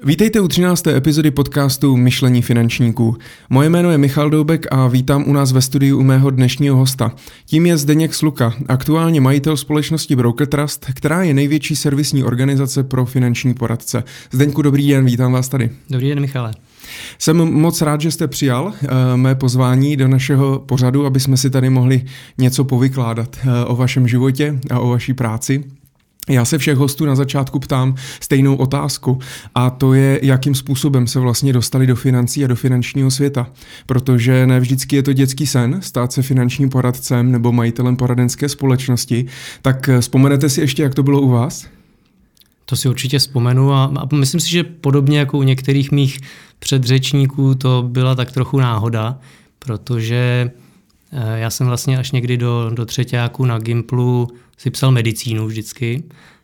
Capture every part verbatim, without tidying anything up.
Vítejte u třinácté epizody podcastu Myšlení finančníků. Moje jméno je Michal Doubek a vítám u nás ve studiu u mého dnešního hosta. Tím je Zdeněk Sluka, aktuálně majitel společnosti Broker Trust, která je největší servisní organizace pro finanční poradce. Zdeňku, dobrý den, vítám vás tady. Dobrý den, Michale. Jsem moc rád, že jste přijal uh, mé pozvání do našeho pořadu, aby jsme si tady mohli něco povykládat uh, o vašem životě a o vaší práci. Já se všech hostů na začátku ptám stejnou otázku a to je, jakým způsobem se vlastně dostali do financí a do finančního světa. Protože ne vždycky je to dětský sen stát se finančním poradcem nebo majitelem poradenské společnosti. Tak vzpomenete si ještě, jak to bylo u vás? To si určitě vzpomenu a, a myslím si, že podobně jako u některých mých předřečníků to byla tak trochu náhoda, protože já jsem vlastně až někdy do, do třeťáku na Gimplu si psal medicínu vždycky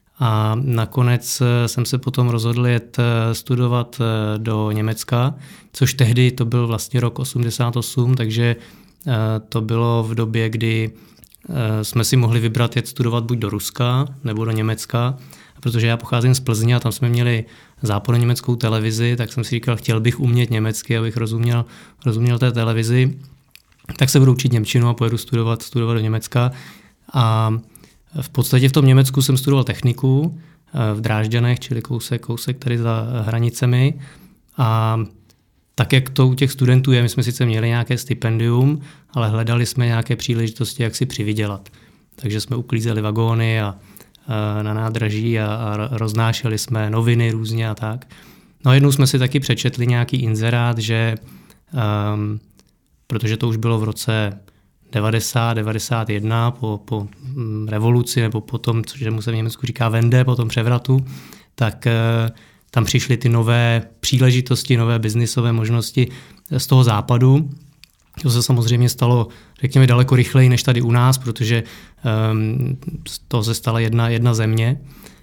a nakonec jsem se potom rozhodl jet studovat do Německa, což tehdy to byl vlastně rok osmdesát osm, takže to bylo v době, kdy jsme si mohli vybrat jet studovat buď do Ruska nebo do Německa. A protože já pocházím z Plzně a tam jsme měli západoněmeckou televizi, tak jsem si říkal, chtěl bych umět německy, abych rozuměl, rozuměl té televizi. Tak se budu učit němčinu a pojedu studovat, studovat do Německa. A v podstatě v tom Německu jsem studoval techniku v Drážďanech, čili kousek, kousek tady za hranicemi. A tak, jak to u těch studentů je, my jsme sice měli nějaké stipendium, ale hledali jsme nějaké příležitosti, jak si přivydělat. Takže jsme uklízeli vagóny a, a na nádraží a, a roznášeli jsme noviny různě a tak. No a jednou jsme si taky přečetli nějaký inzerát, že um, protože to už bylo v roce devadesát, devadesát jedna po, po revoluci nebo po tom, což se v Německu říká Wende, po tom převratu, tak e, tam přišly ty nové příležitosti, nové biznisové možnosti z toho západu. To se samozřejmě stalo, řekněme, daleko rychleji než tady u nás, protože e, to se stala jedna, jedna země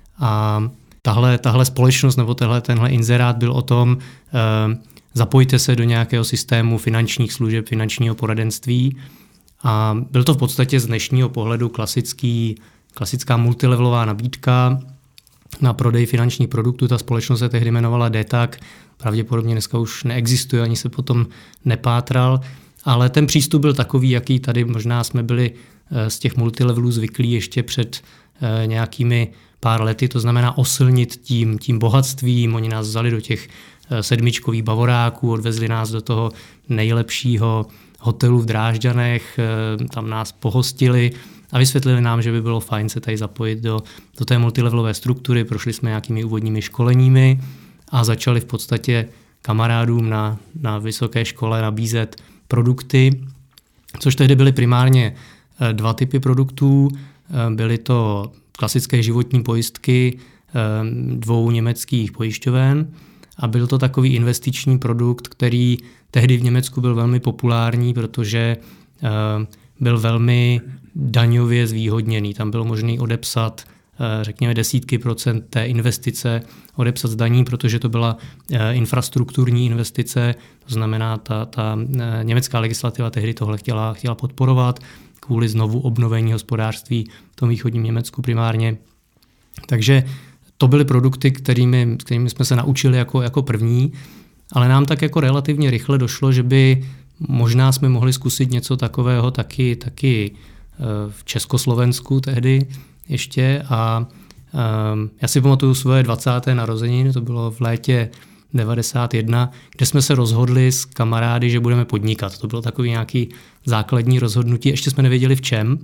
a tahle, tahle společnost nebo tenhle, tenhle inzerát byl o tom, e, zapojte se do nějakého systému finančních služeb, finančního poradenství. A byl to v podstatě z dnešního pohledu klasický, klasická multilevelová nabídka na prodej finančních produktů. Ta společnost se tehdy jmenovala D T A C, pravděpodobně dneska už neexistuje, ani se potom nepátral, ale ten přístup byl takový, jaký tady možná jsme byli z těch multilevelů zvyklí ještě před nějakými pár lety, to znamená osilnit tím, tím bohatstvím. Oni nás vzali do těch sedmičkových bavoráků, odvezli nás do toho nejlepšího hotelu v Drážďanech, tam nás pohostili a vysvětlili nám, že by bylo fajn se tady zapojit do, do té multilevelové struktury. Prošli jsme nějakými úvodními školeními a začali v podstatě kamarádům na, na vysoké škole nabízet produkty, což tehdy byly primárně dva typy produktů. Byly to klasické životní pojistky dvou německých pojišťoven a byl to takový investiční produkt, který tehdy v Německu byl velmi populární, protože uh, byl velmi daňově zvýhodněný. Tam bylo možné odepsat, uh, řekněme, desítky procent té investice, odepsat z daní, protože to byla uh, infrastrukturní investice, to znamená, ta, ta uh, německá legislativa tehdy tohle chtěla, chtěla podporovat kvůli znovu obnovení hospodářství v tom východním Německu primárně. Takže to byly produkty, kterými, kterými jsme se naučili jako, jako první, ale nám tak jako relativně rychle došlo, že by možná jsme mohli zkusit něco takového taky, taky v Československu tehdy ještě. A um, já si pamatuju svoje dvacáté narozeniny, to bylo v létě devadesát jedna, kde jsme se rozhodli s kamarády, že budeme podnikat. To bylo takový nějaký základní rozhodnutí, ještě jsme nevěděli v čem,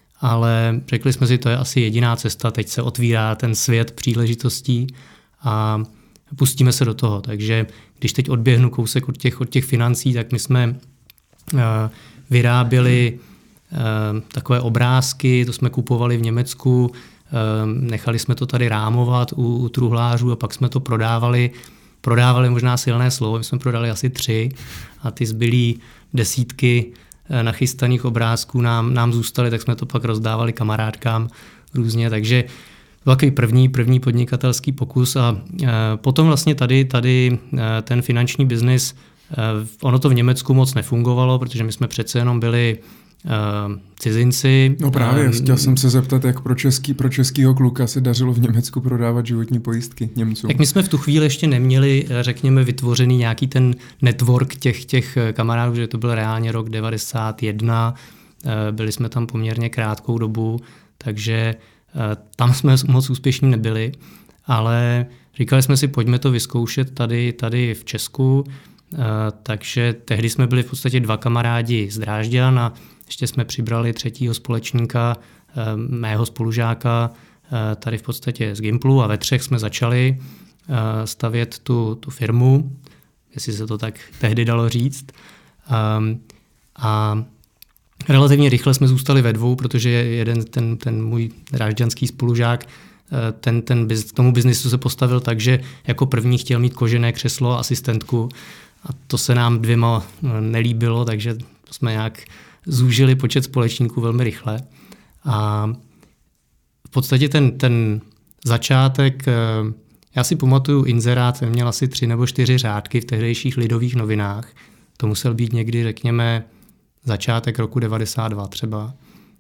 ale řekli jsme si, to je asi jediná cesta, teď se otvírá ten svět příležitostí a pustíme se do toho. Takže když teď odběhnu kousek od těch, od těch financí, tak my jsme uh, vyráběli uh, takové obrázky, to jsme kupovali v Německu, uh, nechali jsme to tady rámovat u, u truhlářů a pak jsme to prodávali. Prodávali možná silné slovo, my jsme prodali asi tři a ty zbylý desítky nachystaných obrázků nám, nám zůstaly, tak jsme to pak rozdávali kamarádkám různě, takže byl takový první, první podnikatelský pokus a e, potom vlastně tady, tady e, ten finanční biznis, e, ono to v Německu moc nefungovalo, protože my jsme přece jenom byli cizinci. No právě, chtěl jsem se zeptat, jak pro, český, pro českýho kluka se dařilo v Německu prodávat životní pojistky Němcům. Tak my jsme v tu chvíli ještě neměli, řekněme, vytvořený nějaký ten network těch, těch kamarádů, že to byl reálně rok devadesát jedna, byli jsme tam poměrně krátkou dobu, takže tam jsme moc úspěšní nebyli, ale říkali jsme si, pojďme to vyzkoušet tady, tady v Česku, takže tehdy jsme byli v podstatě dva kamarádi z Drážďan a ještě jsme přibrali třetího společníka, mého spolužáka, tady v podstatě z Gimplu a ve třech jsme začali stavět tu, tu firmu, jestli se to tak tehdy dalo říct. A relativně rychle jsme zůstali ve dvou, protože jeden ten, ten můj drážďanský spolužák ten, ten k tomu biznisu se postavil tak, že jako první chtěl mít kožené křeslo a asistentku a to se nám dvěma nelíbilo, takže jsme nějak zúžili počet společníků velmi rychle. A v podstatě ten, ten začátek, já si pamatuju inzerát, jsem měl asi tři nebo čtyři řádky v tehdejších Lidových novinách. To musel být někdy, řekněme, začátek roku devadesát dva třeba.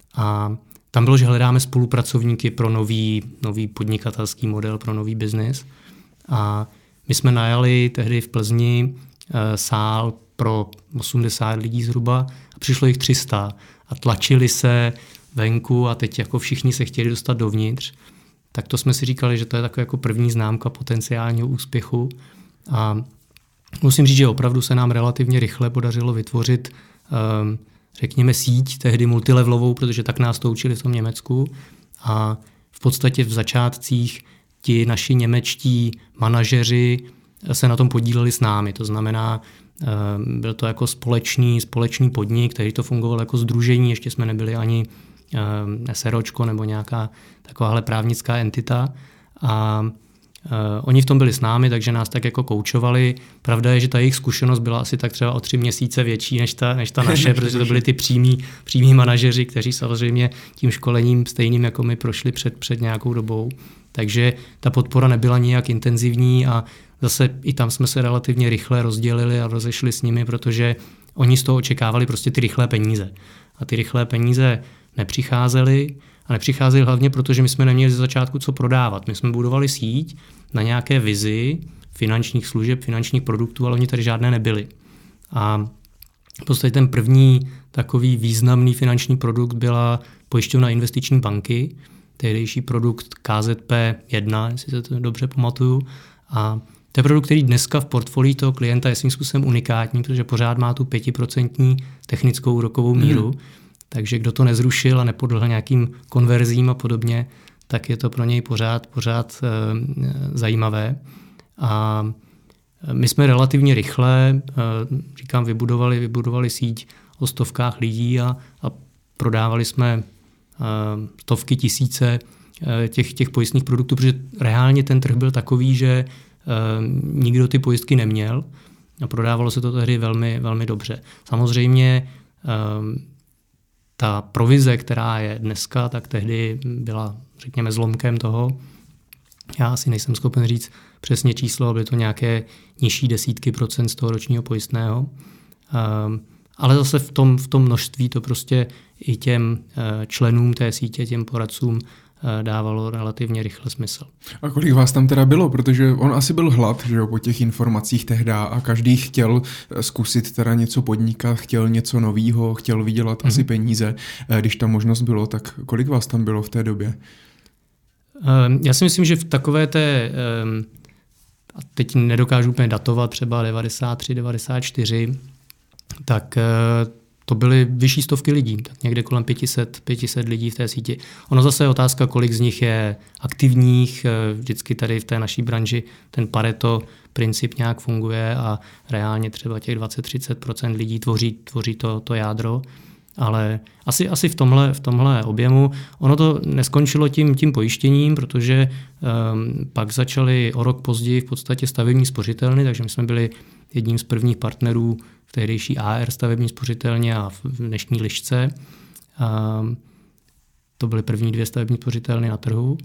A tam bylo, že hledáme spolupracovníky pro nový, nový podnikatelský model, pro nový biznis. A my jsme najali tehdy v Plzni e, sál pro osmdesát lidí zhruba a přišlo jich tři sta a tlačili se venku a teď jako všichni se chtěli dostat dovnitř. Tak to jsme si říkali, že to je taková jako první známka potenciálního úspěchu. A musím říct, že opravdu se nám relativně rychle podařilo vytvořit um, řekněme síť, tehdy multilevelovou, protože tak nás to učili v tom Německu. A v podstatě v začátcích ti naši němečtí manažeři se na tom podíleli s námi. To znamená, byl to jako společný, společný podnik, který to fungovalo jako sdružení, ještě jsme nebyli ani SROčko nebo nějaká takováhle právnická entita. A Uh, oni v tom byli s námi, takže nás tak jako koučovali. Pravda je, že ta jejich zkušenost byla asi tak třeba o tři měsíce větší než ta, než ta naše, protože to byli ty přímí, přímí manažeři, kteří samozřejmě tím školením stejným jako my prošli před, před nějakou dobou. Takže ta podpora nebyla nijak intenzivní a zase i tam jsme se relativně rychle rozdělili a rozešli s nimi, protože oni z toho očekávali prostě ty rychlé peníze. A ty rychlé peníze nepřicházely. A nepřicházeli hlavně, protože my jsme neměli ze začátku co prodávat. My jsme budovali síť na nějaké vizi finančních služeb, finančních produktů, ale oni tady žádné nebyly. A v podstatě ten první takový významný finanční produkt byla pojišťovna investiční banky, tehdejší produkt K Z P jedna, jestli se to dobře pamatuju. A to je produkt, který dneska v portfoliu toho klienta je svým způsobem unikátní, protože pořád má tu pětiprocentní technickou úrokovou míru. Hmm. Takže kdo to nezrušil a nepodlehl nějakým konverzím a podobně, tak je to pro něj pořád, pořád e, zajímavé. A my jsme relativně rychle, e, říkám, vybudovali, vybudovali síť o stovkách lidí a, a prodávali jsme e, stovky tisíce e, těch, těch pojistných produktů, protože reálně ten trh byl takový, že e, nikdo ty pojistky neměl a prodávalo se to tehdy velmi, velmi dobře. Samozřejmě e, ta provize, která je dneska, tak tehdy byla, řekněme, zlomkem toho. Já asi nejsem schopen říct přesně číslo, aby to nějaké nižší desítky procent z toho ročního pojistného. Um, ale zase v tom, v tom množství to prostě i těm uh, členům té sítě, těm poradcům dávalo relativně rychle smysl. A kolik vás tam teda bylo? Protože on asi byl hlad, že jo, po těch informacích tehda a každý chtěl zkusit teda něco podnikat, chtěl něco novýho, chtěl vydělat mm-hmm. asi peníze. Když ta možnost bylo, tak kolik vás tam bylo v té době? Já si myslím, že v takové té, a teď nedokážu úplně datovat, třeba devadesát tři, devadesát čtyři, tak to byly vyšší stovky lidí, tak někde kolem pět set, pět set lidí v té síti. Ono zase je otázka, kolik z nich je aktivních, vždycky tady v té naší branži ten Pareto princip nějak funguje a reálně třeba těch dvacet až třicet procent lidí tvoří, tvoří to, to jádro, ale asi, asi v, tomhle, v tomhle objemu. Ono to neskončilo tím, tím pojištěním, protože um, pak začaly o rok později v podstatě stavební spořitelny, takže my jsme byli jedním z prvních partnerů v tehdejší A R stavební spořitelně a v dnešní Lišce. Um, to byly první dvě stavební spořitelny na trhu.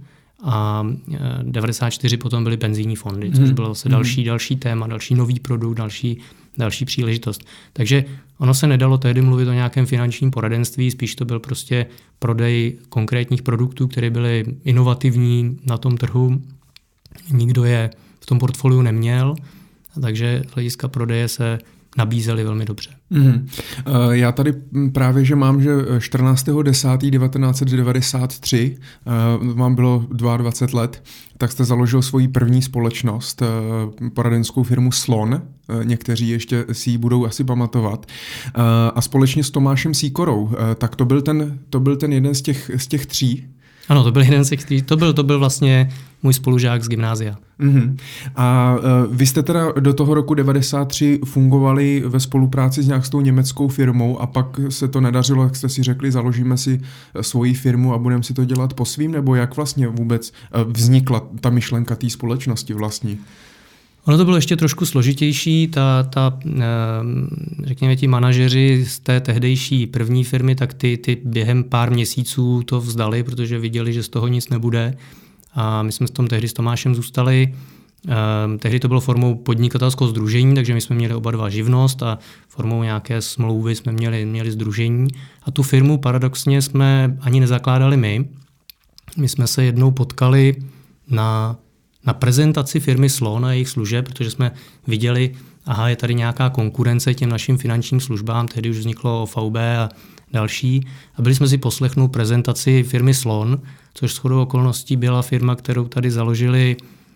a devadesát čtyři potom byly penzijní fondy, což bylo zase další, další téma, další nový produkt, další, další příležitost. Takže ono se nedalo tehdy mluvit o nějakém finančním poradenství, spíš to byl prostě prodej konkrétních produktů, které byly inovativní na tom trhu. Nikdo je v tom portfoliu neměl, takže z hlediska prodeje se nabízely velmi dobře. Mm. Já tady právě, že mám, že čtrnáctého desátého devatenáct set devadesát tři, vám bylo dvacet dva let, tak jste založil svoji první společnost, poradenskou firmu Slon, někteří ještě si ji budou asi pamatovat, a společně s Tomášem Sýkorou, tak to byl ten, to byl ten jeden z těch, z těch tří. Ano, to byl jeden z těch, to byl, to byl vlastně můj spolužák z gymnázia. Mm-hmm. A uh, vy jste teda do toho roku devadesát tři fungovali ve spolupráci s nějakou německou firmou a pak se to nedařilo, jak jste si řekli, založíme si svoji firmu a budeme si to dělat po svým, nebo jak vlastně vůbec uh, vznikla ta myšlenka té společnosti vlastní? Ono to bylo ještě trošku složitější, ta, ta řekněme ti manažeři z té tehdejší první firmy, tak ty, ty během pár měsíců to vzdali, protože viděli, že z toho nic nebude a my jsme s tom tehdy s Tomášem zůstali. Tehdy to bylo formou podnikatelského sdružení, takže my jsme měli oba dva živnost a formou nějaké smlouvy jsme měli, měli sdružení a tu firmu paradoxně jsme ani nezakládali my. My jsme se jednou potkali na na prezentaci firmy Slon a jejich služeb, protože jsme viděli, aha, je tady nějaká konkurence těm našim finančním službám, tehdy už vzniklo O V B a další. A byli jsme si poslechnout prezentaci firmy Slon, což shodou okolností byla firma, kterou tady založili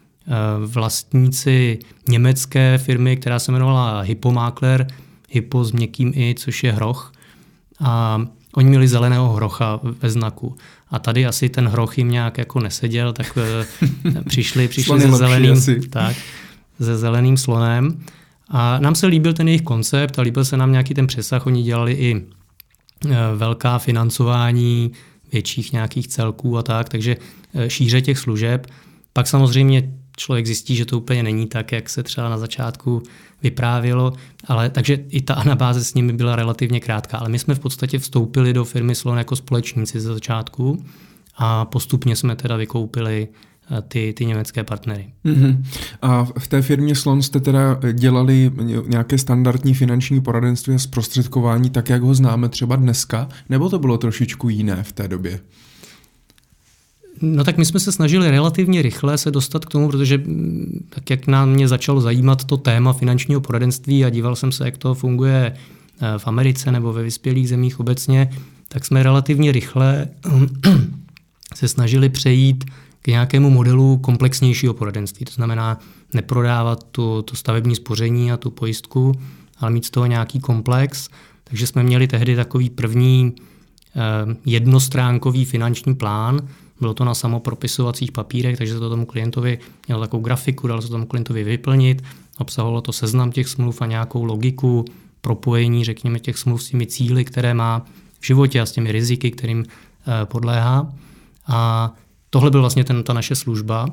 vlastníci německé firmy, která se jmenovala Hypomakler, Hypo s měkkým i, což je hroch. A oni měli zeleného hrocha ve znaku. A tady asi ten hroch jim nějak jako neseděl, tak přišli, přišli se, zeleným, tak, se zeleným slonem. A nám se líbil ten jejich koncept a líbil se nám nějaký ten přesah. Oni dělali i velká financování větších nějakých celků a tak, takže šíře těch služeb. Pak samozřejmě člověk zjistí, že to úplně není tak, jak se třeba na začátku vyprávělo, ale takže i ta anabáze s nimi byla relativně krátká, ale my jsme v podstatě vstoupili do firmy Slon jako společníci ze začátku a postupně jsme teda vykoupili ty, ty německé partnery. Mm-hmm. A v té firmě Slon jste teda dělali nějaké standardní finanční poradenství a zprostředkování, tak jak ho známe třeba dneska, nebo to bylo trošičku jiné v té době? No tak my jsme se snažili relativně rychle se dostat k tomu, protože tak jak nám mě začalo zajímat to téma finančního poradenství a díval jsem se, jak to funguje v Americe nebo ve vyspělých zemích obecně, tak jsme relativně rychle se snažili přejít k nějakému modelu komplexnějšího poradenství. To znamená neprodávat tu, tu stavební spoření a tu pojistku, ale mít z toho nějaký komplex. Takže jsme měli tehdy takový první eh, jednostránkový finanční plán. Bylo to na samopropisovacích papírech, takže se to tomu klientovi mělo takovou grafiku, dalo se tomu klientovi vyplnit. Obsahovalo to seznam těch smluv a nějakou logiku propojení, řekněme, těch smluv s těmi cíli, které má v životě a s těmi riziky, kterým eh, podléhá. A tohle byl vlastně ten, ta naše služba.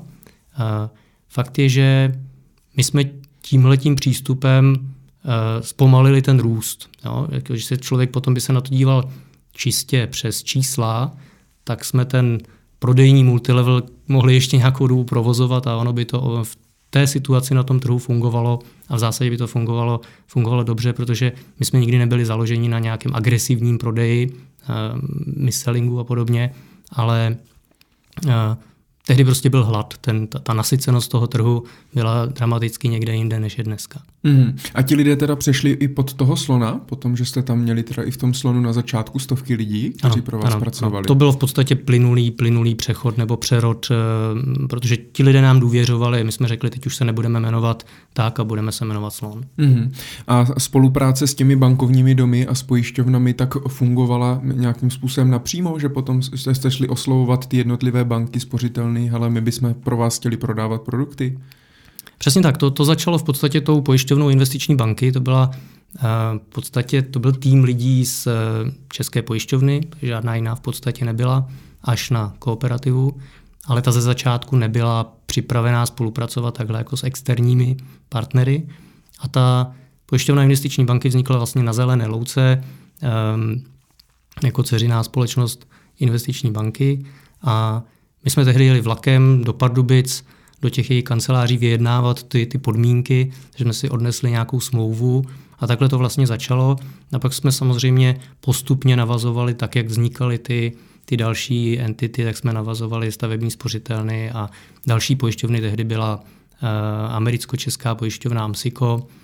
Fakt je, že my jsme tímhletím přístupem zpomalili ten růst. Jo? Když se člověk potom by se na to díval čistě přes čísla, tak jsme ten prodejní multilevel mohli ještě nějakou dobu provozovat a ono by to v té situaci na tom trhu fungovalo a v zásadě by to fungovalo, fungovalo dobře, protože my jsme nikdy nebyli založeni na nějakém agresivním prodeji, mis-sellingu a podobně, ale uh, tehdy prostě byl hlad. Ten, ta, ta nasycenost toho trhu byla dramaticky někde jinde, než je dneska. Mm. A ti lidé teda přešli i pod toho Slona, potom, že jste tam měli teda i v tom Slonu na začátku stovky lidí, kteří ano, pro vás ano, pracovali. Ano. To bylo v podstatě plynulý, plynulý přechod nebo přerod, uh, protože ti lidé nám důvěřovali. My jsme řekli, teď už se nebudeme jmenovat tak a budeme se jmenovat Slon. Mm. A spolupráce s těmi bankovními domy a s pojišťovnami tak fungovala nějakým způsobem napřímo, že potom jste šli oslovovat ty jednotlivé banky spořitelné, ale my bychom pro vás chtěli prodávat produkty? Přesně tak, to, to začalo v podstatě tou pojišťovnou investiční banky, to byla v podstatě, to byl tým lidí z České pojišťovny, žádná jiná v podstatě nebyla, až na Kooperativu, ale ta ze začátku nebyla připravená spolupracovat takhle jako s externími partnery a ta pojišťovna investiční banky vznikla vlastně na Zelené louce jako dceřiná společnost investiční banky a My jsme tehdy jeli vlakem do Pardubic, do těch jejich kanceláří vyjednávat ty, ty podmínky, že jsme si odnesli nějakou smlouvu a takhle to vlastně začalo. A pak jsme samozřejmě postupně navazovali, tak jak vznikaly ty, ty další entity, tak jsme navazovali stavební spořitelny a další pojišťovny. Tehdy byla uh, americko-česká pojišťovna Amsico, uh,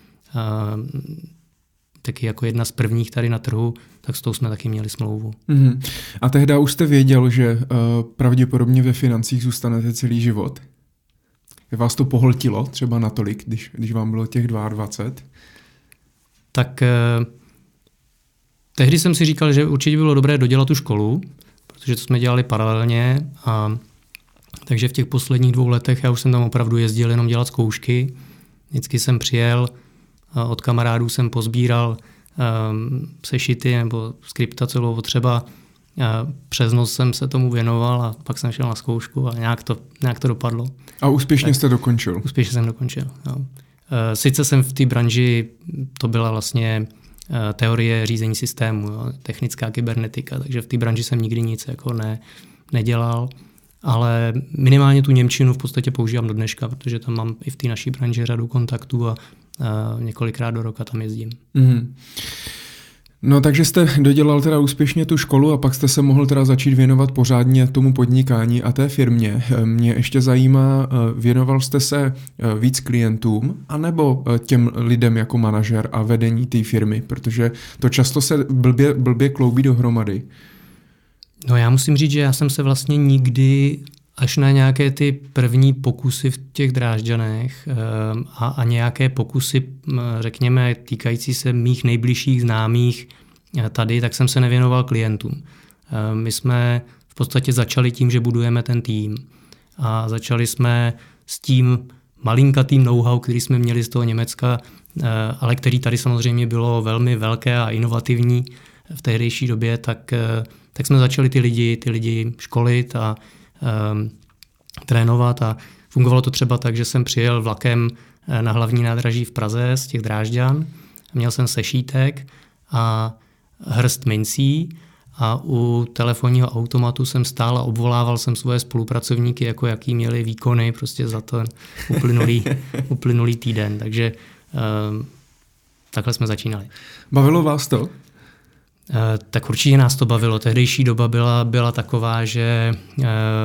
taky jako jedna z prvních tady na trhu, tak s tou jsme taky měli smlouvu. Mm-hmm. A tehdy už jste věděl, že uh, pravděpodobně ve financích zůstanete celý život? Vás to pohltilo třeba natolik, když, když vám bylo těch dvacet dva? Tak eh, tehdy jsem si říkal, že určitě bylo dobré dodělat tu školu, protože to jsme dělali paralelně. A, takže v těch posledních dvou letech já už jsem tam opravdu jezdil jenom dělat zkoušky. Vždycky jsem přijel, od kamarádů jsem pozbíral um, sešity nebo skripta celou potřeba. Přes noc jsem se tomu věnoval a pak jsem šel na zkoušku a nějak to, nějak to dopadlo. A úspěšně tak, jste dokončil? Úspěšně jsem dokončil, jo. Sice jsem v té branži, to byla vlastně teorie řízení systému, jo, technická kybernetika, takže v té branži jsem nikdy nic jako ne, nedělal, ale minimálně tu němčinu v podstatě používám do dneška, protože tam mám i v té naší branži řadu kontaktů a, a několikrát do roka tam jezdím. Mm-hmm. No takže jste dodělal teda úspěšně tu školu a pak jste se mohl teda začít věnovat pořádně tomu podnikání a té firmě. Mě ještě zajímá, věnoval jste se víc klientům anebo těm lidem jako manažer a vedení té firmy, protože to často se blbě, blbě kloubí dohromady. No já musím říct, že já jsem se vlastně nikdy až na nějaké ty první pokusy v těch Drážďanech a, a nějaké pokusy, řekněme, týkající se mých nejbližších známých tady, tak jsem se nevěnoval klientům. My jsme v podstatě začali tím, že budujeme ten tým a začali jsme s tím malinkatým know-how, který jsme měli z toho Německa, ale který tady samozřejmě bylo velmi velké a inovativní v tehdejší době, tak, tak jsme začali ty lidi, ty lidi školit a Um, trénovat a fungovalo to třeba tak, že jsem přijel vlakem na hlavní nádraží v Praze z těch Drážďan, měl jsem sešítek a hrst mincí a u telefonního automatu jsem stál a obvolával jsem svoje spolupracovníky, jako jaký měli výkony prostě za ten uplynulý, uplynulý týden, takže um, takhle jsme začínali. Bavilo vás to? Tak určitě nás to bavilo. Tehdejší doba byla, byla taková, že eh,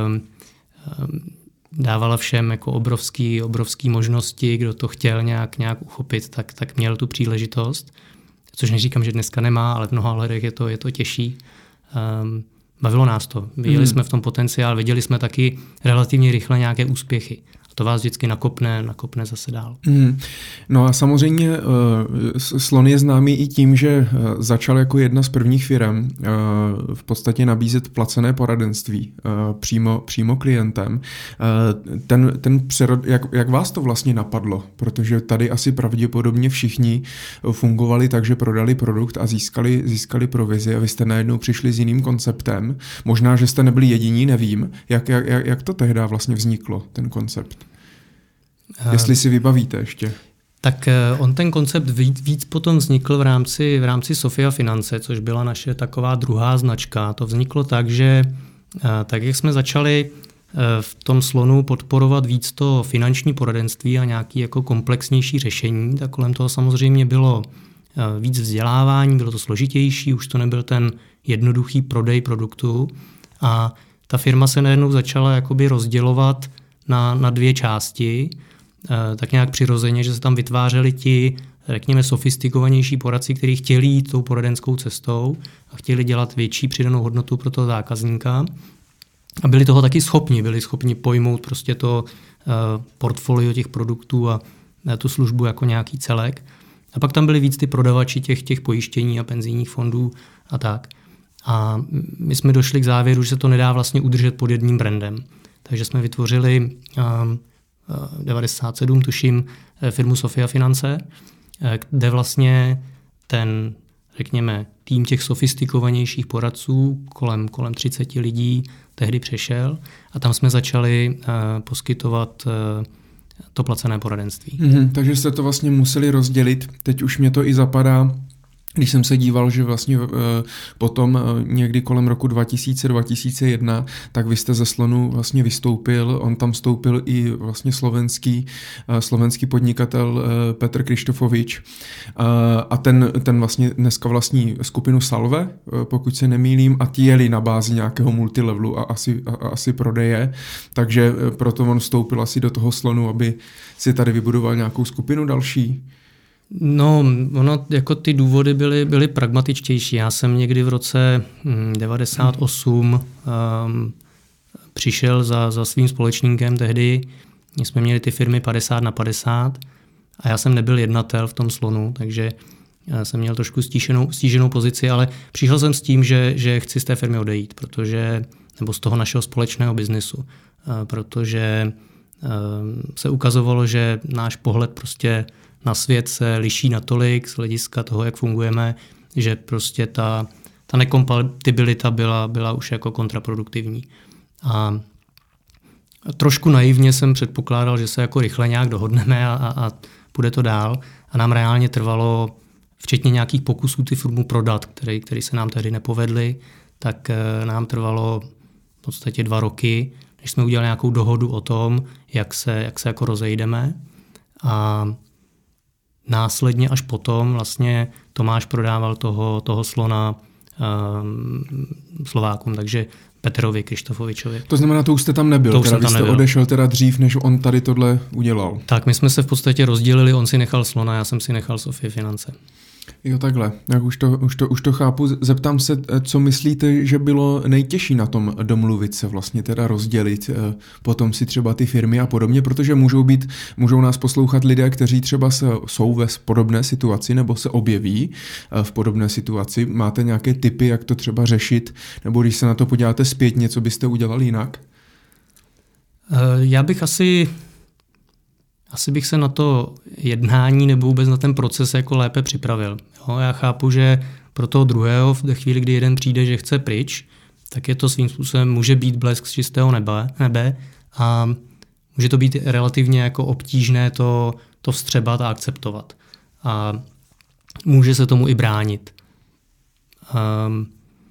dávala všem jako obrovský, obrovský možnosti, kdo to chtěl nějak, nějak uchopit, tak, tak měl tu příležitost. Což neříkám, že dneska nemá, ale v mnoha ohledech je to, je to těžší. Um, bavilo nás to. Viděli mm. jsme v tom potenciál, viděli jsme taky relativně rychle nějaké úspěchy. To vás vždycky nakopne, nakopne zase dál. Mm. No a samozřejmě uh, Slon je známý i tím, že uh, začal jako jedna z prvních firem uh, v podstatě nabízet placené poradenství uh, přímo, přímo klientem. Uh, ten, ten přerod, jak, jak vás to vlastně napadlo? Protože tady asi pravděpodobně všichni fungovali tak, že prodali produkt a získali, získali provizi a vy jste najednou přišli s jiným konceptem. Možná, že jste nebyli jediní, nevím. Jak, jak, jak to tehdy vlastně vzniklo, ten koncept? Jestli si vybavíte ještě. Tak on ten koncept víc, víc potom vznikl v rámci, v rámci Sofia Finance, což byla naše taková druhá značka. To vzniklo tak, že tak, jak jsme začali v tom Slonu podporovat víc to finanční poradenství a nějaké jako komplexnější řešení, tak kolem toho samozřejmě bylo víc vzdělávání, bylo to složitější, už to nebyl ten jednoduchý prodej produktu a ta firma se najednou začala jakoby rozdělovat na, na dvě části, tak nějak přirozeně, že se tam vytvářeli ti, řekněme, sofistikovanější poradci, kteří chtěli jít tou poradenskou cestou a chtěli dělat větší přidanou hodnotu pro toho zákazníka. A byli toho taky schopni, byli schopni pojmout prostě to uh, portfolio těch produktů a uh, tu službu jako nějaký celek. A pak tam byli víc ty prodavači těch, těch pojištění a penzijních fondů a tak. A my jsme došli k závěru, že se to nedá vlastně udržet pod jedním brandem. Takže jsme vytvořili um, devadesát sedm, tuším, firmu Sofia Finance, kde vlastně ten, řekněme, tým těch sofistikovanějších poradců, kolem, kolem třicet lidí, tehdy přešel a tam jsme začali uh, poskytovat uh, to placené poradenství. Mm-hmm, takže jste to vlastně museli rozdělit. Teď už mě to i zapadá Když jsem se díval, že vlastně potom někdy kolem roku dva tisíce, dva tisíce jedna, tak vy jste ze Slonu vlastně vystoupil, on tam vstoupil i vlastně slovenský, slovenský podnikatel Petr Krištofovič a ten, ten vlastně dneska vlastní skupinu Salve, pokud se nemýlím, a ti jeli na bázi nějakého multilevelu a asi, a, a asi prodeje, takže proto on vstoupil asi do toho Slonu, aby si tady vybudoval nějakou skupinu další. No, ono, jako ty důvody byly, byly pragmatičtější. Já jsem někdy v roce devadesát osm um, přišel za, za svým společníkem tehdy. My jsme měli ty firmy padesát na padesát a já jsem nebyl jednatel v tom Slonu, takže já jsem měl trošku stíženou, stíženou pozici, ale přišel jsem s tím, že, že chci z té firmy odejít, protože, nebo z toho našeho společného biznisu, protože um, se ukazovalo, že náš pohled prostě na svět se liší natolik z hlediska toho, jak fungujeme, že prostě ta, ta nekompatibilita byla, byla už jako kontraproduktivní. A trošku naivně jsem předpokládal, že se jako rychle nějak dohodneme a, a, a půjde to dál. A nám reálně trvalo, včetně nějakých pokusů ty firmu prodat, které, které se nám tehdy nepovedly, tak nám trvalo v podstatě dva roky, než jsme udělali nějakou dohodu o tom, jak se, jak se jako rozejdeme. A následně až potom vlastně Tomáš prodával toho, toho Slona um, Slovákům, takže Petrovi Krištofovičovi. To znamená, to už jste tam nebyl, to teda vy jste nebyl. Odešel teda dřív, než on tady tohle udělal. Tak, my jsme se v podstatě rozdělili, on si nechal Slona, já jsem si nechal Sofie Finance. Jo, takhle. Jak už to, už, to, už to chápu. Zeptám se, co myslíte, že bylo nejtěžší na tom domluvit se, vlastně teda rozdělit, potom si třeba ty firmy a podobně, protože můžou být, můžou nás poslouchat lidé, kteří třeba se, jsou ve podobné situaci nebo se objeví v podobné situaci. Máte nějaké tipy, jak to třeba řešit, nebo když se na to podíváte zpětně, co byste udělali jinak? Já bych asi... Asi bych se na to jednání nebo vůbec na ten proces jako lépe připravil. Jo, já chápu, že pro toho druhého v té chvíli, kdy jeden přijde, že chce pryč, tak je to svým způsobem, může být blesk z čistého nebe, nebe a může to být relativně jako obtížné to, to vstřebat a akceptovat. A může se tomu i bránit. Um,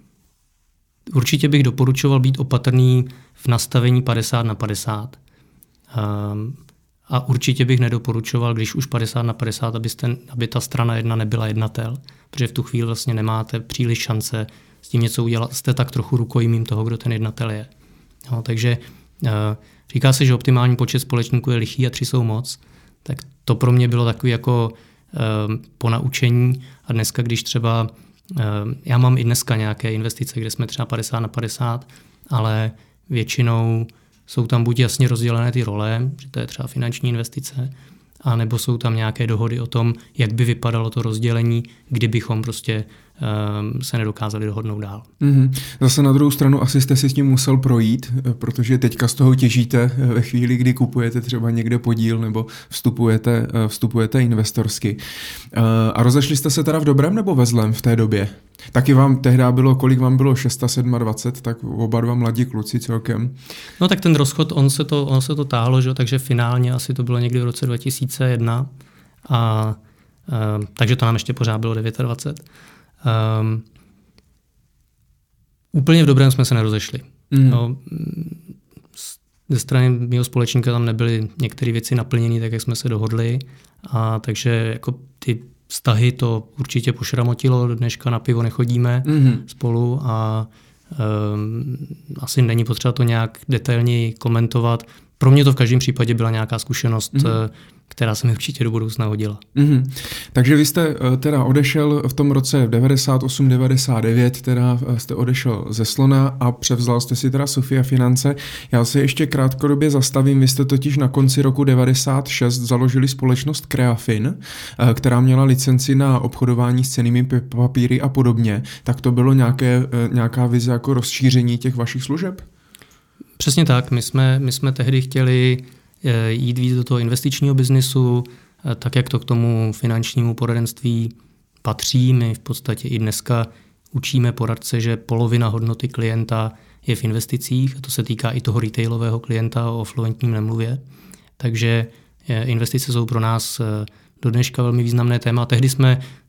určitě bych doporučoval být opatrný v nastavení padesát na padesát. Um, A určitě bych nedoporučoval, když už padesát na padesát, abyste, aby ta strana jedna nebyla jednatel, protože v tu chvíli vlastně nemáte příliš šance s tím něco udělat. Jste tak trochu rukojmím toho, kdo ten jednatel je. No, takže uh, říká se, že optimální počet společníků je lichý a tři jsou moc. Tak to pro mě bylo takové jako uh, ponaučení. A dneska, když třeba, uh, já mám i dneska nějaké investice, kde jsme třeba padesát na padesát, ale většinou jsou tam buď jasně rozdělené ty role, že to je třeba finanční investice, a nebo jsou tam nějaké dohody o tom, jak by vypadalo to rozdělení, kdybychom prostě um, se nedokázali dohodnout dál. Mm-hmm. Zase na druhou stranu asi jste si s tím musel projít, protože teďka z toho těžíte ve chvíli, kdy kupujete třeba někde podíl nebo vstupujete, vstupujete investorsky. A rozešli jste se teda v dobrém nebo ve zlém v té době? Taky vám tehdy bylo, kolik vám bylo, dvacet šest, tak oba dva mladí kluci celkem. No tak ten rozchod, on se to, on se to táhlo, že? Takže finálně asi to bylo někdy v roce dva tisíce jedna, a, um, takže to nám ještě pořád bylo dvacet devět. Um, úplně v dobrém jsme se nerozešli. Mm. No, ze strany mého společníka tam nebyly některé věci naplněné tak, jak jsme se dohodli, a takže jako ty vztahy to určitě pošramotilo, do dneška na pivo nechodíme mm-hmm. spolu a um, asi není potřeba to nějak detailněji komentovat. Pro mě to v každém případě byla nějaká zkušenost, mm-hmm. která se mi určitě do budoucna hodila. Mm-hmm. Takže vy jste teda odešel v tom roce devadesát osm devadesát devět, teda jste odešel ze Slona a převzal jste si teda Sofia Finance. Já se ještě krátkodobě zastavím, vy jste totiž na konci roku devadesát šest založili společnost Creafin, která měla licenci na obchodování s cennými papíry a podobně. Tak to bylo nějaké, nějaká vize jako rozšíření těch vašich služeb? Přesně tak. My jsme, my jsme tehdy chtěli jít víc do toho investičního biznisu, tak jak to k tomu finančnímu poradenství patří. My v podstatě i dneska učíme poradce, že polovina hodnoty klienta je v investicích, a to se týká i toho retailového klienta, o fluentním nemluvě. Takže investice jsou pro nás do dneška velmi významné téma. Tehdy jsme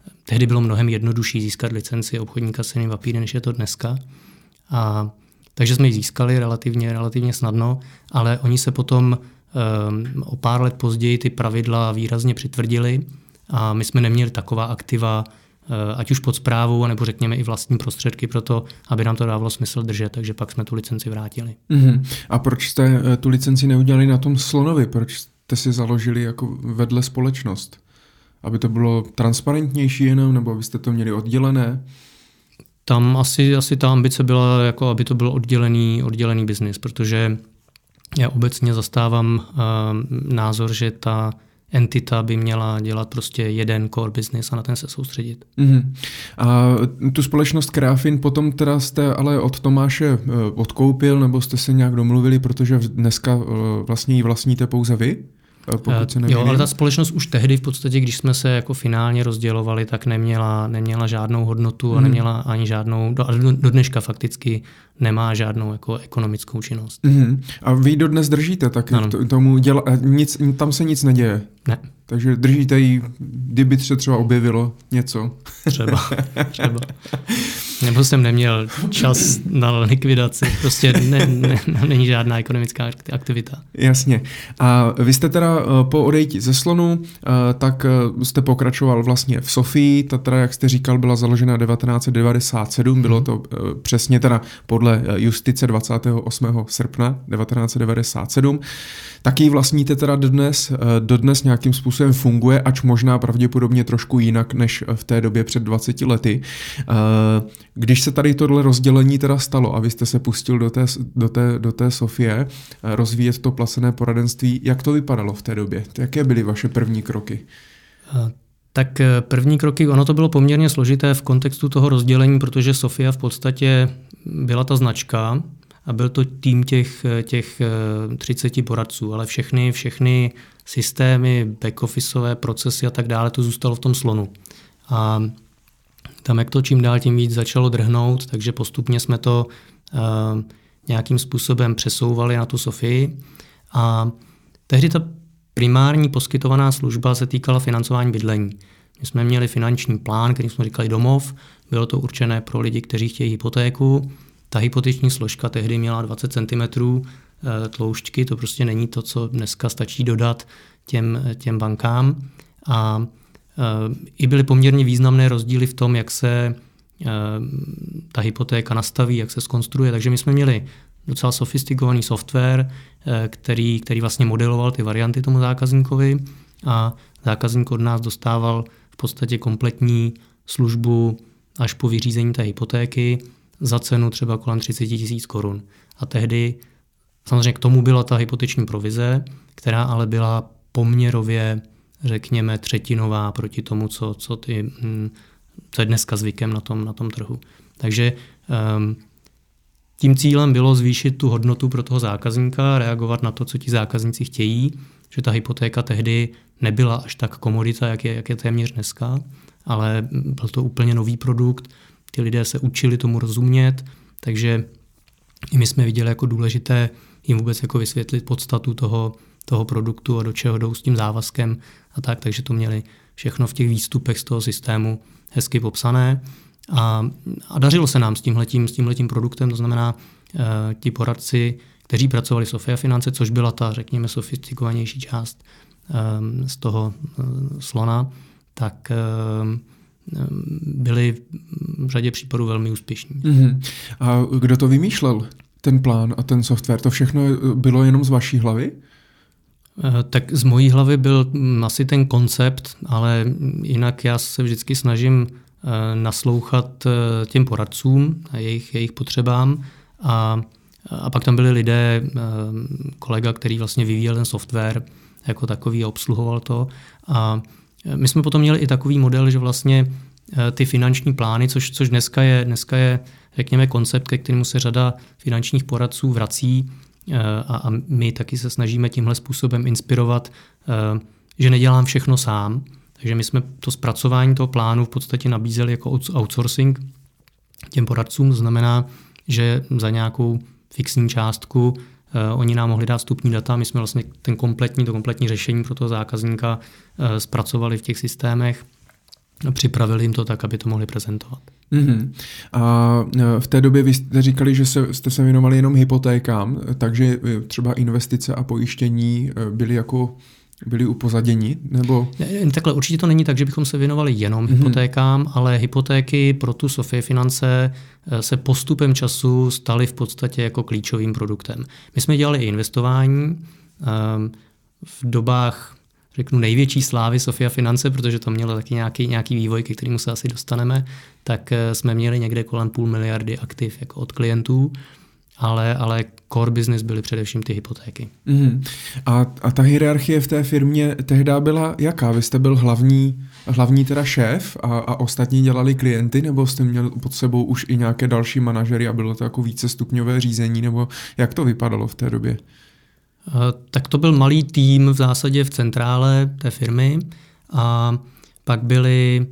tehdy bylo mnohem jednodušší získat licenci obchodníka s cennými papíry, než je to dneska. A, takže jsme ji získali relativně, relativně snadno, ale oni se potom um, o pár let později ty pravidla výrazně přitvrdily a my jsme neměli taková aktiva, ať už pod správou, nebo řekněme i vlastní prostředky pro to, aby nám to dávalo smysl držet, takže pak jsme tu licenci vrátili. Mm-hmm. A proč jste tu licenci neudělali na tom Slonovi? Proč jste si založili jako vedle společnost? Aby to bylo transparentnější jenom, nebo abyste to měli oddělené? Tam asi, asi ta ambice byla, jako aby to byl oddělený, oddělený biznis, protože já obecně zastávám uh, názor, že ta entita by měla dělat prostě jeden core business a na ten se soustředit. Mm-hmm. A tu společnost Creafin potom teda jste ale od Tomáše odkoupil, nebo jste se nějak domluvili, protože dneska vlastně ji vlastníte pouze vy? Pokud se jo, ale ta společnost už tehdy v podstatě, když jsme se jako finálně rozdělovali, tak neměla, neměla žádnou hodnotu a hmm. neměla ani žádnou, do, do dneška fakticky nemá žádnou jako ekonomickou činnost. Hmm. A vy dodnes držíte tak to, tomu děla, nic, tam se nic neděje? Ne. Takže držíte ji, kdyby se třeba objevilo něco? Třeba, třeba. Nebo jsem neměl čas na likvidaci, prostě ne, ne, není žádná ekonomická aktivita. Jasně. A vy jste teda po odejití ze Slonu, tak jste pokračoval vlastně v Sofii, ta teda, jak jste říkal, byla založena devatenáct set devadesát sedm, bylo to přesně teda podle justice dvacátého osmého srpna devatenáct set devadesát sedm. Taky vlastníte teda dodnes, dodnes nějakým způsobem funguje, ač možná pravděpodobně trošku jinak než v té době před dvaceti lety. Když se tady tohle rozdělení teda stalo a vy jste se pustil do té, do té, do té Sofie rozvíjet to placené poradenství, jak to vypadalo v té době? Jaké byly vaše první kroky? Tak první kroky, ono to bylo poměrně složité v kontextu toho rozdělení, protože Sofia v podstatě byla ta značka a byl to tým těch, těch třiceti poradců, ale všechny, všechny systémy, backofficeové procesy a tak dále, to zůstalo v tom Slonu. A tam, jak to čím dál tím víc začalo drhnout, takže postupně jsme to uh, nějakým způsobem přesouvali na tu Sofii. A tehdy ta primární poskytovaná služba se týkala financování bydlení. My jsme měli finanční plán, který jsme říkali domov, bylo to určené pro lidi, kteří chtějí hypotéku. Ta hypoteční složka tehdy měla dvacet centimetrů tloušťky, to prostě není to, co dneska stačí dodat těm, těm bankám. A i byly poměrně významné rozdíly v tom, jak se ta hypotéka nastaví, jak se zkonstruuje. Takže my jsme měli docela sofistikovaný software, který, který vlastně modeloval ty varianty tomu zákazníkovi a zákazník od nás dostával v podstatě kompletní službu až po vyřízení té hypotéky za cenu třeba kolem třicet tisíc korun. A tehdy samozřejmě k tomu byla ta hypoteční provize, která ale byla poměrově, řekněme, třetinová proti tomu, co, co, ty, co je dneska zvykem na tom, na tom trhu. Takže um, tím cílem bylo zvýšit tu hodnotu pro toho zákazníka, reagovat na to, co ti zákazníci chtějí, že ta hypotéka tehdy nebyla až tak komodita, jak je, jak je téměř dneska, ale byl to úplně nový produkt, ty lidé se učili tomu rozumět, takže i my jsme viděli jako důležité jim vůbec jako vysvětlit podstatu toho, toho produktu a do čeho jdou s tím závazkem a tak, takže to měli všechno v těch výstupech z toho systému hezky popsané. A, a dařilo se nám s tímhletím, s tímhletím produktem, to znamená e, ti poradci, kteří pracovali v Sofia Finance, což byla ta, řekněme, sofistikovanější část e, z toho e, Slona, tak e, byli v řadě případů velmi úspěšní. Mm-hmm. A kdo to vymýšlel, ten plán a ten software? To všechno bylo jenom z vaší hlavy? Tak z mojí hlavy byl asi ten koncept, ale jinak já se vždycky snažím naslouchat těm poradcům a jejich, jejich potřebám. A, a pak tam byli lidé, kolega, který vlastně vyvíjel ten software jako takový a obsluhoval to. A my jsme potom měli i takový model, že vlastně ty finanční plány, což, což dneska je, dneska je, řekněme, koncept, ke kterému se řada finančních poradců vrací a, a my taky se snažíme tímhle způsobem inspirovat, že nedělám všechno sám. Takže my jsme to zpracování toho plánu v podstatě nabízeli jako outsourcing těm poradcům. To znamená, že za nějakou fixní částku uh, oni nám mohli dát vstupní data. My jsme vlastně ten kompletní, to kompletní řešení pro toho zákazníka uh, zpracovali v těch systémech připravili jim to tak, aby to mohli prezentovat. Mm-hmm. A v té době vy jste říkali, že se, jste se věnovali jenom hypotékám, takže třeba investice a pojištění byly jako byli upozaděni, nebo? Takhle určitě to není tak, že bychom se věnovali jenom mm-hmm. hypotékám, ale hypotéky pro tu Sofie Finance se postupem času staly v podstatě jako klíčovým produktem. My jsme dělali i investování v dobách, řeknu, největší slávy Sofia Finance, protože to mělo taky nějaký, nějaký vývoj, ke kterému se asi dostaneme, tak jsme měli někde kolem půl miliardy aktiv jako od klientů. Ale, ale core business byly především ty hypotéky. Mm. A, a ta hierarchie v té firmě tehdy byla jaká? Vy jste byl hlavní, hlavní teda šéf a, a ostatní dělali klienty, nebo jste měl pod sebou už i nějaké další manažery a bylo to jako vícestupňové řízení, nebo jak to vypadalo v té době? Tak to byl malý tým v zásadě v centrále té firmy a pak byly,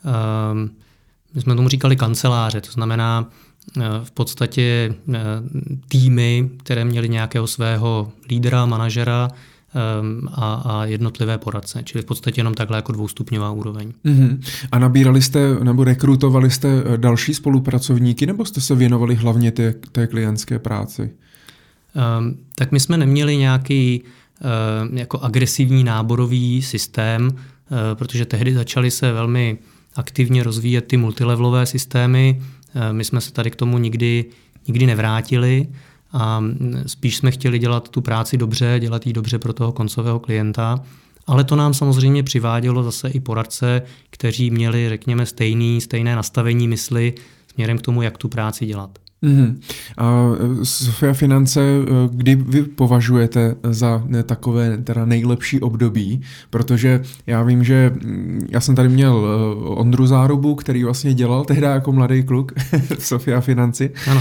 my jsme tomu říkali kanceláře, to znamená v podstatě týmy, které měly nějakého svého lídra, manažera a, a jednotlivé poradce, čili v podstatě jenom takhle jako dvoustupňová úroveň. Mm-hmm. A nabírali jste nebo rekrutovali jste další spolupracovníky, nebo jste se věnovali hlavně té, té klientské práci? Um, tak my jsme neměli nějaký uh, jako agresivní náborový systém, uh, protože tehdy začaly se velmi aktivně rozvíjet ty multilevelové systémy. My jsme se tady k tomu nikdy, nikdy nevrátili a spíš jsme chtěli dělat tu práci dobře, dělat ji dobře pro toho koncového klienta, ale to nám samozřejmě přivádělo zase i poradce, kteří měli, řekněme, stejný, stejné nastavení mysli směrem k tomu, jak tu práci dělat. Mm-hmm. A Sofia Finance, kdy vy považujete za takové teda nejlepší období, protože já vím, že já jsem tady měl Ondru Zárubu, který vlastně dělal tehdy jako mladý kluk v Sofia Financi. Ano.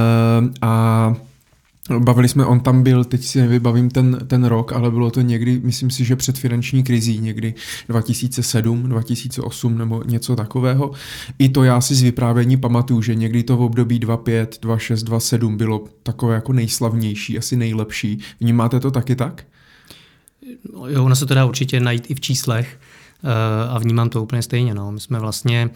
A bavili jsme, on tam byl, teď si nevybavím ten, ten rok, ale bylo to někdy, myslím si, že před finanční krizí, někdy dva tisíce sedm, dva tisíce osm nebo něco takového. I to já si z vyprávění pamatuju, že někdy to v období dva pět, dva šest, dva sedm bylo takové jako nejslavnější, asi nejlepší. Vnímáte to taky tak? Jo, ono se to dá určitě najít i v číslech a vnímám to úplně stejně. No. My jsme vlastně,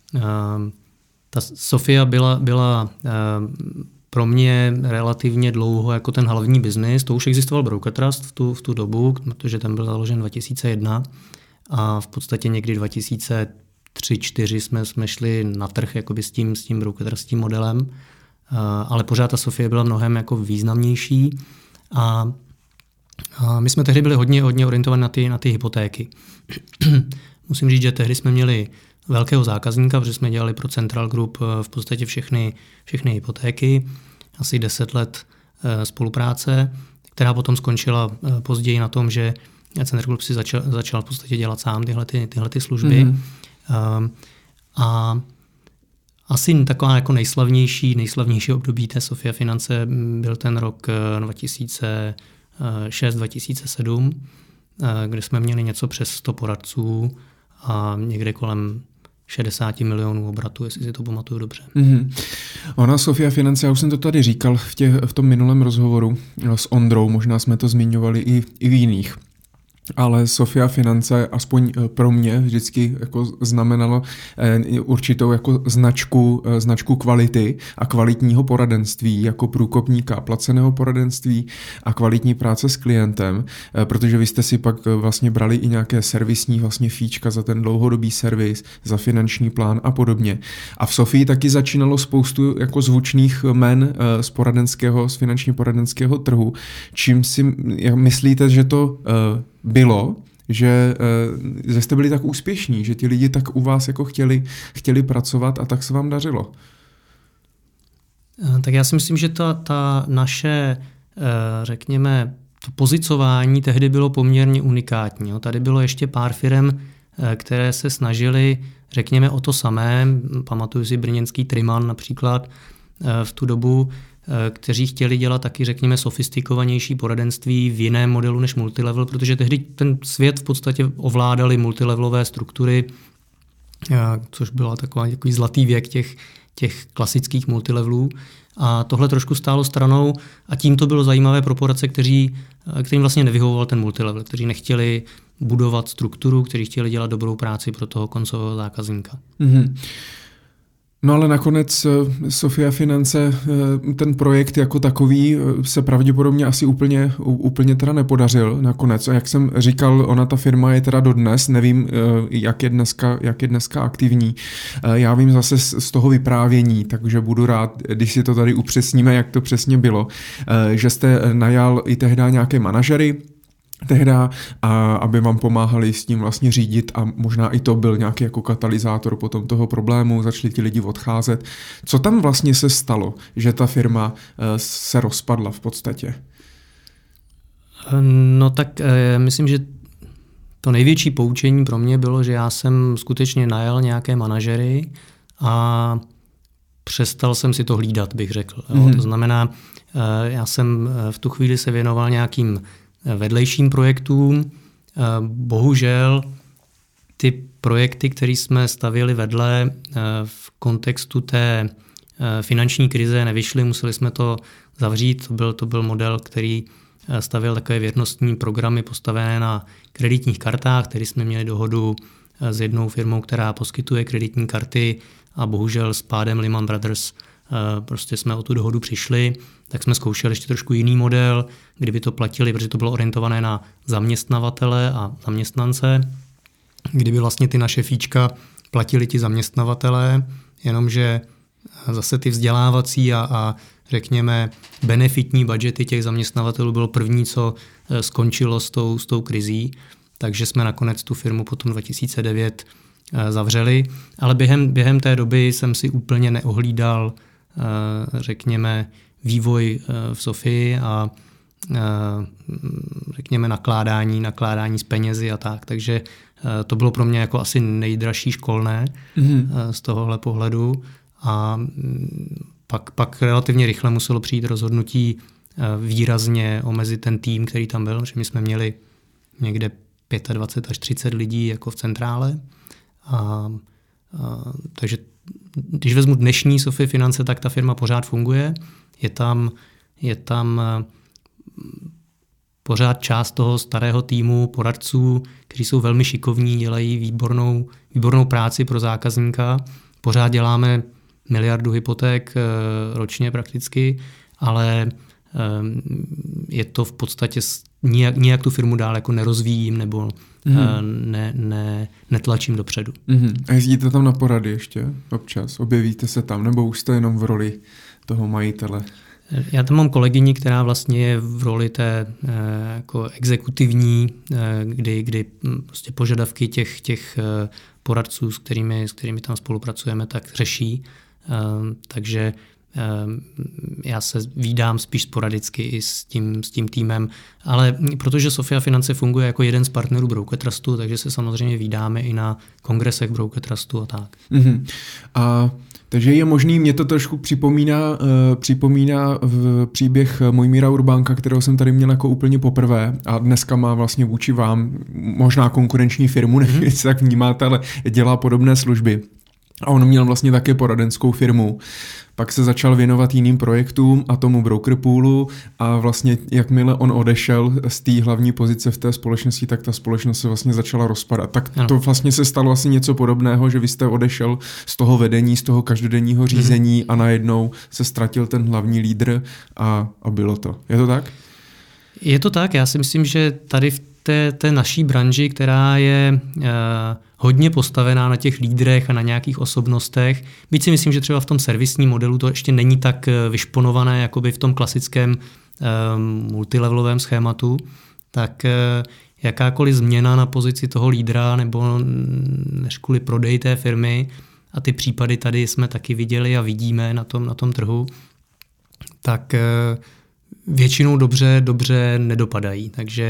ta Sofia byla, byla pro mě relativně dlouho jako ten hlavní biznis. To už existoval Broker Trust v tu, v tu dobu, protože ten byl založen dva tisíce jedna a v podstatě někdy dva tisíce tři čtyři jsme, jsme šli na trh jakoby s tím, s tím Broker Trust, s tím modelem, ale pořád ta Sofie byla mnohem jako významnější a, a my jsme tehdy byli hodně, hodně orientovaní na ty, na ty hypotéky. Musím říct, že tehdy jsme měli velkého zákazníka, protože jsme dělali pro Central Group v podstatě všechny, všechny hypotéky, asi deset let spolupráce, která potom skončila později na tom, že Central Group si začal, začal v podstatě dělat sám tyhle, ty, tyhle ty služby. Mm-hmm. A asi taková jako nejslavnější, nejslavnější období té Sofia Finance byl ten rok dva tisíce šest dva tisíce sedm, kde jsme měli něco přes sto poradců a někde kolem šedesát milionů obratu, jestli si to pamatuju dobře. Mm-hmm. Ona Sofia Finance, já už jsem to tady říkal v, těch, v tom minulém rozhovoru s Ondrou, možná jsme to zmiňovali i, i v jiných. Ale Sofia Finance, aspoň pro mě, vždycky jako znamenalo určitou jako značku, značku kvality a kvalitního poradenství, jako průkopníka placeného poradenství a kvalitní práce s klientem, protože vy jste si pak vlastně brali i nějaké servisní vlastně fíčka za ten dlouhodobý servis, za finanční plán a podobně. A v Sofii taky začínalo spoustu jako zvučných jmen z poradenského, z finančně poradenského trhu. Čím si myslíte, že to bylo, že, že jste byli tak úspěšní, že ti lidi tak u vás jako chtěli, chtěli pracovat a tak se vám dařilo? Tak já si myslím, že ta, ta naše, řekněme, to pozicování tehdy bylo poměrně unikátní. Tady bylo ještě pár firem, které se snažily, řekněme, o to samé. Pamatuju si brněnský Triman například v tu dobu, kteří chtěli dělat taky, řekněme, sofistikovanější poradenství v jiném modelu než multilevel, protože tehdy ten svět v podstatě ovládali multilevelové struktury, což byla taková, takový zlatý věk těch, těch klasických multilevelů. A tohle trošku stálo stranou a tím to bylo zajímavé pro poradce, kteří, kterým vlastně nevyhovoval ten multilevel, kteří nechtěli budovat strukturu, kteří chtěli dělat dobrou práci pro toho koncového zákazníka. Mm-hmm. No ale nakonec Sofia Finance, ten projekt jako takový se pravděpodobně asi úplně, úplně teda nepodařil nakonec. A jak jsem říkal, ona ta firma je teda dodnes, nevím, jak je dneska, jak je dneska aktivní. Já vím zase z toho vyprávění, takže budu rád, když si to tady upřesníme, jak to přesně bylo, že jste najal i tehdy nějaké manažery, tehda, a aby vám pomáhali s tím vlastně řídit a možná i to byl nějaký jako katalyzátor potom toho problému, začali ti lidi odcházet. Co tam vlastně se stalo, že ta firma se rozpadla v podstatě? No tak e, myslím, že to největší poučení pro mě bylo, že já jsem skutečně najal nějaké manažery a přestal jsem si to hlídat, bych řekl. Mm-hmm. To znamená, e, já jsem v tu chvíli se věnoval nějakým vedlejším projektům. Bohužel ty projekty, které jsme stavěli vedle v kontextu té finanční krize, nevyšly, museli jsme to zavřít. To byl, to byl model, který stavěl takové věrnostní programy postavené na kreditních kartách, který jsme měli dohodu s jednou firmou, která poskytuje kreditní karty a bohužel s pádem Lehman Brothers prostě jsme o tu dohodu přišli, tak jsme zkoušeli ještě trošku jiný model, kdyby to platili, protože to bylo orientované na zaměstnavatele a zaměstnance, kdyby vlastně ty naše fíčka platili ti zaměstnavatele, jenomže zase ty vzdělávací a, a řekněme benefitní budžety těch zaměstnavatelů bylo první, co skončilo s tou, s tou krizí, takže jsme nakonec tu firmu potom dva tisíce devět zavřeli, ale během, během té doby jsem si úplně neohlídal řekněme vývoj v Sofii a řekněme nakládání, nakládání s penězi a tak. Takže to bylo pro mě jako asi nejdražší školné mm-hmm. z tohohle pohledu a pak, pak relativně rychle muselo přijít rozhodnutí výrazně omezit ten tým, který tam byl, protože my jsme měli někde dvacet pět až třicet lidí jako v centrále. A, a, takže když vezmu dnešní Sofii Finance, tak ta firma pořád funguje. Je tam, je tam pořád část toho starého týmu poradců, kteří jsou velmi šikovní, dělají výbornou, výbornou práci pro zákazníka. Pořád děláme miliardu hypoték ročně prakticky, ale je to v podstatě nijak, nijak tu firmu dál jako nerozvíjím nebo mm. ne, ne, netlačím dopředu. Mm. A jezdíte tam na porady ještě občas? Objevíte se tam nebo už jste jenom v roli toho majitele? Já tam mám kolegyni, která vlastně je v roli té jako exekutivní, kdy, kdy prostě požadavky těch, těch poradců, s kterými, s kterými tam spolupracujeme, tak řeší. Takže já se vídám spíš sporadicky i s tím, s tím týmem, ale protože Sofia Finance funguje jako jeden z partnerů Broker Trustu, takže se samozřejmě vídáme i na kongresech Broker Trustu a tak. Mm-hmm. A takže je možný, mě to trošku připomíná, uh, připomíná v příběh Mojmíra Urbánka, kterého jsem tady měl jako úplně poprvé a dneska má vlastně vůči vám možná konkurenční firmu, nevím, jestli tak vnímáte, ale dělá podobné služby. A on měl vlastně také poradenskou firmu. Pak se začal věnovat jiným projektům a tomu broker poolu a vlastně jakmile on odešel z té hlavní pozice v té společnosti, tak ta společnost se vlastně začala rozpadat. Tak to ano. Vlastně se stalo asi něco podobného, že vy jste odešel z toho vedení, z toho každodenního řízení a najednou se ztratil ten hlavní lídr a, a bylo to. Je to tak? Je to tak. Já si myslím, že tady v té, té naší branži, která je uh, hodně postavená na těch lídrech a na nějakých osobnostech, byť si myslím, že třeba v tom servisním modelu to ještě není tak vyšponované, jako by v tom klasickém uh, multilevelovém schématu, tak uh, jakákoliv změna na pozici toho lídra nebo než kvůli prodej té firmy, a ty případy tady jsme taky viděli a vidíme na tom, na tom trhu, tak uh, většinou dobře, dobře nedopadají. Takže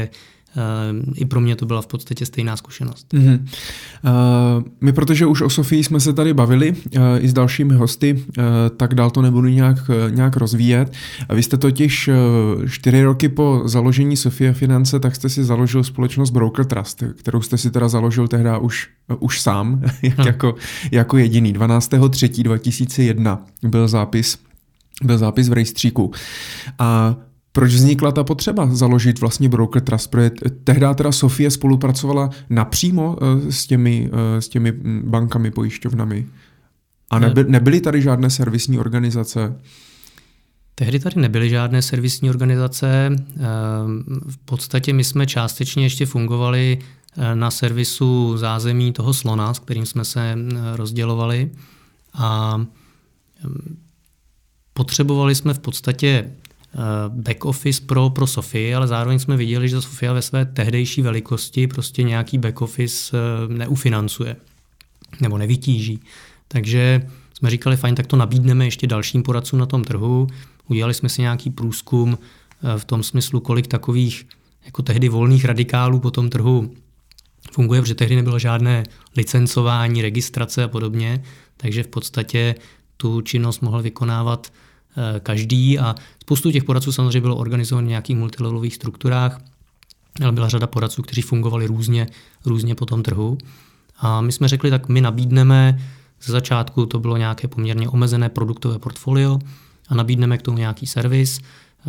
i pro mě to byla v podstatě stejná zkušenost. Mm-hmm. Uh, my, protože už o Sofii jsme se tady bavili uh, i s dalšími hosty, uh, tak dál to nebudu nějak, uh, nějak rozvíjet. A vy jste totiž uh, čtyři roky po založení Sofie Finance, tak jste si založil společnost Broker Trust, kterou jste si teda založil tehdy už, uh, už sám, hmm. jako, jako jediný. dvanáctého třetího dva tisíce jedna byl zápis, byl zápis v rejstříku. A proč vznikla ta potřeba založit vlastně Broker Trust? Protože tehdy teda Sofie spolupracovala napřímo s těmi, s těmi bankami, pojišťovnami. A neby, nebyly tady žádné servisní organizace? Tehdy tady nebyly žádné servisní organizace. V podstatě my jsme částečně ještě fungovali na servisu zázemí toho slona, s kterým jsme se rozdělovali. A potřebovali jsme v podstatě back office pro, pro Sofii, ale zároveň jsme viděli, že Sofia ve své tehdejší velikosti prostě nějaký back office neufinancuje nebo nevytíží. Takže jsme říkali, fajn, tak to nabídneme ještě dalším poradcům na tom trhu. Udělali jsme si nějaký průzkum v tom smyslu, kolik takových jako tehdy volných radikálů po tom trhu funguje, protože tehdy nebylo žádné licencování, registrace a podobně, takže v podstatě tu činnost mohl vykonávat každý a spoustu těch poradců samozřejmě bylo organizované v nějakých multilevelových strukturách, ale byla řada poradců, kteří fungovali různě, různě po tom trhu. A my jsme řekli, tak my nabídneme, ze začátku to bylo nějaké poměrně omezené produktové portfolio a nabídneme k tomu nějaký servis,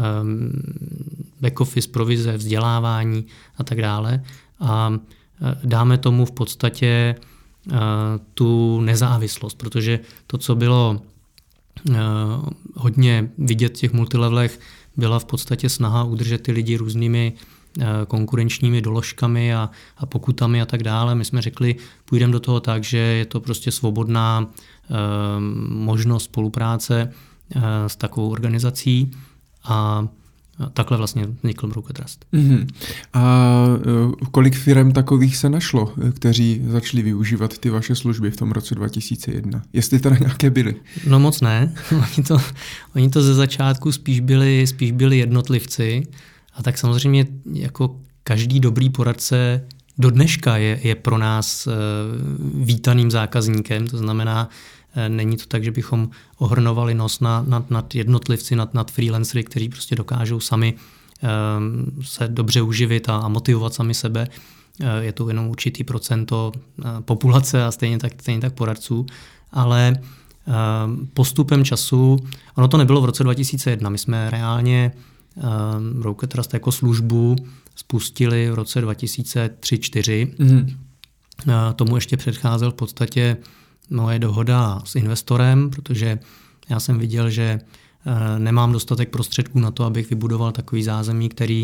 back office, provize, vzdělávání a tak dále. A dáme tomu v podstatě tu nezávislost, protože to, co bylo hodně vidět v těch multilevelech, byla v podstatě snaha udržet ty lidi různými konkurenčními doložkami a, a pokutami a tak dále. My jsme řekli, půjdeme do toho tak, že je to prostě svobodná eh, možnost spolupráce eh, s takovou organizací a takhle vlastně vznikl Broker Trust. Mm-hmm. A kolik firem takových se našlo, kteří začali využívat ty vaše služby v tom roce dva tisíce jedna? Jestli teda nějaké byly? No moc ne. Oni to, oni to ze začátku spíš byli, spíš byli jednotlivci a tak samozřejmě jako každý dobrý poradce do dneška je, je pro nás vítaným zákazníkem, to znamená, není to tak, že bychom ohrnovali nos nad, nad, nad jednotlivci, nad, nad freelancery, kteří prostě dokážou sami um, se dobře uživit a, a motivovat sami sebe. Uh, je to jenom určitý procento uh, populace a stejně tak, stejně tak poradců. Ale uh, postupem času, ono to nebylo v roce dva tisíce jedna, my jsme reálně uh, Broker Trust jako službu spustili v roce dva tisíce tři čtyři. Mm-hmm. Uh, tomu ještě předcházel v podstatě moje dohoda s investorem, protože já jsem viděl, že nemám dostatek prostředků na to, abych vybudoval takový zázemí, který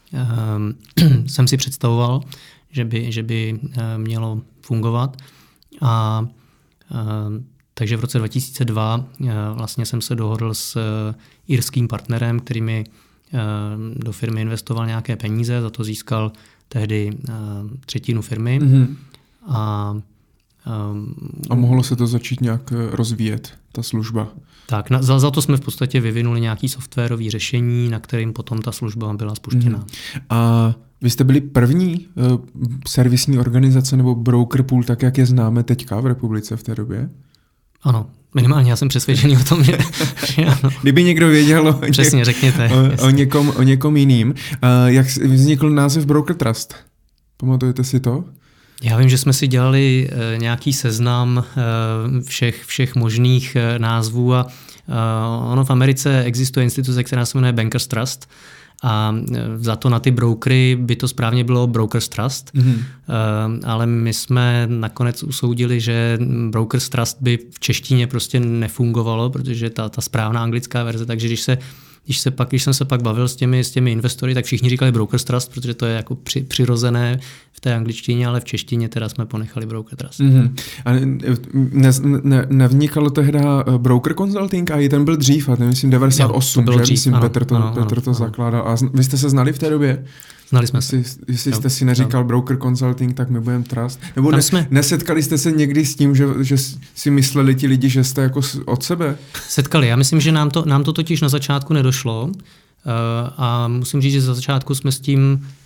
jsem si představoval, že by, že by mělo fungovat. A takže v roce dva tisíce dva vlastně jsem se dohodl s irským partnerem, který mi do firmy investoval nějaké peníze, za to získal tehdy třetinu firmy. Mm-hmm. A Um, a mohlo se to začít nějak rozvíjet, ta služba? Tak, na, za, za to jsme v podstatě vyvinuli nějaký softwarový řešení, na kterým potom ta služba byla spuštěna. Mm. A vy jste byli první uh, servisní organizace nebo broker pool, tak jak je známe teďka v republice v té době? Ano, minimálně já jsem přesvědčený o tom, že, že ano. Kdyby někdo věděl o, Přesně, něk, řekněte, o, o, někom, o někom jiným. Uh, jak vznikl název Broker Trust? Pamatujete si to? Já vím, že jsme si dělali uh, nějaký seznam uh, všech, všech možných uh, názvů a uh, ono v Americe existuje instituce, která se jmenuje Bankers Trust a uh, za to na ty brokery by to správně bylo Brokers Trust, mm-hmm. uh, ale my jsme nakonec usoudili, že Brokers Trust by v češtině prostě nefungovalo, protože ta, ta správná anglická verze, takže když se Když, se pak, když jsem se pak bavil s těmi, s těmi investory, tak všichni říkali Brokers Trust, protože to je jako při, přirozené v té angličtině, ale v češtině teda jsme ponechali Broker Trust. Mm-hmm. A ne, ne, nevnikalo tehda Broker Consulting a i ten byl dřív, a ten myslím devadesát osm, jo, že? Dřív, Myslím, ano, Petr to, ano, Petr to ano, zakládal. A vy jste se znali v té době? Znali jsme se. Jestli, jestli jste si neříkal jo. Broker Consulting, tak my budeme Trust. Nebo ne, jsme... nesetkali jste se někdy s tím, že, že si mysleli ti lidi, že jste jako od sebe? Setkali. Já myslím, že nám to, nám to totiž na začátku nedošlo. Uh, a musím říct, že za začátku jsme s tím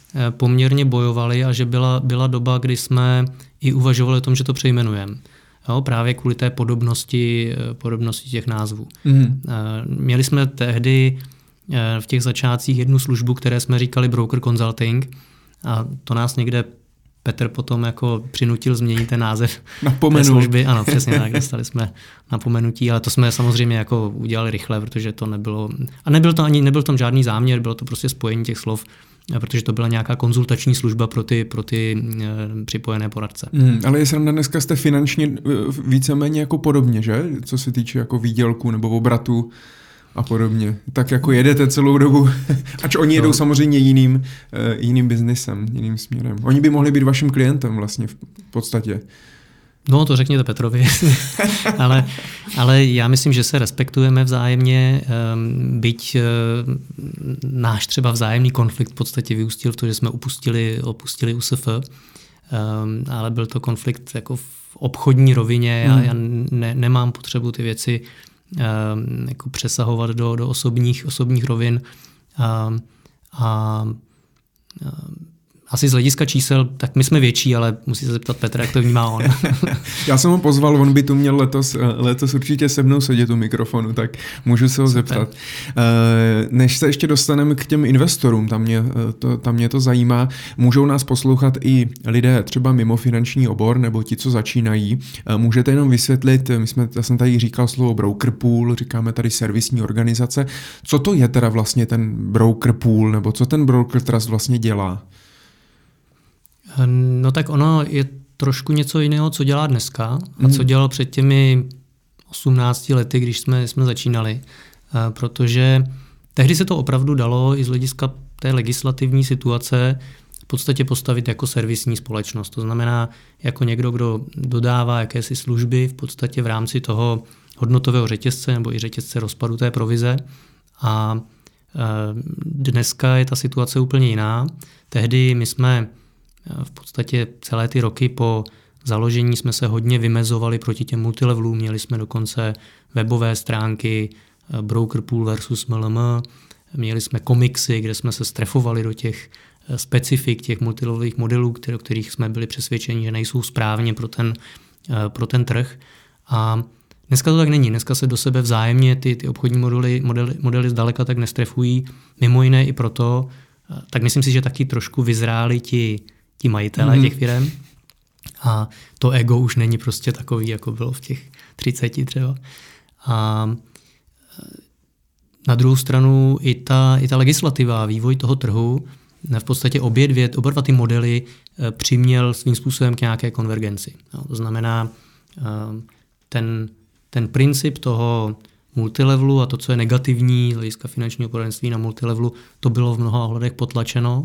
poměrně bojovali a že byla, byla doba, kdy jsme i uvažovali o tom, že to přejmenujeme. Jo, právě kvůli té podobnosti, podobnosti těch názvů. Mm. Měli jsme tehdy v těch začátcích jednu službu, které jsme říkali Broker Consulting, a to nás někde Petr potom jako přinutil změnit ten název té služby. Ano, přesně tak, dostali jsme napomenutí, ale to jsme samozřejmě jako udělali rychle, protože to nebylo, a nebyl to ani, nebyl tam žádný záměr, bylo to prostě spojení těch slov, protože to byla nějaká konzultační služba pro ty, pro ty e, připojené poradce. Hmm, ale je sranda, dneska jste finančně víceméně jako podobně, že? Co se týče jako výdělku nebo obratu a podobně. Tak jako jedete celou dobu, ač oni jedou no. samozřejmě jiným, jiným biznesem, jiným směrem. Oni by mohli být vaším klientem vlastně v podstatě. No, to řekněte Petrovi. ale, ale já myslím, že se respektujeme vzájemně, byť náš třeba vzájemný konflikt v podstatě vyústil v to, že jsme opustili, opustili U S F, ale byl to konflikt jako v obchodní rovině. Já, hmm. já ne, nemám potřebu ty věci jako přesahovat do, do osobních, osobních rovin a, a asi z hlediska čísel, tak my jsme větší, ale musí se zeptat Petra, jak to vnímá on. Já jsem ho pozval, on by tu měl letos, letos určitě se mnou sedět u mikrofonu, tak můžu se ho Super. zeptat. Než se ještě dostaneme k těm investorům, tam mě, to, tam mě to zajímá, můžou nás poslouchat i lidé třeba mimo finanční obor, nebo ti, co začínají. Můžete jenom vysvětlit, my jsme, já jsem tady říkal slovo broker pool, říkáme tady servisní organizace. Co to je teda vlastně ten broker pool, nebo co ten broker trust vlastně dělá? No tak ono je trošku něco jiného, co dělá dneska a co dělal před těmi osmnácti lety, když jsme, jsme začínali. Protože tehdy se to opravdu dalo i z hlediska té legislativní situace v podstatě postavit jako servisní společnost. To znamená jako někdo, kdo dodává jakési služby v podstatě v rámci toho hodnotového řetězce nebo i řetězce rozpadu té provize. A dneska je ta situace úplně jiná. Tehdy my jsme v podstatě celé ty roky po založení jsme se hodně vymezovali proti těm multilevelům. Měli jsme dokonce webové stránky Broker Pool versus M L M. Měli jsme komiksy, kde jsme se strefovali do těch specifik, těch multilevelových modelů, které, kterých jsme byli přesvědčeni, že nejsou správně pro ten, pro ten trh. A dneska to tak není. Dneska se do sebe vzájemně ty, ty obchodní modely, modely, modely zdaleka tak nestrefují. Mimo jiné i proto, tak myslím si, že taky trošku vyzráli ti ti majitelé mm. těch firem a to ego už není prostě takový, jako bylo v těch třiceti třeba. A na druhou stranu i ta, i ta legislativa, vývoj toho trhu, v podstatě obě dvě, oba dva ty modely přiměl svým způsobem k nějaké konvergenci. No, to znamená, ten, ten princip toho multilevelu a to, co je negativní z hlediska finančního poradenství na multilevelu, to bylo v mnoha ohledech potlačeno.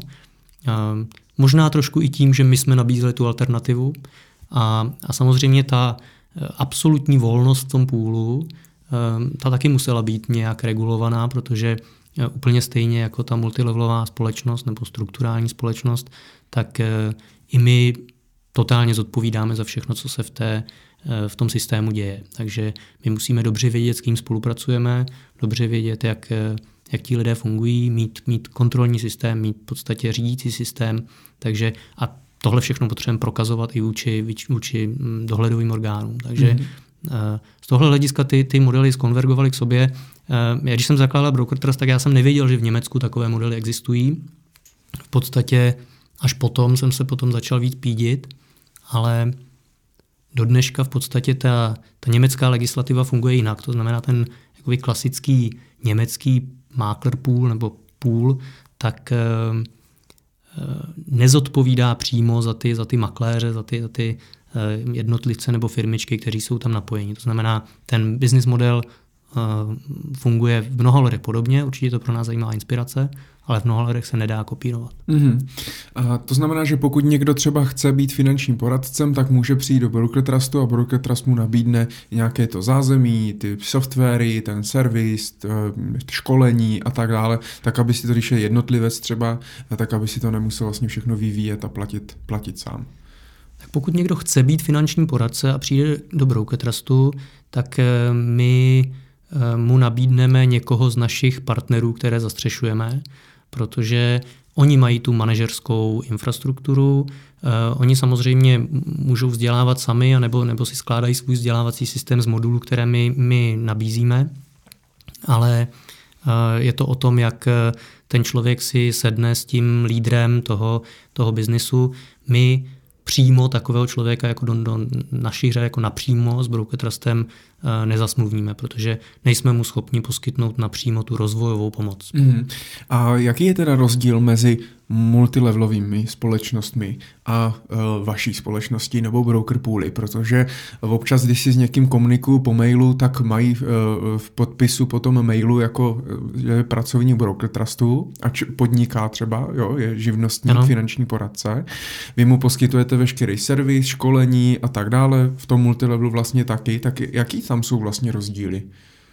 Možná trošku i tím, že my jsme nabízeli tu alternativu a, a samozřejmě ta absolutní volnost v tom půlu, ta taky musela být nějak regulovaná, protože úplně stejně jako ta multilevelová společnost nebo strukturální společnost, tak i my totálně zodpovídáme za všechno, co se v, té, v tom systému děje. Takže my musíme dobře vědět, s kým spolupracujeme, dobře vědět, jak jak ti lidé fungují, mít, mít kontrolní systém, mít v podstatě řídící systém, takže a tohle všechno potřebujeme prokazovat i vůči, vůči dohledovým orgánům. Takže mm-hmm. z tohle hlediska ty, ty modely skonvergovaly k sobě. Já, když jsem zakládal Broker Trust, tak já jsem nevěděl, že v Německu takové modely existují. V podstatě až potom jsem se potom začal víc pídit, ale do dneška v podstatě ta, ta německá legislativa funguje jinak. To znamená ten jakoby klasický německý makler pool nebo pool, tak e, e, nezodpovídá přímo za ty, za ty makléře, za ty, za ty e, jednotlivce nebo firmičky, kteří jsou tam napojeni. To znamená, ten business model e, funguje v mnoha lidech podobně, určitě to pro nás zajímavá inspirace, ale v mnoha lidech se nedá kopírovat. Mm-hmm. A to znamená, že pokud někdo třeba chce být finančním poradcem, tak může přijít do Broker Trustu a Broker Trust mu nabídne nějaké to zázemí, ty softwary, ten servis, školení a tak dále, tak aby si to, když je jednotlivec třeba, tak aby si to nemusel vlastně všechno vyvíjet a platit, platit sám. Tak pokud někdo chce být finanční poradce a přijde do Broker Trustu, tak my mu nabídneme někoho z našich partnerů, které zastřešujeme, protože Oni mají tu manažerskou infrastrukturu, oni samozřejmě můžou vzdělávat sami, anebo, nebo si skládají svůj vzdělávací systém z modulů, které my, my nabízíme, ale je to o tom, jak ten člověk si sedne s tím lídrem toho, toho biznisu. My přímo takového člověka jako do, do našich řad, jako napřímo s Broker Trustem nezasmluvníme, protože nejsme mu schopni poskytnout napřímo tu rozvojovou pomoc. Mm. A jaký je teda rozdíl mezi multilevelovými společnostmi a e, vaší společností nebo broker pooly? Protože občas, když si s někým komunikuju po mailu, tak mají e, v podpisu potom mailu jako je pracovník Broker Trustu a č- podniká třeba, jo, je živnostník, ano. Finanční poradce. Vy mu poskytujete veškerý servis, školení a tak dále, v tom multilevelu vlastně taky. Tak jaký tam jsou vlastně rozdíly?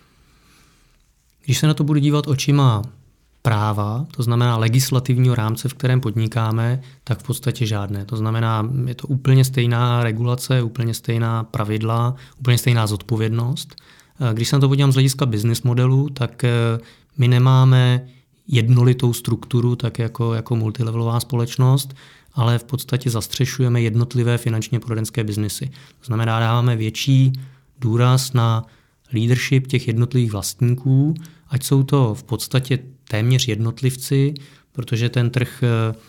Když se na to budu dívat očima práva, to znamená legislativního rámce, v kterém podnikáme, tak v podstatě žádné. To znamená, je to úplně stejná regulace, úplně stejná pravidla, úplně stejná zodpovědnost. Když se na to podívám z hlediska business modelu, tak my nemáme jednolitou strukturu, tak jako, jako multilevelová společnost, ale v podstatě zastřešujeme jednotlivé finančně poradenské biznesy. To znamená, dáváme větší důraz na leadership těch jednotlivých vlastníků, ať jsou to v podstatě téměř jednotlivci, protože ten trh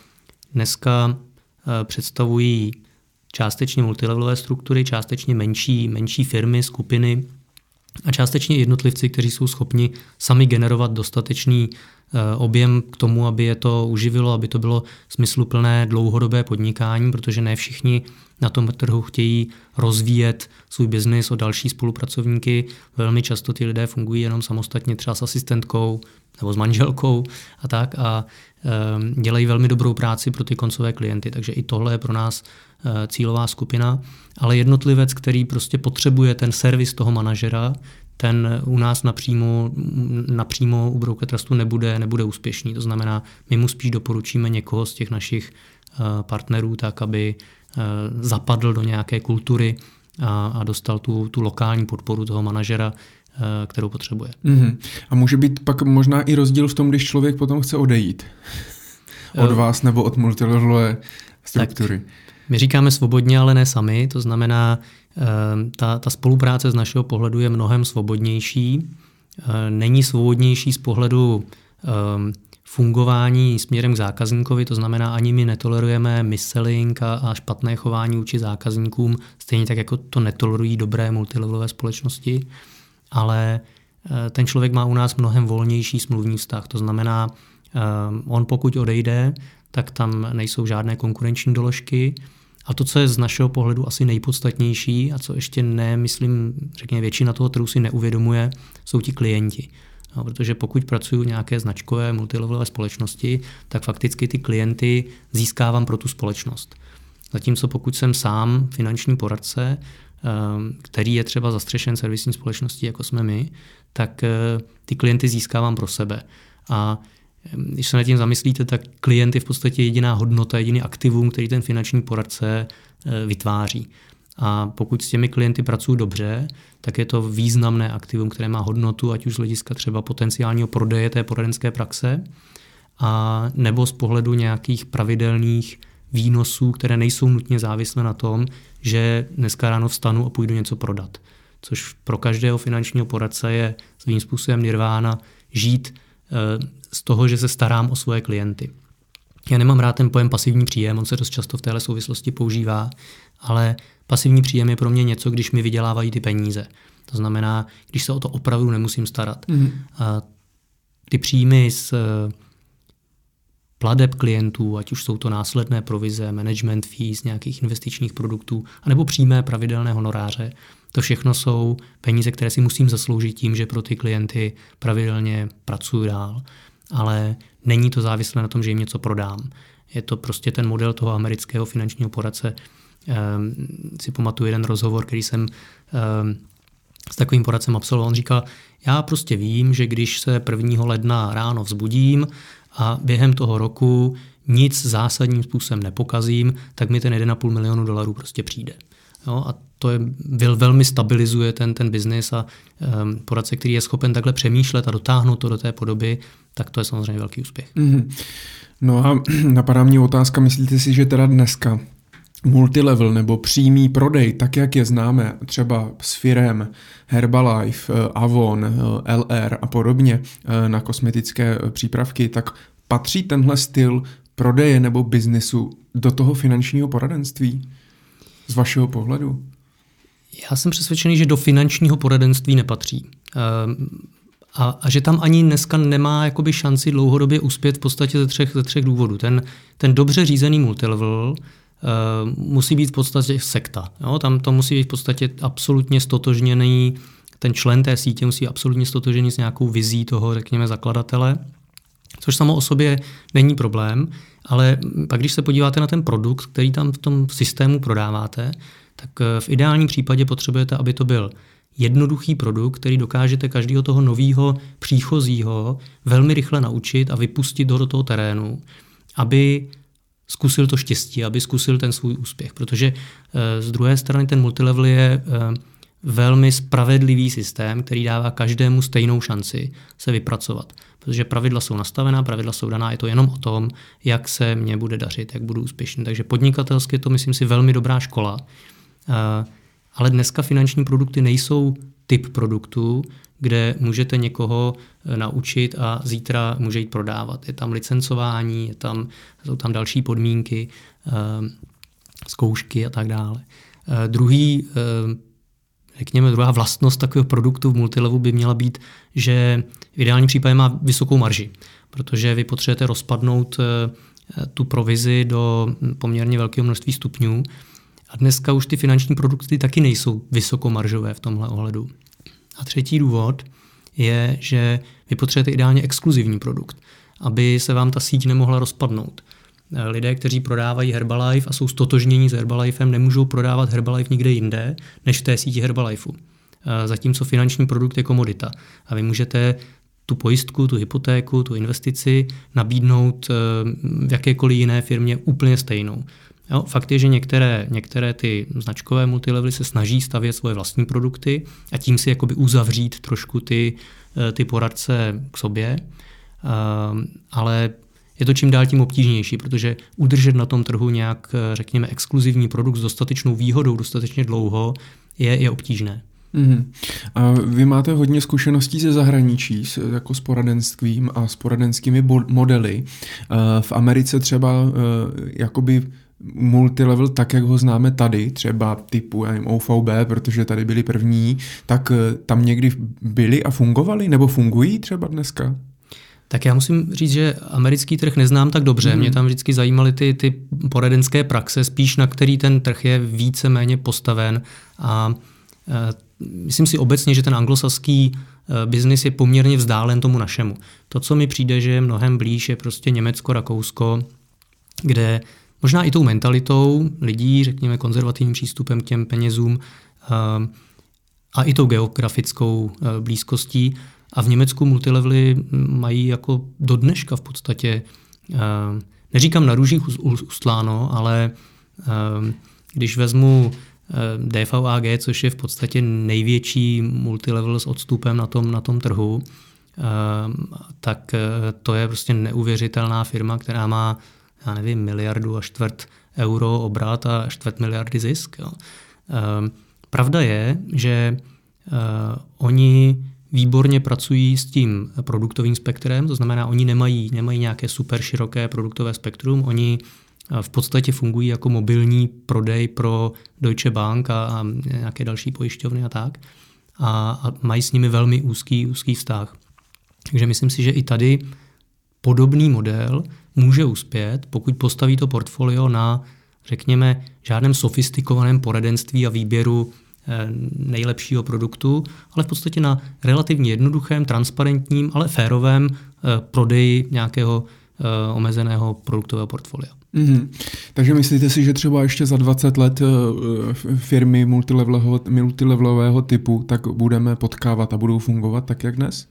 dneska představují částečně multilevelové struktury, částečně menší, menší firmy, skupiny a částečně jednotlivci, kteří jsou schopni sami generovat dostatečný objem k tomu, aby je to uživilo, aby to bylo smysluplné dlouhodobé podnikání, protože ne všichni na tom trhu chtějí rozvíjet svůj biznis o další spolupracovníky. Velmi často ty lidé fungují jenom samostatně, třeba s asistentkou nebo s manželkou a tak a e, dělají velmi dobrou práci pro ty koncové klienty. Takže i tohle je pro nás e, cílová skupina, ale jednotlivec, který prostě potřebuje ten servis toho manažera, ten u nás napřímo, napřímo u Broker Trustu nebude, nebude úspěšný. To znamená, my mu spíš doporučíme někoho z těch našich uh, partnerů tak, aby uh, zapadl do nějaké kultury a, a dostal tu, tu lokální podporu toho manažera, uh, kterou potřebuje. Mm-hmm. A může být pak možná i rozdíl v tom, když člověk potom chce odejít od uh, vás nebo od multilevelové struktury. Tak, my říkáme svobodně, ale ne sami. To znamená, Ta, ta spolupráce z našeho pohledu je mnohem svobodnější. Není svobodnější z pohledu um, fungování směrem k zákazníkovi, to znamená, ani my netolerujeme mis-selling a, a špatné chování vůči zákazníkům, stejně tak, jako to netolerují dobré multilevelové společnosti, ale ten člověk má u nás mnohem volnější smluvní vztah. To znamená, um, on pokud odejde, tak tam nejsou žádné konkurenční doložky. A to, co je z našeho pohledu asi nejpodstatnější a co ještě ne, myslím, řekněme, většina toho trhu si neuvědomuje, jsou ti klienti. No, protože pokud pracuju v nějaké značkové multilevelové společnosti, tak fakticky ty klienty získávám pro tu společnost. Zatímco pokud jsem sám finanční poradce, který je třeba zastřešen servisní společností, jako jsme my, tak ty klienty získávám pro sebe. A když se nad tím zamyslíte, tak klient je v podstatě jediná hodnota, jediný aktivum, který ten finanční poradce vytváří. A pokud s těmi klienty pracují dobře, tak je to významné aktivum, které má hodnotu, ať už z hlediska třeba potenciálního prodeje té poradenské praxe, a nebo z pohledu nějakých pravidelných výnosů, které nejsou nutně závislé na tom, že dneska ráno vstanu a půjdu něco prodat. Což pro každého finančního poradce je svým způsobem nirvána žít z toho, že se starám o svoje klienty. Já nemám rád ten pojem pasivní příjem, on se dost často v téhle souvislosti používá, ale pasivní příjem je pro mě něco, když mi vydělávají ty peníze. To znamená, když se o to opravdu nemusím starat. Mm. A ty příjmy z plateb klientů, ať už jsou to následné provize, management fees, nějakých investičních produktů, anebo přímé pravidelné honoráře, to všechno jsou peníze, které si musím zasloužit tím, že pro ty klienty pravidelně pracuji dál. Ale není to závislé na tom, že jim něco prodám. Je to prostě ten model toho amerického finančního poradce. Ehm, si pamatuju jeden rozhovor, který jsem ehm, s takovým poradcem absolvoval. On říkal, já prostě vím, že když se prvního ledna ráno vzbudím a během toho roku nic zásadním způsobem nepokazím, tak mi ten jeden a půl milionu dolarů prostě přijde. Jo? A to je, velmi stabilizuje ten, ten biznis a um, poradce, který je schopen takhle přemýšlet a dotáhnout to do té podoby, tak to je samozřejmě velký úspěch. Mm-hmm. No a napadá mě otázka, myslíte si, že teda dneska multilevel nebo přímý prodej, tak jak je známe třeba s firem Herbalife, Avon, L R a podobně na kosmetické přípravky, tak patří tenhle styl prodeje nebo biznesu do toho finančního poradenství z vašeho pohledu? Já jsem přesvědčený, že do finančního poradenství nepatří. A, a že tam ani dneska nemá jakoby šanci dlouhodobě uspět v podstatě ze třech, ze třech důvodů. Ten, ten dobře řízený multilevel uh, musí být v podstatě sekta. Jo? Tam to musí být v podstatě absolutně stotožněný, ten člen té sítě musí absolutně stotožněný s nějakou vizí toho, řekněme, zakladatele, což samo o sobě není problém, ale pak, když se podíváte na ten produkt, který tam v tom systému prodáváte, tak v ideálním případě potřebujete, aby to byl jednoduchý produkt, který dokážete každého toho nového příchozího velmi rychle naučit a vypustit ho do toho terénu, aby zkusil to štěstí, aby zkusil ten svůj úspěch. Protože z druhé strany ten multilevel je velmi spravedlivý systém, který dává každému stejnou šanci se vypracovat. Protože pravidla jsou nastavená, pravidla jsou daná, je to jenom o tom, jak se mně bude dařit, jak budu úspěšný. Takže podnikatelsky je to, myslím si, velmi dobrá škola. Ale dneska finanční produkty nejsou typ produktů, kde můžete někoho naučit a zítra může jít prodávat. Je tam licencování, je tam, jsou tam další podmínky, zkoušky a tak dále. Druhý, řekněme, druhá vlastnost takového produktu v multilevelu by měla být, že v ideálním případě má vysokou marži, protože vy potřebujete rozpadnout tu provizi do poměrně velkého množství stupňů. A dneska už ty finanční produkty taky nejsou vysokomaržové v tomhle ohledu. A třetí důvod je, že vy potřebujete ideálně exkluzivní produkt, aby se vám ta síť nemohla rozpadnout. Lidé, kteří prodávají Herbalife a jsou stotožnění s Herbalifem, nemůžou prodávat Herbalife nikde jinde, než v té síti Herbalifeu. Zatímco finanční produkt je komodita. A vy můžete tu pojistku, tu hypotéku, tu investici nabídnout v jakékoliv jiné firmě úplně stejnou. Jo, fakt je, že některé, některé ty značkové multilevely se snaží stavět svoje vlastní produkty a tím si jakoby uzavřít trošku ty, ty poradce k sobě, ale je to čím dál tím obtížnější, protože udržet na tom trhu nějak, řekněme, exkluzivní produkt s dostatečnou výhodou dostatečně dlouho je, je obtížné. Mm-hmm. A vy máte hodně zkušeností ze zahraničí, jako s poradenstvím a s poradenskými modely. V Americe třeba jakoby multilevel, tak jak ho známe tady, třeba typu já nevím, O V B, protože tady byli první, tak tam někdy byli a fungovali, nebo fungují třeba dneska? Tak já musím říct, že americký trh neznám tak dobře. Mm. Mě tam vždycky zajímaly ty, ty poradenské praxe, spíš na který ten trh je více-méně postaven. A e, myslím si obecně, že ten anglosaský e, biznis je poměrně vzdálen tomu našemu. To, co mi přijde, že je mnohem blíž, je prostě Německo, Rakousko, kde možná i tou mentalitou lidí, řekněme konzervativním přístupem k těm penězům e, a i tou geografickou e, blízkostí. A v Německu multilevely mají jako do dneška v podstatě, neříkám na růžích ustláno, ale když vezmu D V A G, což je v podstatě největší multilevel s odstupem na tom, na tom trhu, tak to je prostě neuvěřitelná firma, která má, já nevím, miliardu a čtvrt euro obrat a čtvrt miliardy zisk. Jo. Pravda je, že oni výborně pracují s tím produktovým spektrem, to znamená, oni nemají, nemají nějaké super široké produktové spektrum, oni v podstatě fungují jako mobilní prodej pro Deutsche Bank a, a nějaké další pojišťovny a tak. A, a mají s nimi velmi úzký, úzký vztah. Takže myslím si, že i tady podobný model může uspět, pokud postaví to portfolio na, řekněme, žádném sofistikovaném poradenství a výběru nejlepšího produktu, ale v podstatě na relativně jednoduchém, transparentním, ale férovém prodeji nějakého omezeného produktového portfolia. Mm-hmm. Takže myslíte si, že třeba ještě za dvacet let firmy multilevelového, multilevelového typu tak budeme potkávat a budou fungovat tak, jak dnes?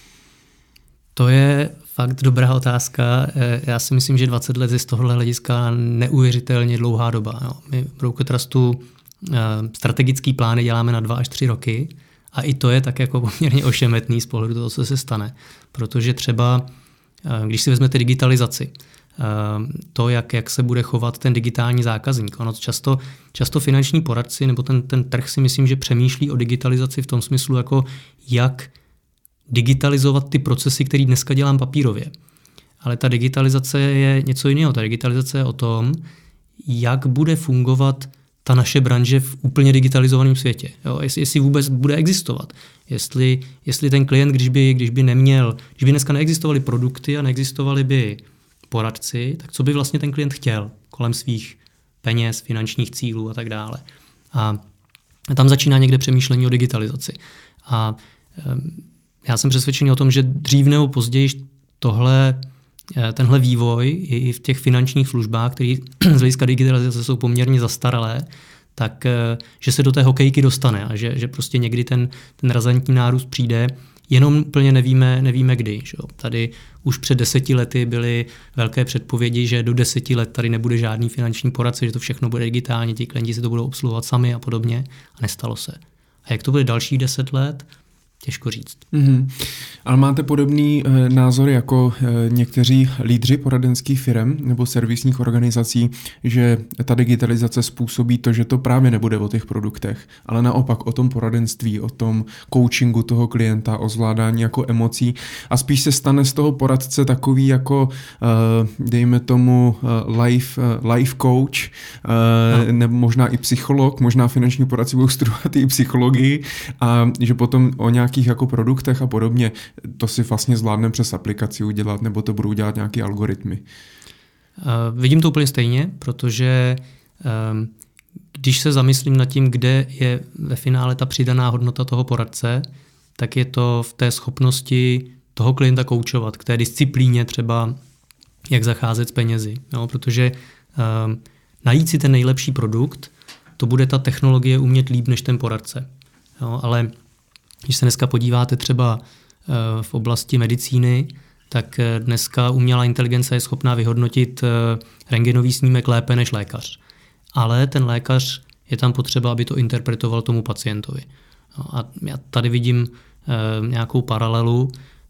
To je fakt dobrá otázka. Já si myslím, že dvacet let je z tohohle hlediska neuvěřitelně dlouhá doba. Jo. My v Broker Trustu strategický plány děláme na dva až tři roky a i to je tak jako poměrně ošemetný z pohledu toho, co se stane. Protože třeba, když si vezmete digitalizaci, to, jak, jak se bude chovat ten digitální zákazník. Ono často, často finanční poradci nebo ten, ten trh si myslím, že přemýšlí o digitalizaci v tom smyslu, jako jak digitalizovat ty procesy, které dneska dělám papírově. Ale ta digitalizace je něco jiného. Ta digitalizace je o tom, jak bude fungovat ta naše branže v úplně digitalizovaném světě. Jo? Jestli, jestli vůbec bude existovat. Jestli, jestli ten klient, když by, když by neměl, když by dneska neexistovaly produkty a neexistovaly by poradci, tak co by vlastně ten klient chtěl kolem svých peněz, finančních cílů a tak dále. A tam začíná někde přemýšlení o digitalizaci. A já jsem přesvědčený o tom, že dřív nebo později tohle, tenhle vývoj i v těch finančních službách, které z hlediska digitalizace jsou poměrně zastaralé, tak že se do té hokejky dostane a že, že prostě někdy ten, ten razantní nárůst přijde, jenom úplně nevíme, nevíme kdy. Že jo. Tady už před deseti lety byly velké předpovědi, že do deseti let tady nebude žádný finanční poradce, že to všechno bude digitálně, ti klienti si to budou obsluhovat sami a podobně a nestalo se. A jak to bude dalších deset let, těžko říct. Mm-hmm. Ale máte podobný e, názor jako e, někteří lídři poradenských firm nebo servisních organizací, že ta digitalizace způsobí to, že to právě nebude o těch produktech, ale naopak o tom poradenství, o tom coachingu toho klienta, o zvládání jako emocí a spíš se stane z toho poradce takový jako e, dejme tomu e, life, e, life coach, e, nebo možná i psycholog, možná finanční poradci budou studovat i psychologii a že potom o nějak jako produktech a podobně, to si vlastně zvládneme přes aplikaci udělat, nebo to budou dělat nějaké algoritmy? Uh, vidím to úplně stejně, protože um, když se zamyslím nad tím, kde je ve finále ta přidaná hodnota toho poradce, tak je to v té schopnosti toho klienta koučovat, k té disciplíně třeba, jak zacházet s penězi. Jo? Protože um, najít si ten nejlepší produkt, to bude ta technologie umět líp než ten poradce. Jo? Ale když se dneska podíváte třeba v oblasti medicíny, tak dneska umělá inteligence je schopná vyhodnotit rentgenový snímek lépe než lékař. Ale ten lékař je tam potřeba, aby to interpretoval tomu pacientovi. A já tady vidím nějakou paralelu,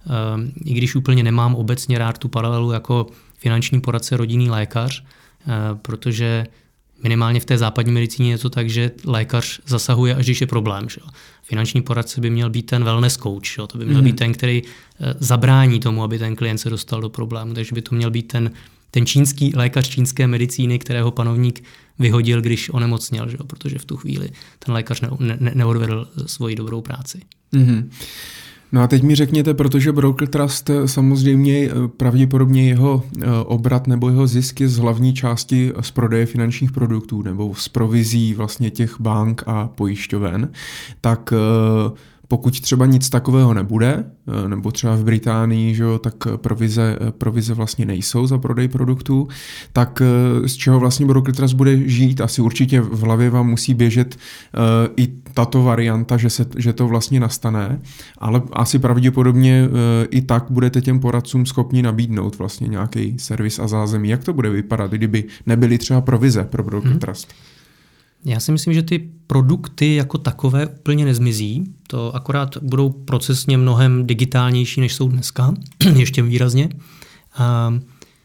i když úplně nemám obecně rád tu paralelu jako finanční poradce, rodinný lékař, protože minimálně v té západní medicíně je to tak, že lékař zasahuje, až když je problém. Že? Finanční poradce by měl být ten wellness coach. Že? To by měl mm. být ten, který zabrání tomu, aby ten klient se dostal do problému. Takže by to měl být ten, ten čínský lékař čínské medicíny, kterého panovník vyhodil, když onemocněl. Že? Protože v tu chvíli ten lékař ne, ne, neodvedl svoji dobrou práci. Mm. No a teď mi řekněte, protože Broker Trust samozřejmě pravděpodobně jeho obrat nebo jeho zisk je z hlavní části z prodeje finančních produktů nebo z provizí vlastně těch bank a pojišťoven, tak pokud třeba nic takového nebude, nebo třeba v Británii, že jo, tak provize, provize vlastně nejsou za prodej produktů, tak z čeho vlastně Broker Trust bude žít? Asi určitě v hlavě vám musí běžet uh, i tato varianta, že, se, že to vlastně nastane, ale asi pravděpodobně uh, i tak budete těm poradcům schopni nabídnout vlastně nějaký servis a zázemí. Jak to bude vypadat, kdyby nebyly třeba provize pro Broker hmm. Trust? Já si myslím, že ty produkty jako takové úplně nezmizí. To akorát budou procesně mnohem digitálnější, než jsou dneska, ještě výrazně. A,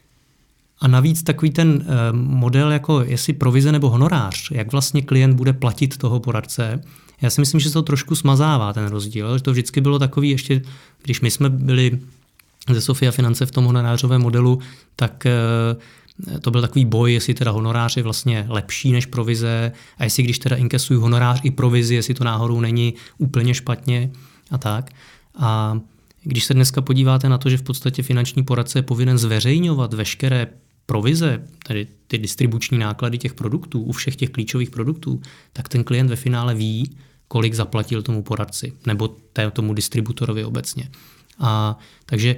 a navíc takový ten model, jako jestli provize nebo honorář, jak vlastně klient bude platit toho poradce, já si myslím, že se to trošku smazává ten rozdíl. Že to vždycky bylo takový, ještě když my jsme byli ze Sofia Finance v tom honorářovém modelu, tak to byl takový boj, jestli teda honorář je vlastně lepší než provize a jestli když teda inkesuju honorář i provizi, jestli to náhodou není úplně špatně a tak. A když se dneska podíváte na to, že v podstatě finanční poradce je povinen zveřejňovat veškeré provize, tedy ty distribuční náklady těch produktů, u všech těch klíčových produktů, tak ten klient ve finále ví, kolik zaplatil tomu poradci nebo té, tomu distributorovi obecně. A takže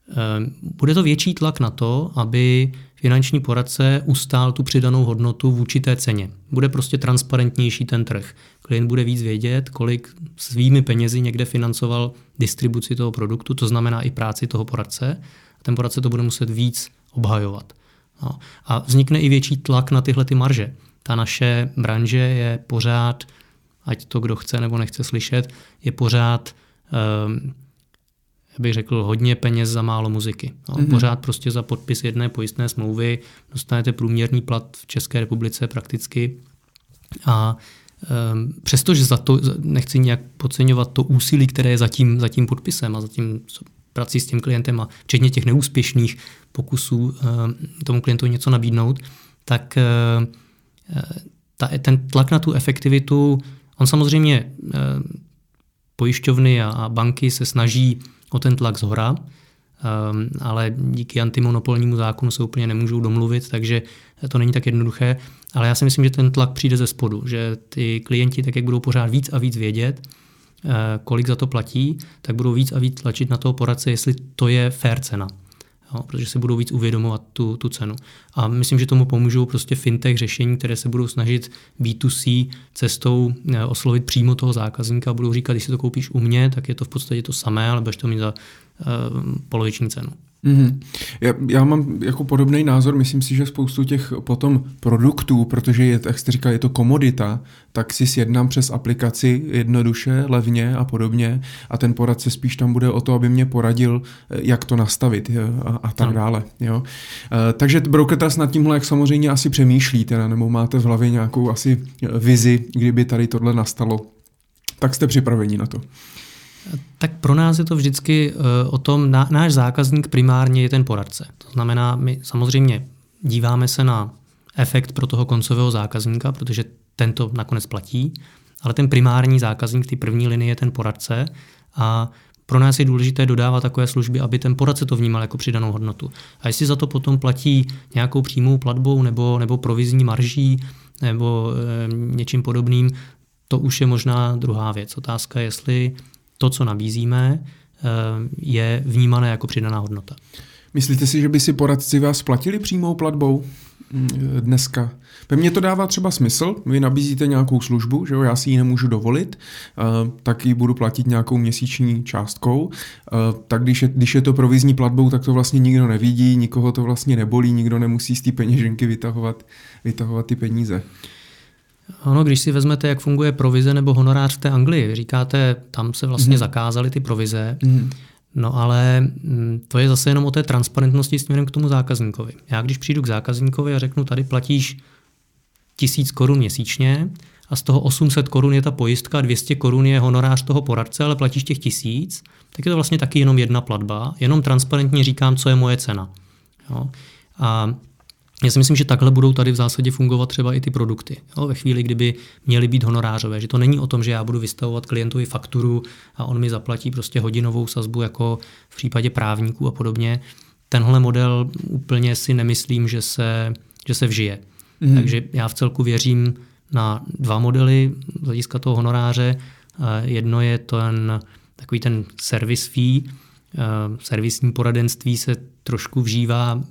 bude to větší tlak na to, aby finanční poradce ustál tu přidanou hodnotu vůči té ceně. Bude prostě transparentnější ten trh. Klient bude víc vědět, kolik svými penězi někde financoval distribuci toho produktu, to znamená i práci toho poradce. A ten poradce to bude muset víc obhajovat. No. A vznikne i větší tlak na tyhle ty marže. Ta naše branže je pořád, ať to kdo chce nebo nechce slyšet, je pořád, um, já bych řekl, hodně peněz za málo muziky. No. Mm-hmm. Pořád prostě za podpis jedné pojistné smlouvy dostanete průměrný plat v České republice prakticky. A um, přestože za to, nechci nějak podceňovat to úsilí, které je za tím, za tím podpisem a za tím prací s tím klientem a včetně těch neúspěšných pokusů um, tomu klientovi něco nabídnout, tak um, ta, ten tlak na tu efektivitu, on samozřejmě um, pojišťovny a, a banky se snaží o ten tlak zhora, um, ale díky antimonopolnímu zákonu se úplně nemůžou domluvit, takže to není tak jednoduché. Ale já si myslím, že ten tlak přijde ze spodu, že ty klienti, tak jak budou pořád víc a víc vědět, uh, kolik za to platí, tak budou víc a víc tlačit na toho poradce, jestli to je fair cena. Jo, protože se budou víc uvědomovat tu, tu cenu. A myslím, že tomu pomůžou prostě fintech řešení, které se budou snažit bé dvě cé cestou oslovit přímo toho zákazníka a budou říkat, když si to koupíš u mě, tak je to v podstatě to samé, ale budeš to mít za uh, poloviční cenu. Mm-hmm. Já, já mám jako podobný názor, myslím si, že spoustu těch potom produktů, protože je, jak jste říkal, je to komodita, tak si sjednám přes aplikaci jednoduše, levně a podobně a ten poradce spíš tam bude o to, aby mě poradil, jak to nastavit a, a tak no. dále. Jo? E, takže Broker Trust nad tímhle jak samozřejmě asi přemýšlíte, nebo máte v hlavě nějakou asi vizi, kdyby tady tohle nastalo, tak jste připraveni na to. Tak pro nás je to vždycky uh, o tom, na, náš zákazník primárně je ten poradce. To znamená, my samozřejmě díváme se na efekt pro toho koncového zákazníka, protože ten to nakonec platí, ale ten primární zákazník, ty první linie je ten poradce a pro nás je důležité dodávat takové služby, aby ten poradce to vnímal jako přidanou hodnotu. A jestli za to potom platí nějakou přímou platbou nebo, nebo provizní marží nebo e, něčím podobným, to už je možná druhá věc. Otázka je, jestli to, co nabízíme, je vnímané jako přidaná hodnota. Myslíte si, že by si poradci vás platili přímou platbou dneska? Ve mně to dává třeba smysl, vy nabízíte nějakou službu, že jo, já si ji nemůžu dovolit, tak ji budu platit nějakou měsíční částkou, tak když je, když je to provizní platbou, tak to vlastně nikdo nevidí, nikoho to vlastně nebolí, nikdo nemusí z té peněženky vytahovat, vytahovat ty peníze. Ono, když si vezmete, jak funguje provize nebo honorář v té Anglii, říkáte, tam se vlastně mm. zakázaly ty provize, mm. no ale to je zase jenom o té transparentnosti směrem k tomu zákazníkovi. Já když přijdu k zákazníkovi a řeknu, tady platíš tisíc korun měsíčně a z toho osm set korun je ta pojistka, dvě stě korun je honorář toho poradce, ale platíš těch tisíc, tak je to vlastně taky jenom jedna platba, jenom transparentně říkám, co je moje cena. Jo? A já si myslím, že takhle budou tady v zásadě fungovat třeba i ty produkty. Jo, ve chvíli, kdyby měly být honorářové. Že to není o tom, že já budu vystavovat klientovi fakturu a on mi zaplatí prostě hodinovou sazbu jako v případě právníků a podobně. Tenhle model úplně si nemyslím, že se, že se vžije. Mm. Takže já v celku věřím na dva modely z hlediska toho honoráře. Jedno je ten takový ten service fee, servisní poradenství se trošku vžívá,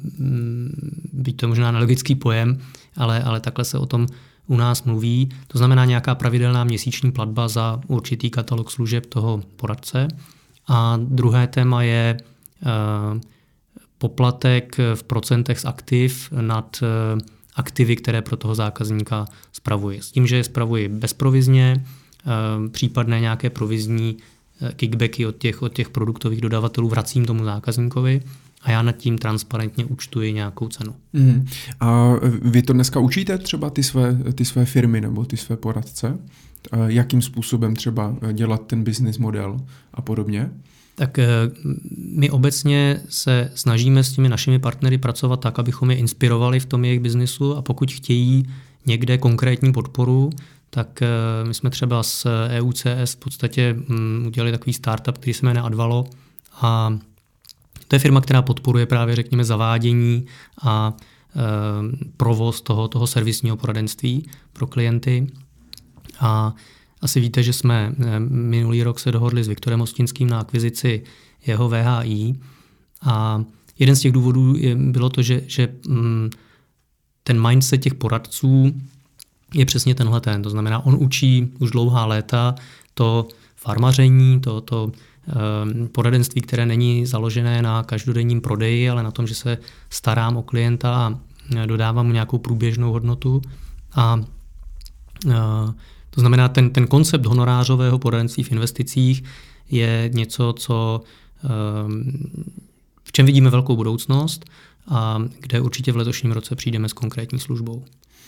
byť to je možná nelogický pojem, ale, ale takhle se o tom u nás mluví. To znamená nějaká pravidelná měsíční platba za určitý katalog služeb toho poradce. A druhé téma je uh, poplatek v procentech z aktiv nad uh, aktivy, které pro toho zákazníka spravuji. S tím, že je spravuji bezprovizně, uh, případné nějaké provizní kickbacky od těch, od těch produktových dodavatelů vracím tomu zákazníkovi a já nad tím transparentně účtuji nějakou cenu. Mm. A vy to dneska učíte třeba ty své, ty své firmy nebo ty své poradce? Jakým způsobem třeba dělat ten business model a podobně? Tak my obecně se snažíme s těmi našimi partnery pracovat tak, abychom je inspirovali v tom jejich biznisu a pokud chtějí někde konkrétní podporu, tak my jsme třeba s E U C S v podstatě udělali takový startup, který se jmenuje Advalo a to je firma, která podporuje právě, řekněme, zavádění a e, provoz toho, toho servisního poradenství pro klienty. A asi víte, že jsme minulý rok se dohodli s Viktorem Hostinským na akvizici jeho V H I a jeden z těch důvodů je, bylo to, že, že m, ten mindset těch poradců je přesně tenhle ten. To znamená, on učí už dlouhá léta to farmaření, to, to eh, poradenství, které není založené na každodenním prodeji, ale na tom, že se starám o klienta a dodávám mu nějakou průběžnou hodnotu a to znamená, ten, ten koncept honorářového poradenství v investicích je něco, co, v čem vidíme velkou budoucnost a kde určitě v letošním roce přijdeme s konkrétní službou.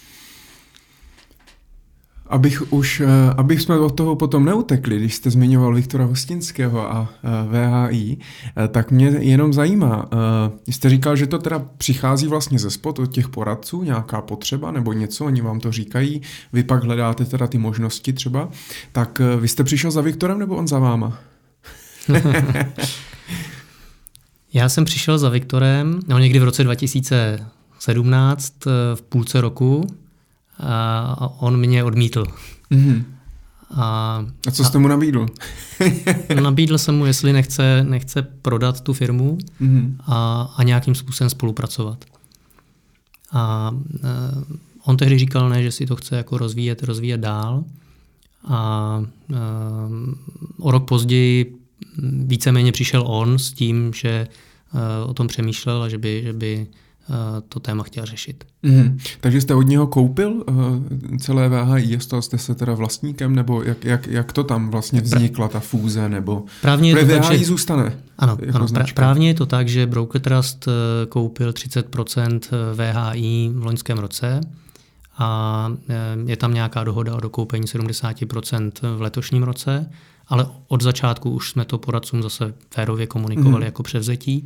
Abych už, abych jsme od toho potom neutekli, když jste zmiňoval Viktora Hostinského a V H I, tak mě jenom zajímá, jste říkal, že to teda přichází vlastně ze spod od těch poradců, nějaká potřeba nebo něco, oni vám to říkají, vy pak hledáte teda ty možnosti třeba, tak vy jste přišel za Viktorem nebo on za váma? Já jsem přišel za Viktorem, no někdy v roce dva tisíce sedmnáct v půlce roku, a on mě odmítl. Mm-hmm. A, a co jste mu nabídl? Nabídl jsem mu, jestli nechce, nechce prodat tu firmu mm-hmm. a, a nějakým způsobem spolupracovat. A uh, on tehdy říkal, ne, že si to chce jako rozvíjet, rozvíjet dál. A uh, o rok později víceméně přišel on s tím, že uh, o tom přemýšlel a že by, že by to téma chtěl řešit. Mm. Takže jste od něho koupil uh, celé V H I, stal jste se teda vlastníkem, nebo jak, jak, jak to tam vlastně vznikla ta fúze, nebo právně V H I tak, že... zůstane? Ano, ano právně je to tak, že Broker Trust koupil třicet procent V H I v loňském roce a je tam nějaká dohoda o dokoupení sedmdesát procent v letošním roce, ale od začátku už jsme to poradcům zase férově komunikovali mm. jako převzetí,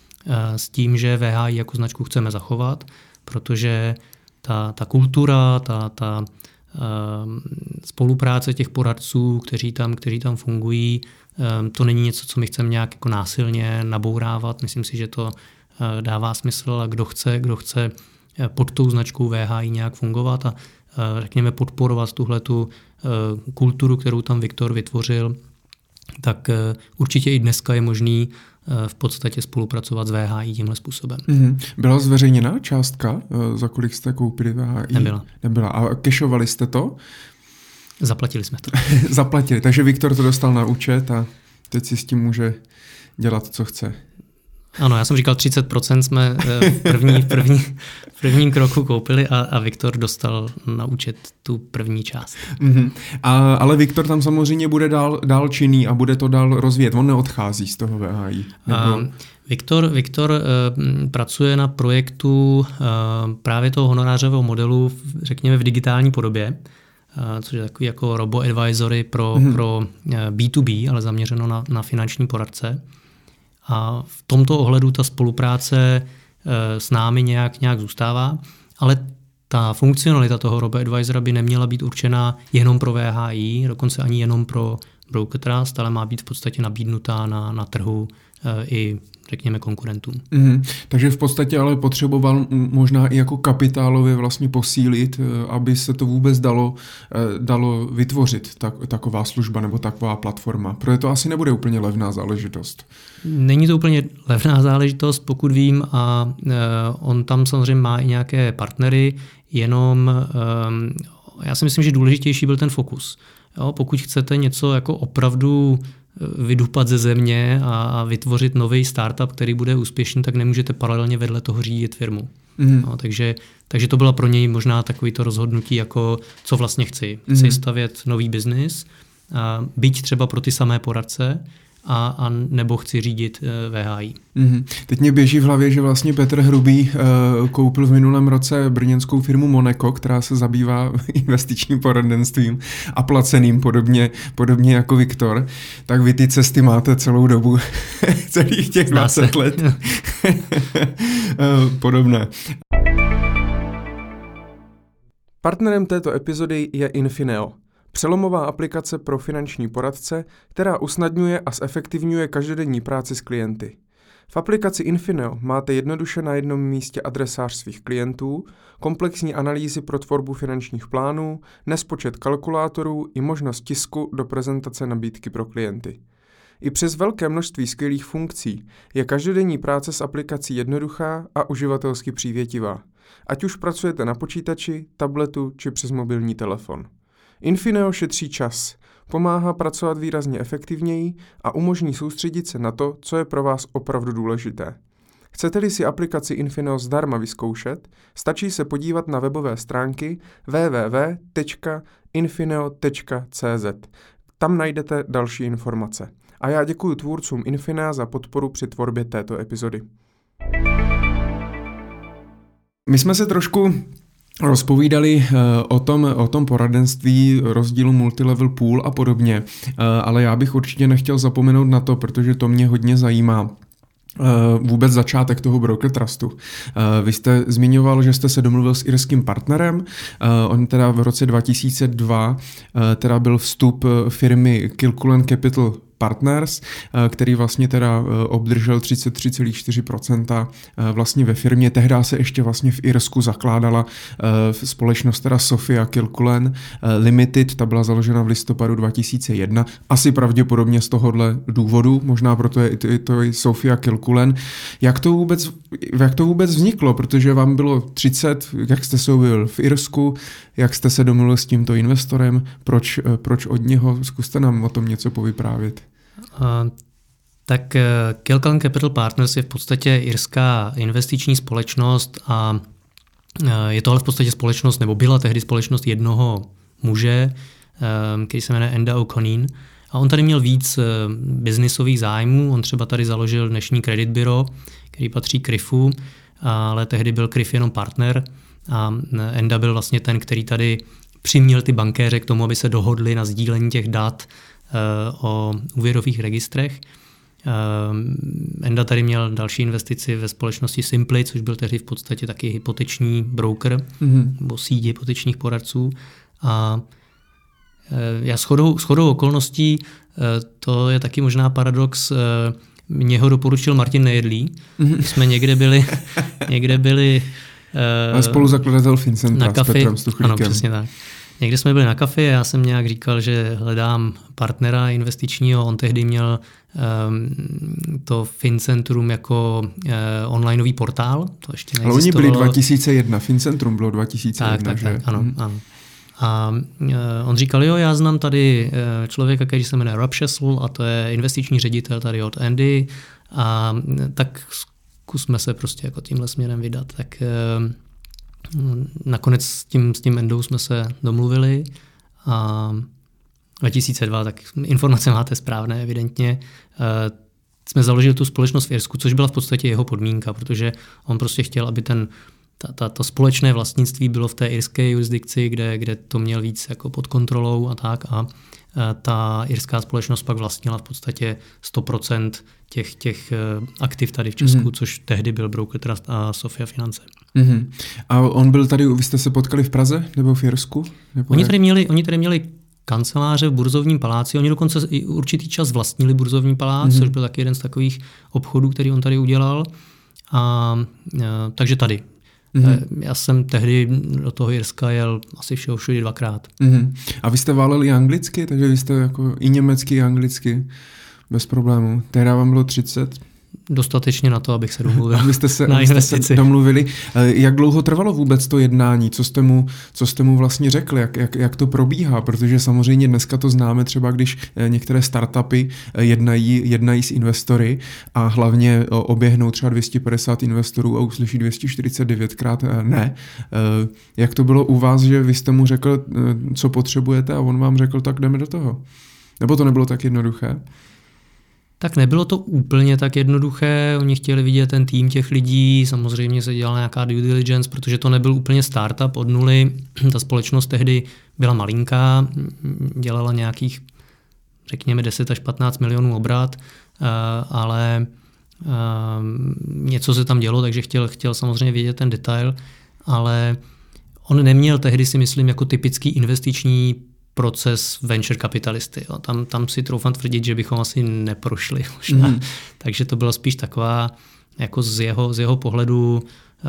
s tím, že V H I jako značku chceme zachovat, protože ta, ta kultura, ta, ta um, spolupráce těch poradců, kteří tam, kteří tam fungují, um, to není něco, co my chceme nějak jako násilně nabourávat. Myslím si, že to uh, dává smysl a kdo chce, kdo chce pod tou značkou V H I nějak fungovat a uh, řekněme podporovat tuhletu uh, kulturu, kterou tam Viktor vytvořil, tak uh, určitě i dneska je možný v podstatě spolupracovat s V H I tímhle způsobem. Mm-hmm. Byla zveřejněná částka, za kolik jste koupili V H I? Nebyla. Nebyla. A kešovali jste to? Zaplatili jsme to. Zaplatili, takže Viktor to dostal na účet a teď si s tím může dělat, co chce. Ano, já jsem říkal, třicet procent jsme v, první, v, první, v prvním kroku koupili a, a Viktor dostal na účet tu první část. Mm-hmm. A, ale Viktor tam samozřejmě bude dál, dál činný a bude to dál rozvíjet. On neodchází z toho V H I. Nebo... Viktor, Viktor uh, pracuje na projektu uh, právě toho honorářového modelu, řekněme v digitální podobě, uh, což je takový jako robo-advisory pro, mm-hmm. pro uh, B to B, ale zaměřeno na, na finanční poradce. A v tomto ohledu ta spolupráce s námi nějak, nějak zůstává, ale ta funkcionalita toho robo-advisora by neměla být určená jenom pro V H I, dokonce ani jenom pro Broker Trust, ale má být v podstatě nabídnutá na, na trhu i řekněme konkurentům. Mm, takže v podstatě ale potřeboval možná i jako kapitálově vlastně posílit, aby se to vůbec dalo, dalo vytvořit tak, taková služba nebo taková platforma. Protože to asi nebude úplně levná záležitost. Není to úplně levná záležitost, pokud vím, a on tam samozřejmě má i nějaké partnery, jenom já si myslím, že důležitější byl ten fokus. Jo, pokud chcete něco jako opravdu vydupat ze země a vytvořit nový startup, který bude úspěšný, tak nemůžete paralelně vedle toho řídit firmu. Mm. No, takže, takže to bylo pro něj možná takovýto rozhodnutí, jako co vlastně chci. Chci mm. stavět nový biznis, byť třeba pro ty samé poradce, a, a nebo chci řídit V H I. Mm-hmm. Teď mě běží v hlavě, že vlastně Petr Hrubý uh, koupil v minulém roce brněnskou firmu Moneco, která se zabývá investičním poradenstvím a placeným, podobně, podobně jako Viktor. Tak vy ty cesty máte celou dobu, celých těch dvacet let. Podobné. Partnerem této epizody je Infineo. Přelomová aplikace pro finanční poradce, která usnadňuje a zefektivňuje každodenní práci s klienty. V aplikaci Infineo máte jednoduše na jednom místě adresář svých klientů, komplexní analýzy pro tvorbu finančních plánů, nespočet kalkulátorů i možnost tisku do prezentace nabídky pro klienty. I přes velké množství skvělých funkcí je každodenní práce s aplikací jednoduchá a uživatelsky přívětivá, ať už pracujete na počítači, tabletu či přes mobilní telefon. Infineo šetří čas, pomáhá pracovat výrazně efektivněji a umožní soustředit se na to, co je pro vás opravdu důležité. Chcete-li si aplikaci Infineo zdarma vyzkoušet, stačí se podívat na webové stránky w w w tečka infineo tečka c z. Tam najdete další informace. A já děkuji tvůrcům Infinea za podporu při tvorbě této epizody. My jsme se trošku rozpovídali o tom, o tom poradenství, rozdílu multilevel pool a podobně, ale já bych určitě nechtěl zapomenout na to, protože to mě hodně zajímá. Vůbec začátek toho Broker Trustu. Vy jste zmiňoval, že jste se domluvil s irským partnerem. On teda v roce dva tisíce dva teda byl vstup firmy Kilcullen Capital Partners, který vlastně teda obdržel třicet tři celá čtyři procenta vlastně ve firmě. Tehdy se ještě vlastně v Irsku zakládala společnost teda Sophia Kilcullen Limited, ta byla založena v listopadu dva tisíce jedna, asi pravděpodobně z tohohle důvodu, možná proto je to, to je Sophia Kilcullen. Jak to vůbec, jak to vůbec vzniklo, protože vám bylo třicet, jak jste se objevil v Irsku, jak jste se domluvil s tímto investorem, proč, proč od něho, zkuste nám o tom něco povyprávět. Uh, tak uh, Kilcullen Capital Partners je v podstatě irská investiční společnost a uh, je to ale v podstatě společnost, nebo byla tehdy společnost jednoho muže, um, který se jmenuje Enda O'Conneen. A on tady měl víc uh, biznisových zájmů, on třeba tady založil dnešní Credit Bureau, který patří Crifu, ale tehdy byl Crif jenom partner a Enda byl vlastně ten, který tady přiměl ty bankéře k tomu, aby se dohodli na sdílení těch dat o úvěrových registrech. Enda tady měl další investici ve společnosti Simply, což byl tehdy v podstatě taky hypoteční broker, mm-hmm. nebo síť hypotečních poradců. A já shodou, shodou okolností, to je taky možná paradox, mě ho doporučil Martin Nejedlý. Mm-hmm. Jsme někde byli, někde byli spoluzakladatel Fincentra s Petrem Stuchlíkem. Ano, přesně tak. Někde jsme byli na kafe a já jsem nějak říkal, že hledám partnera investičního. On tehdy měl um, to Fincentrum jako uh, onlineový portál. To ještě neexistovalo. Ale oni byli dva tisíce jedna, Fincentrum bylo dva tisíce jedna, tak, že? Tak, ano, hmm. ano. A uh, on říkal, jo, já znám tady uh, člověka, který se jmenuje Rob Shessel a to je investiční ředitel tady od Andy a uh, tak zkusme se prostě jako tímhle směrem vydat. Tak uh, nakonec s tím, s tím Endou jsme se domluvili a dva tisíce dva, tak informace máte správné, evidentně. Jsme založili tu společnost v Irsku, což byla v podstatě jeho podmínka, protože on prostě chtěl, aby ten, ta, ta, ta společné vlastnictví bylo v té irské jurisdikci, kde, kde to měl víc jako pod kontrolou a tak a ta irská společnost pak vlastnila v podstatě sto procent těch, těch aktiv tady v Česku, mm-hmm. což tehdy byl Broker Trust a Sophia Finance. Mm-hmm. A on byl tady, vy jste se potkali v Praze nebo v Irsku? Nebo oni, tady měli, oni tady měli kanceláře v Burzovním paláci, oni dokonce i určitý čas vlastnili Burzovní palác, mm-hmm. což byl taky jeden z takových obchodů, který on tady udělal. A, a takže tady. Mm-hmm. Já jsem tehdy do toho Irska jel asi všeho všude dvakrát. Mm-hmm. A vy jste válel i anglicky, takže vy jste jako i německy, i anglicky bez problémů. Tehdy vám bylo třicet. Dostatečně na to, abych se domluvil. Abyste se, na abyste se domluvili. Jak dlouho trvalo vůbec to jednání? Co jste mu, co jste mu vlastně řekli? Jak, jak, jak to probíhá? Protože samozřejmě dneska to známe třeba, když některé startupy jednají, jednají s investory a hlavně oběhnou třeba dvě stě padesát investorů a uslyší dvě stě čtyřicet devět krát ne. Jak to bylo u vás, že vy jste mu řekl, co potřebujete a on vám řekl, tak jdeme do toho? Nebo to nebylo tak jednoduché? Tak nebylo to úplně tak jednoduché, oni chtěli vidět ten tým těch lidí, samozřejmě se dělala nějaká due diligence, protože to nebyl úplně startup od nuly, ta společnost tehdy byla malinká, dělala nějakých, řekněme, deset až patnáct milionů obrat, ale něco se tam dělo, takže chtěl, chtěl samozřejmě vidět ten detail, ale on neměl tehdy, si myslím, jako typický investiční proces venture kapitalisty. Jo. Tam, tam si troufám tvrdit, že bychom asi neprošli možná. Mm. Takže to byla spíš taková, jako z jeho, z jeho pohledu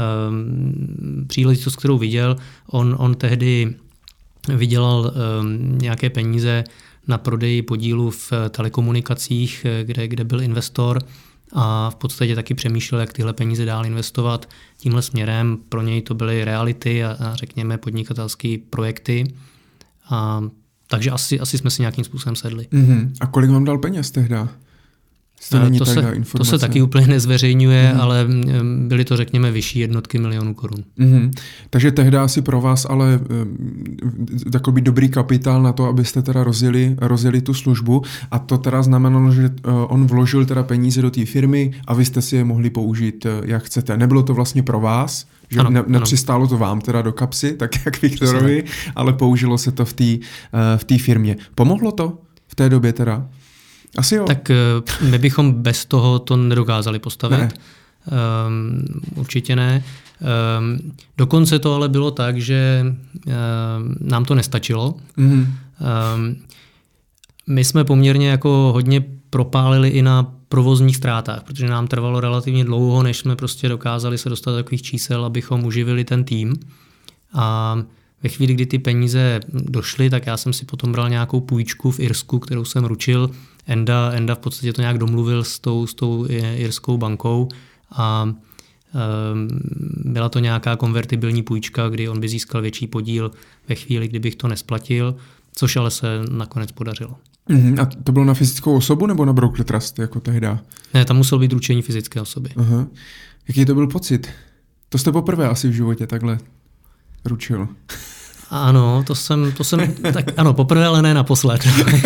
um, příležitost, kterou viděl. On, on tehdy vydělal um, nějaké peníze na prodeji podílu v telekomunikacích, kde, kde byl investor a v podstatě taky přemýšlel, jak tyhle peníze dál investovat tímhle směrem. Pro něj to byly reality a, a řekněme podnikatelské projekty. A, takže asi, asi jsme si nějakým způsobem sedli. Mm-hmm. A kolik vám dal peněz tehda? To, není to, se, to se taky úplně nezveřejňuje, mm. ale byly to, řekněme, vyšší jednotky milionů korun. Mm. Takže tehdy asi pro vás ale takový dobrý kapitál na to, abyste teda rozjeli, rozjeli tu službu, a to teda znamenalo, že on vložil teda peníze do té firmy a vy jste si je mohli použít, jak chcete. Nebylo to vlastně pro vás, že ano, ne, nepřistálo to vám teda do kapsy, tak jak Viktorovi, ale použilo se to v té v té firmě. Pomohlo to v té době teda? Asi jo. Tak my bychom bez toho to nedokázali postavit. Ne. Um, určitě ne. Um, dokonce to ale bylo tak, že um, nám to nestačilo. Mm-hmm. Um, my jsme poměrně jako hodně propálili i na provozních ztrátách, protože nám trvalo relativně dlouho, než jsme prostě dokázali se dostat do takových čísel, abychom uživili ten tým. A ve chvíli, kdy ty peníze došly, tak já jsem si potom bral nějakou půjčku v Irsku, kterou jsem ručil. Enda, Enda v podstatě to nějak domluvil s tou, s tou irskou bankou a um, byla to nějaká konvertibilní půjčka, kdy on by získal větší podíl ve chvíli, kdybych to nesplatil, což ale se nakonec podařilo. Mm, a to bylo na fyzickou osobu nebo na broker trust jako tehda? Ne, tam musel být ručení fyzické osoby. Aha. Jaký to byl pocit? To jste poprvé asi v životě takhle ručil. Ano, to jsem, to jsem tak ano, poprvé, ale ne naposled.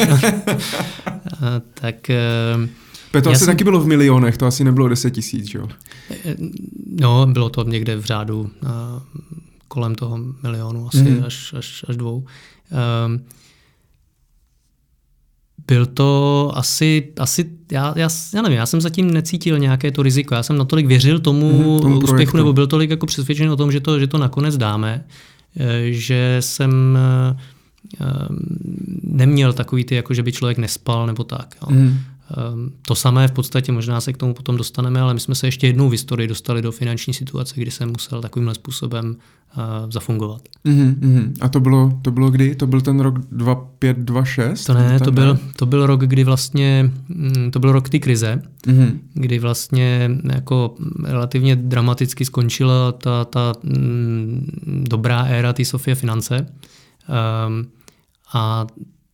tak... To asi jsem, taky bylo v milionech, to asi nebylo deset tisíc, jo? No, bylo to někde v řádu uh, kolem toho milionu, asi mm. až, až, až dvou. Um, byl to asi, asi já, já, já nevím, já jsem zatím necítil nějaké to riziko, já jsem natolik věřil tomu, mm, tomu úspěchu, projektu. Nebo byl tolik jako přesvědčený o tom, že to, že to nakonec dáme, že jsem neměl takový ty, jako že by člověk nespal nebo tak. Jo. Mm. To samé v podstatě, možná se k tomu potom dostaneme, ale my jsme se ještě jednou v historii dostali do finanční situace, kdy jsem musel takovýmhle způsobem uh, zafungovat. Mm, mm. A to bylo, to bylo kdy? To byl ten rok dva pět dva šest? To ne, to byl, to byl rok, kdy vlastně, to byl rok té krize, mm. kdy vlastně jako relativně dramaticky skončila ta, ta mm, dobrá éra té Sofie Finance. Um, a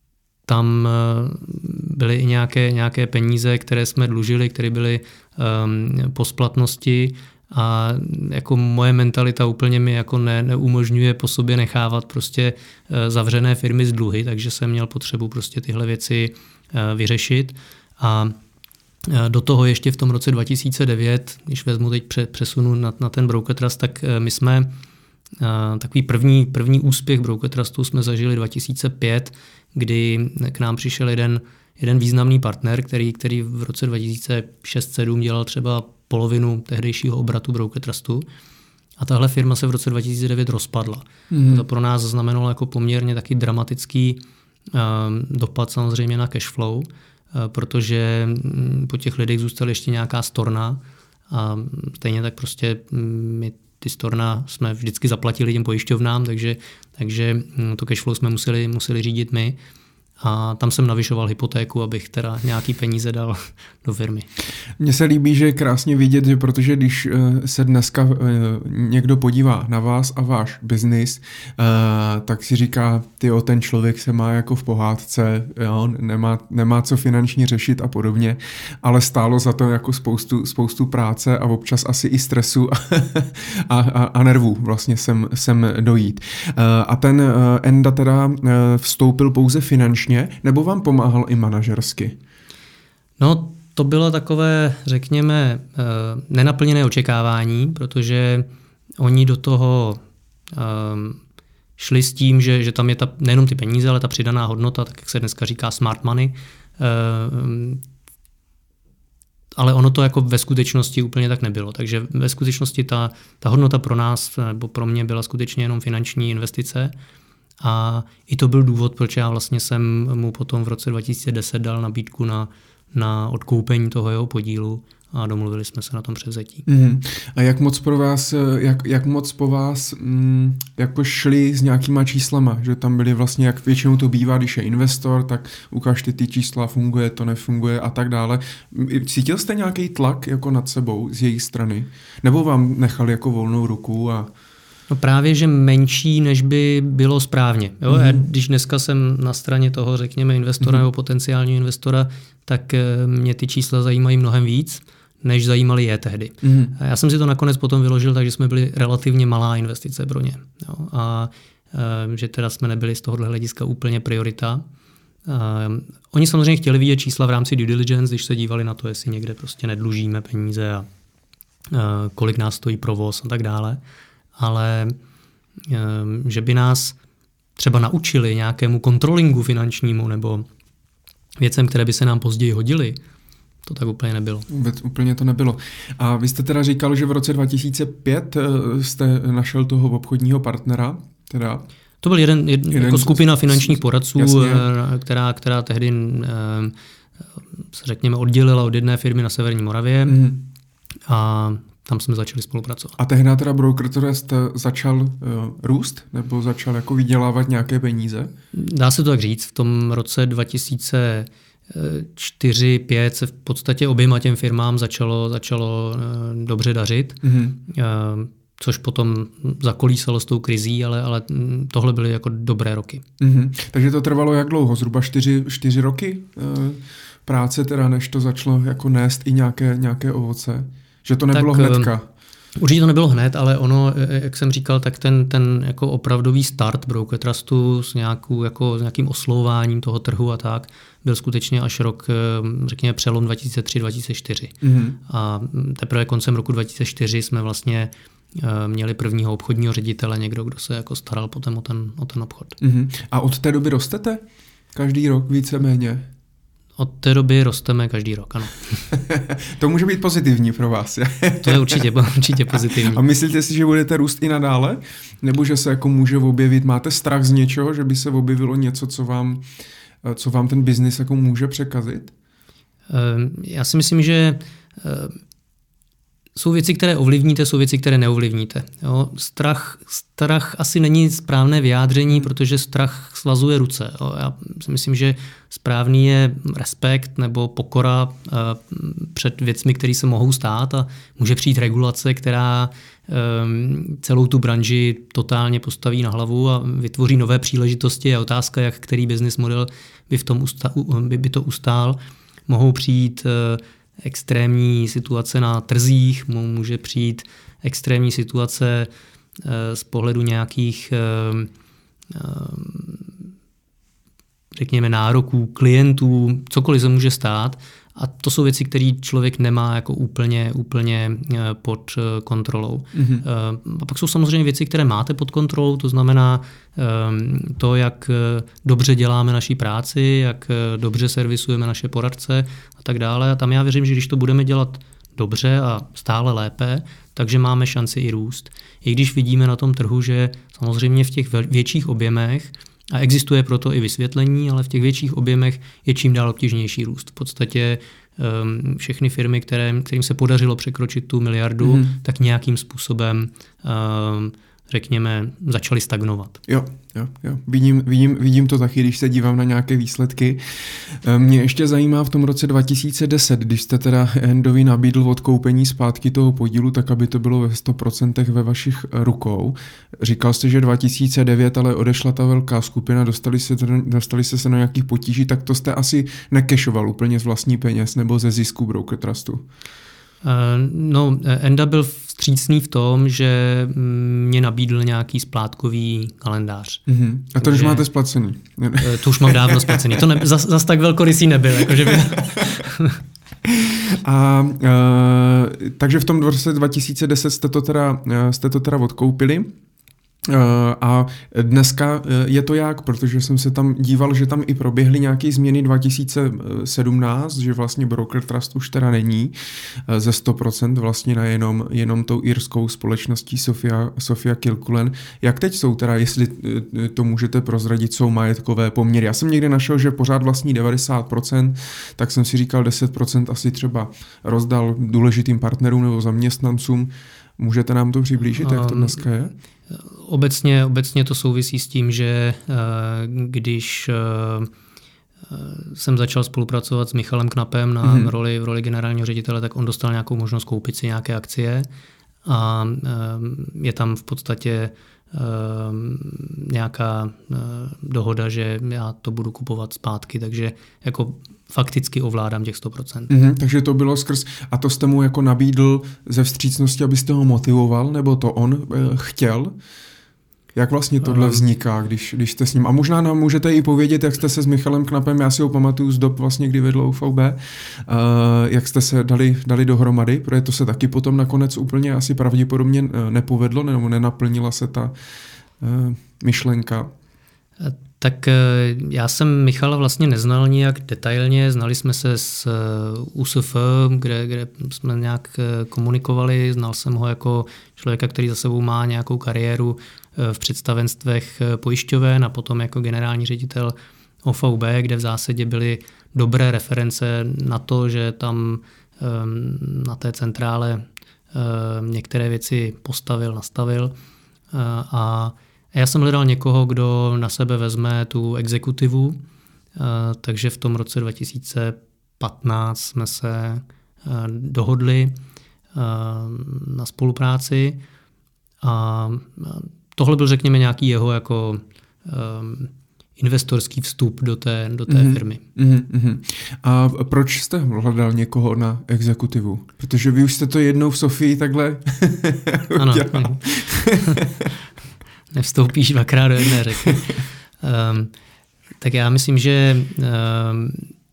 tam byly i nějaké, nějaké peníze, které jsme dlužili, které byly um, po splatnosti, a jako moje mentalita úplně mi jako ne, neumožňuje po sobě nechávat prostě uh, zavřené firmy z dluhy, takže jsem měl potřebu prostě tyhle věci uh, vyřešit. A uh, do toho ještě v tom roce dva tisíce devět, když vezmu teď pře, přesunu na, na ten Broker Trust, tak uh, my jsme uh, takový první, první úspěch Broker Trustu jsme zažili dva tisíce pět, kdy k nám přišel jeden, jeden významný partner, který, který v roce dva tisíce šest sedm dělal třeba polovinu tehdejšího obratu Broker Trustu. A tahle firma se v roce dva tisíce devět rozpadla. Mm. To pro nás znamenalo jako poměrně taky dramatický um, dopad samozřejmě na cash flow, uh, protože um, po těch lidech zůstala ještě nějaká storna a stejně tak prostě um, my ty storna jsme vždycky zaplatili těm pojišťovnám, takže, takže to cashflow jsme museli, museli řídit my. A tam jsem navyšoval hypotéku, abych teda nějaký peníze dal do firmy. Mně se líbí, že je krásně vidět, že protože když se dneska někdo podívá na vás a váš biznis, tak si říká, tyjo, ten člověk se má jako v pohádce, jo, nemá, nemá co finančně řešit a podobně, ale stálo za to jako spoustu, spoustu práce a občas asi i stresu a, a, a nervů vlastně sem, sem dojít. A ten Enda teda vstoupil pouze finančně, nebo vám pomáhal i manažersky? No, to bylo takové, řekněme, nenaplněné očekávání, protože oni do toho šli s tím, že, že tam je ta, nejenom ty peníze, ale ta přidaná hodnota, tak jak se dneska říká smart money, ale ono to jako ve skutečnosti úplně tak nebylo. Takže ve skutečnosti ta, ta hodnota pro nás, nebo pro mě byla skutečně jenom finanční investice. A i to byl důvod, proč já vlastně jsem mu potom v roce dva tisíce deset dal nabídku na, na odkoupení toho jeho podílu a domluvili jsme se na tom převzetí. Mm. A jak moc pro vás, jak, jak moc po vás mm, jako šli s nějakýma číslama, že tam byli vlastně, jak většinou to bývá, když je investor, tak ukážte ty čísla, funguje, to nefunguje a tak dále. Cítil jste nějaký tlak jako nad sebou z jejich strany? Nebo vám nechali jako volnou ruku a... No právě, že menší, než by bylo správně. Jo? Mm-hmm. Já, když dneska jsem na straně toho, řekněme, investora mm-hmm. nebo potenciálního investora, tak mě ty čísla zajímají mnohem víc, než zajímaly je tehdy. Mm-hmm. Já jsem si to nakonec potom vyložil, takže jsme byli relativně malá investice pro ně. Jo? A že teda jsme nebyli z tohohle hlediska úplně priorita. Um, oni samozřejmě chtěli vidět čísla v rámci due diligence, když se dívali na to, jestli někde prostě nedlužíme peníze a uh, kolik nás stojí provoz a tak dále. Ale um, že by nás třeba naučili nějakému kontrolingu finančnímu nebo věcem, které by se nám později hodily, to tak úplně nebylo. Vůbec úplně to nebylo. A vy jste teda říkal, že v roce dva tisíce pět jste našel toho obchodního partnera, teda... To byl jeden, jeden, jeden jako skupina finančních poradců, která, která tehdy se řekněme oddělila od jedné firmy na Severní Moravě mm. a tam jsme začali spolupracovat. A tehdy teda Broker Trust začal uh, růst nebo začal jako vydělávat nějaké peníze? Dá se to tak říct. V tom roce dva tisíce čtyři pět se v podstatě oběma těm firmám začalo, začalo uh, dobře dařit. Mm. Uh, což potom zakolísalo s tou krizí, ale, ale tohle byly jako dobré roky. Mm-hmm. Takže to trvalo jak dlouho? Zhruba čtyři, čtyři roky e, práce, teda, než to začalo jako nést i nějaké, nějaké ovoce? Že to nebylo tak, hnedka? Určitě to nebylo hned, ale ono, jak jsem říkal, tak ten, ten jako opravdový start Broker Trustu s, nějakou, jako, s nějakým oslovováním toho trhu a tak byl skutečně až rok, řekněme, přelom dva tisíce tři dva tisíce čtyři. Mm-hmm. A teprve koncem roku dva tisíce čtyři jsme vlastně měli prvního obchodního ředitele, někdo, kdo se jako staral potom o ten, o ten obchod. Uh-huh. A od té doby rostete? Každý rok víceméně? Od té doby rosteme každý rok, ano. To může být pozitivní pro vás. To je určitě, určitě pozitivní. A myslíte si, že budete růst i nadále? Nebo že se jako může objevit, máte strach z něčeho, že by se objevilo něco, co vám, co vám ten biznis jako může překazit? Já si myslím, že jsou věci, které ovlivníte, jsou věci, které neovlivníte. Jo? Strach, strach asi není správné vyjádření, protože strach svazuje ruce. Jo? Já si myslím, že správný je respekt nebo pokora uh, před věcmi, které se mohou stát a může přijít regulace, která um, celou tu branži totálně postaví na hlavu a vytvoří nové příležitosti. Je otázka, jak který business model by, v tom usta- by, by to ustál. Mohou přijít uh, extrémní situace na trzích, může přijít extrémní situace z pohledu nějakých, řekněme, nároků klientů, cokoliv se může stát. A to jsou věci, které člověk nemá jako úplně, úplně pod kontrolou. Mm-hmm. A pak jsou samozřejmě věci, které máte pod kontrolou, to znamená to, jak dobře děláme naší práci, jak dobře servisujeme naše poradce a tak dále. A tam já věřím, že když to budeme dělat dobře a stále lépe, takže máme šanci i růst. I když vidíme na tom trhu, že samozřejmě v těch větších objemech, a existuje proto i vysvětlení, ale v těch větších objemech je čím dál obtížnější růst. V podstatě um, všechny firmy, které, kterým se podařilo překročit tu miliardu, mm. tak nějakým způsobem um, řekněme, začaly stagnovat. Jo, jo, jo. Vidím, vidím, vidím to taky, když se dívám na nějaké výsledky. Mě ještě zajímá v tom roce dva tisíce deset, když jste teda Endovi nabídl odkoupení zpátky toho podílu, tak aby to bylo ve sto procent ve vašich rukou. Říkal jste, že dva tisíce devět, ale odešla ta velká skupina, dostali se, dostali se, se na nějakých potíží, tak to jste asi nekešoval úplně z vlastní peněz nebo ze zisku Broker Trustu. No, Enda byl vstřícný v tom, že mě nabídl nějaký splátkový kalendář. Mm-hmm. A to už máte splacený? To už mám dávno splacený. To ne, zas, zas tak velkorysý nebyl. Jakože by... A uh, takže v tom roce dva tisíce deset jste to teda, jste to teda odkoupili. Uh, a dneska je to jak, protože jsem se tam díval, že tam i proběhly nějaké změny dva tisíce sedmnáct, že vlastně Broker Trust už teda není uh, ze sto procent vlastně na jenom, jenom tou irskou společností Sofia, Sofia Kilcullen. Jak teď jsou teda, jestli to můžete prozradit, jsou majetkové poměry? Já jsem někde našel, že pořád vlastní devadesát procent, tak jsem si říkal deset procent asi třeba rozdal důležitým partnerům nebo zaměstnancům. Můžete nám to přiblížit, jak to dneska je? Obecně, obecně to souvisí s tím, že když jsem začal spolupracovat s Michalem Knapem na mm-hmm. roli, v roli generálního ředitele, tak on dostal nějakou možnost koupit si nějaké akcie a je tam v podstatě nějaká dohoda, že já to budu kupovat zpátky, takže jako fakticky ovládám těch sto procent. Mm-hmm, takže to bylo skrz, a to jste mu jako nabídl ze vstřícnosti, abyste ho motivoval, nebo to on e, chtěl? Jak vlastně tohle vzniká, když, když jste s ním? A možná nám můžete i povědět, jak jste se s Michalem Knapem, já si ho pamatuju z dob vlastně, kdy vedl U V B, uh, jak jste se dali, dali dohromady, protože to se taky potom nakonec úplně asi pravděpodobně nepovedlo, nebo nenaplnila se ta uh, myšlenka. Tak já jsem Michala vlastně neznal nijak detailně, znali jsme se z U S F, kde, kde jsme nějak komunikovali, znal jsem ho jako člověka, který za sebou má nějakou kariéru v představenstvech pojišťoven a potom jako generální ředitel O V B, kde v zásadě byly dobré reference na to, že tam na té centrále některé věci postavil, nastavil a já jsem hledal někoho, kdo na sebe vezme tu exekutivu, takže v tom roce dva tisíce patnáct jsme se dohodli na spolupráci a tohle byl, řekněme, nějaký jeho jako investorský vstup do té, do té mm-hmm. firmy. Mm-hmm. A proč jste hledal někoho na exekutivu? Protože vy už jste to jednou v Sofii takhle ano, ano. Nevstoupíš dvakrát do jedné řeky. Um, tak já myslím, že um,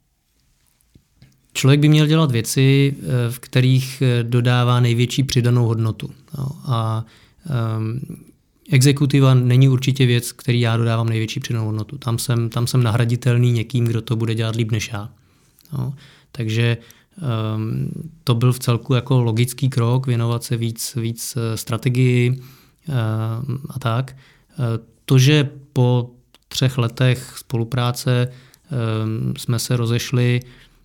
člověk by měl dělat věci, v kterých dodává největší přidanou hodnotu. No, a um, exekutiva není určitě věc, který já dodávám největší přidanou hodnotu. Tam jsem, tam jsem nahraditelný někým, kdo to bude dělat líp než já. No, takže um, to byl v celku jako logický krok, věnovat se víc, víc strategii a tak. To, že po třech letech spolupráce jsme se rozešli,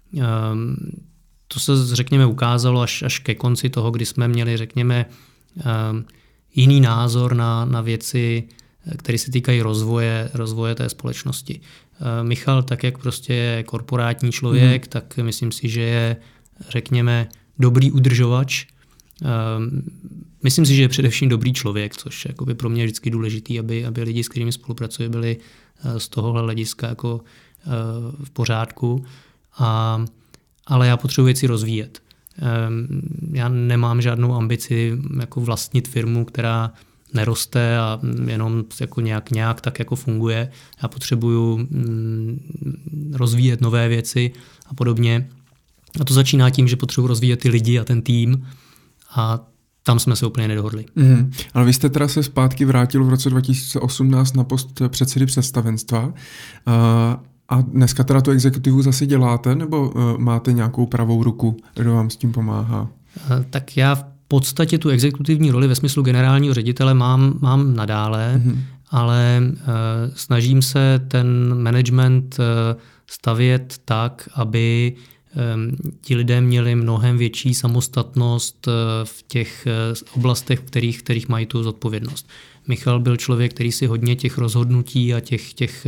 to se, řekněme, ukázalo až, až ke konci toho, kdy jsme měli, řekněme, jiný názor na, na věci, které se týkají rozvoje, rozvoje té společnosti. Michal, tak jak prostě je korporátní člověk, mm. tak myslím si, že je, řekněme, dobrý udržovač. Myslím si, že je především dobrý člověk, což je pro mě je vždycky důležitý, aby, aby lidi, s kterými spolupracuji, byli z tohohle hlediska jako v pořádku. A, ale já potřebuji věci rozvíjet. Já nemám žádnou ambici jako vlastnit firmu, která neroste a jenom jako nějak, nějak tak jako funguje. Já potřebuju rozvíjet nové věci a podobně. A to začíná tím, že potřebuji rozvíjet ty lidi a ten tým a tam jsme se úplně nedohodli. Mm, ale vy jste teda se zpátky vrátil v roce dva tisíce osmnáct na post předsedy představenstva uh, a dneska teda tu exekutivu zase děláte, nebo uh, máte nějakou pravou ruku, kdo vám s tím pomáhá? Uh, tak já v podstatě tu exekutivní roli ve smyslu generálního ředitele mám, mám nadále, mm. ale uh, snažím se ten management uh, stavět tak, aby ti lidé měli mnohem větší samostatnost v těch oblastech, v kterých, kterých mají tu zodpovědnost. Michal byl člověk, který si hodně těch rozhodnutí a těch, těch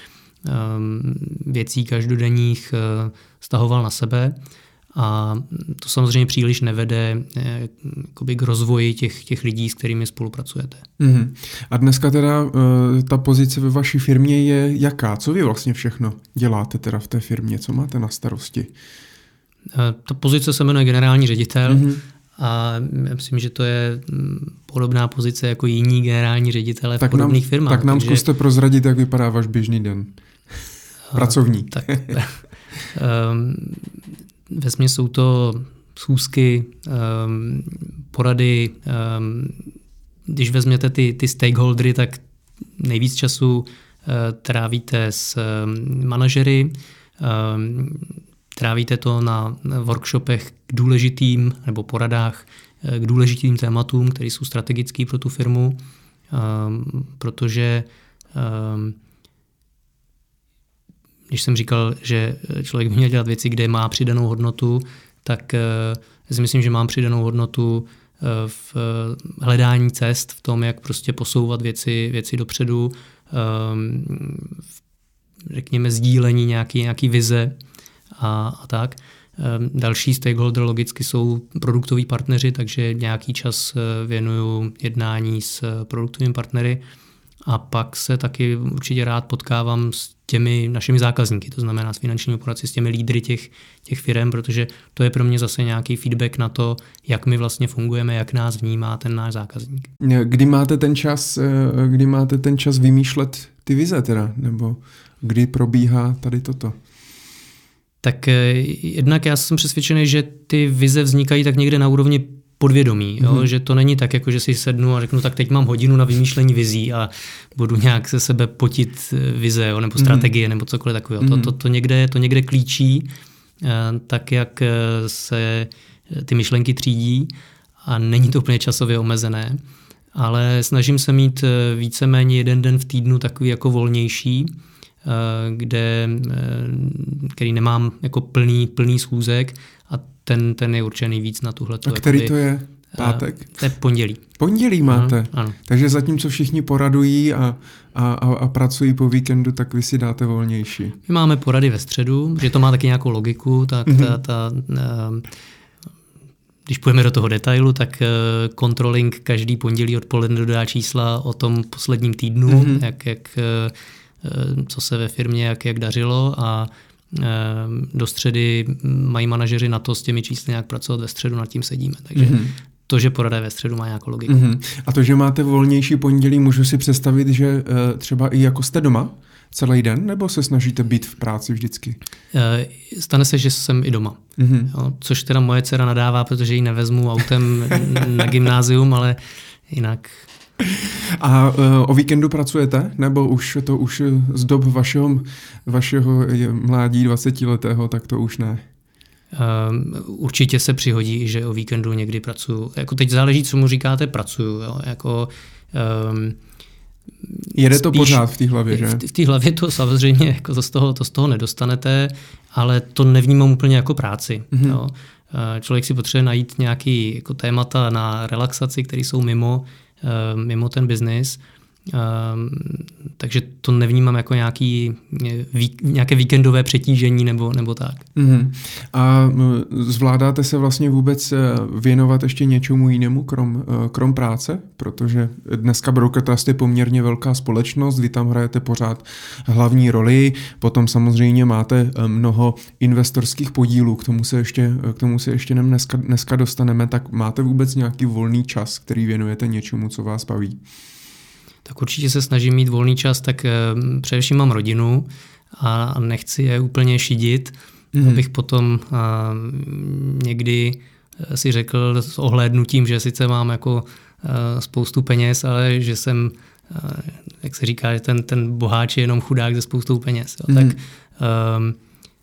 věcí každodenních stahoval na sebe a to samozřejmě příliš nevede k rozvoji těch, těch lidí, s kterými spolupracujete. Mm-hmm. A dneska teda ta pozice ve vaší firmě je jaká? Co vy vlastně všechno děláte teda v té firmě? Co máte na starosti? Ta pozice se jmenuje generální ředitel mm-hmm. a myslím, že to je podobná pozice jako jiní generální ředitele v tak podobných nám, firmách. Tak nám takže... zkuste prozradit, jak vypadá váš běžný den. Pracovní. Tak, um, vesměs jsou to schůzky, um, porady. Um, když vezměte ty, ty stakeholdery, tak nejvíc času uh, trávíte s um, manažery, um, trávíte to na workshopech k důležitým, nebo poradách k důležitým tématům, které jsou strategický pro tu firmu, um, protože um, když jsem říkal, že člověk by měl dělat věci, kde má přidanou hodnotu, tak já si myslím, že mám přidanou hodnotu v hledání cest, v tom, jak prostě posouvat věci, věci dopředu, v, řekněme, sdílení nějaký, nějaký vize a, a tak. Další stakeholder logicky jsou produktoví partneři, takže nějaký čas věnuju jednání s produktovými partnery a pak se taky určitě rád potkávám s těmi našimi zákazníky, to znamená s finančními poradci, s těmi lídry těch, těch firem, protože to je pro mě zase nějaký feedback na to, jak my vlastně fungujeme, jak nás vnímá ten náš zákazník. Kdy máte ten čas, kdy máte ten čas vymýšlet ty vize teda, nebo kdy probíhá tady toto? Tak jednak já jsem přesvědčený, že ty vize vznikají tak někde na úrovni podvědomí, jo? Mm-hmm. Že to není tak, jako že si sednu a řeknu, tak teď mám hodinu na vymýšlení vizí a budu nějak se sebe potit vize, jo? Nebo strategie, mm-hmm. nebo cokoliv takového. Mm-hmm. To, to, to, někde, to někde klíčí, tak jak se ty myšlenky třídí a není to úplně časově omezené, ale snažím se mít víceméně jeden den v týdnu takový jako volnější, kde, který nemám jako plný, plný schůzek a ten, ten je určený víc na tuhleto. A který jakoby, to je? Pátek? To je pondělí. Pondělí máte? Ano, ano. Takže zatímco všichni poradují a, a, a, a pracují po víkendu, tak vy si dáte volnější. My máme porady ve středu, že to má taky nějakou logiku, tak mm-hmm. ta, ta, když půjdeme do toho detailu, tak controlling každý pondělí odpoledne dodá čísla o tom posledním týdnu, mm-hmm. jak, jak co se ve firmě jak, jak dařilo a do středy mají manažeři na to s těmi čísly nějak pracovat, ve středu nad tím sedíme. Takže mm-hmm. to, že porada je ve středu, má nějakou logiku. Mm-hmm. A to, že máte volnější pondělí, můžu si představit, že třeba i jako jste doma celý den, nebo se snažíte být v práci vždycky? Stane se, že jsem i doma. Mm-hmm. Jo, což teda moje dcera nadává, protože ji nevezmu autem na gymnázium, ale jinak... A o víkendu pracujete? Nebo už to už z dob vašeho, vašeho mládí dvacetiletého, tak to už ne? Um, určitě se přihodí, že o víkendu někdy pracuju. Jako teď záleží, co mu říkáte, pracuju. Jo? Jako, um, Jede to spíš, pořád v té hlavě, že? V té hlavě to samozřejmě jako to, z toho, to z toho nedostanete, ale to nevnímám úplně jako práci. Mm-hmm. Jo? Člověk si potřebuje najít nějaký jako témata na relaxaci, které jsou mimo mimo ten biznis, takže to nevnímám jako nějaký, nějaké víkendové přetížení nebo, nebo tak. Mm-hmm. A zvládáte se vlastně vůbec věnovat ještě něčemu jinému krom, krom práce? Protože dneska Broker Trust je poměrně velká společnost, vy tam hrajete pořád hlavní roli, potom samozřejmě máte mnoho investorských podílů, k tomu se ještě, k tomu se ještě dneska, dneska dostaneme, tak máte vůbec nějaký volný čas, který věnujete něčemu, co vás baví? Tak určitě se snažím mít volný čas, tak uh, především mám rodinu a nechci je úplně šidit, mm. abych potom uh, někdy si řekl s ohlédnutím, že sice mám jako uh, spoustu peněz, ale že jsem, uh, jak se říká, že ten, ten boháč je jenom chudák ze spoustou peněz. Jo. Mm. Tak um,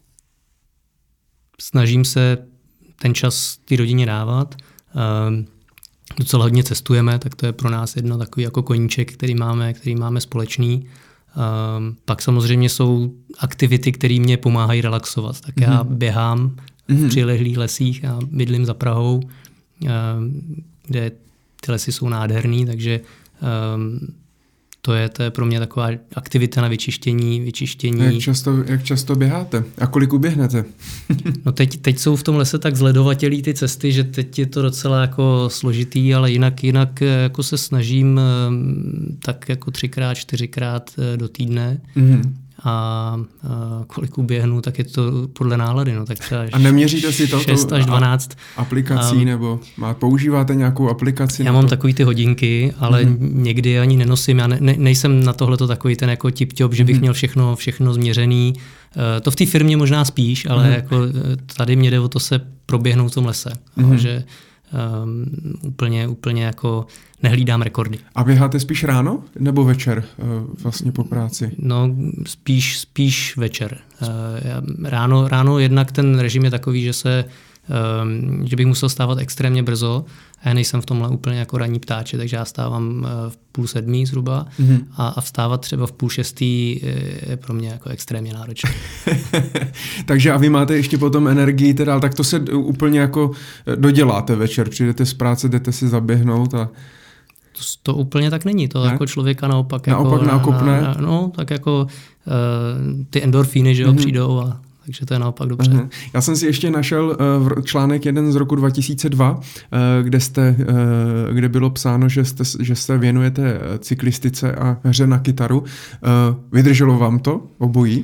snažím se ten čas té rodině dávat. Um, Docela hodně cestujeme, tak to je pro nás jedno takový jako koníček, který máme, který máme společný. Um, pak samozřejmě jsou aktivity, které mě pomáhají relaxovat. Tak já mm-hmm. běhám v přilehlých lesích, já bydlím za Prahou, um, kde ty lesy jsou nádherný, takže um, to je, to je pro mě taková aktivita na vyčištění. vyčištění. Jak často, jak často běháte? A kolik uběhnete? No teď, teď jsou v tom lese tak zledovatělý ty cesty, že teď je to docela jako složitý, ale jinak, jinak jako se snažím tak jako třikrát, čtyřikrát do týdne. Mm-hmm. A, a kolik uběhnu, tak je to podle nálady. No, tak třeba a neměříte si to? šest až dvanáct Aplikací, um, nebo má, používáte nějakou aplikaci? Já mám to? Takový ty hodinky, ale mm-hmm. někdy ani nenosím. Já ne, ne, nejsem na tohleto takový ten jako tip-top, že bych mm-hmm. měl všechno, všechno změřený. Uh, to v té firmě možná spíš, ale mm-hmm. jako tady mě jde o to se proběhnout v tom lese. Mm-hmm. že Um, úplně, úplně jako nehlídám rekordy. A běháte spíš ráno nebo večer uh, vlastně po práci? No spíš, spíš večer. Uh, já, ráno, ráno jednak ten režim je takový, že se um, že bych musel stávat extrémně brzo a já nejsem v tomhle úplně jako ranní ptáče, takže já stávám uh, v půl sedmí zhruba mm-hmm. a, a vstávat třeba v půl šestý je pro mě jako extrémně náročné. Takže a vy máte ještě potom energii, teda, tak to se úplně jako doděláte večer, přijdete z práce, jdete si zaběhnout a... To, to úplně tak není, to ne? Jako člověka naopak... Naopak jako, nakopne? Na, na, no, tak jako uh, ty endorfíny, že jo, mm-hmm. přijdou a takže to je naopak dobře. Aha. Já jsem si ještě našel uh, článek jeden z roku dva tisíce dva, uh, kde, jste, uh, kde bylo psáno, že, jste, že se věnujete cyklistice a hře na kytaru. Uh, vydrželo vám to obojí?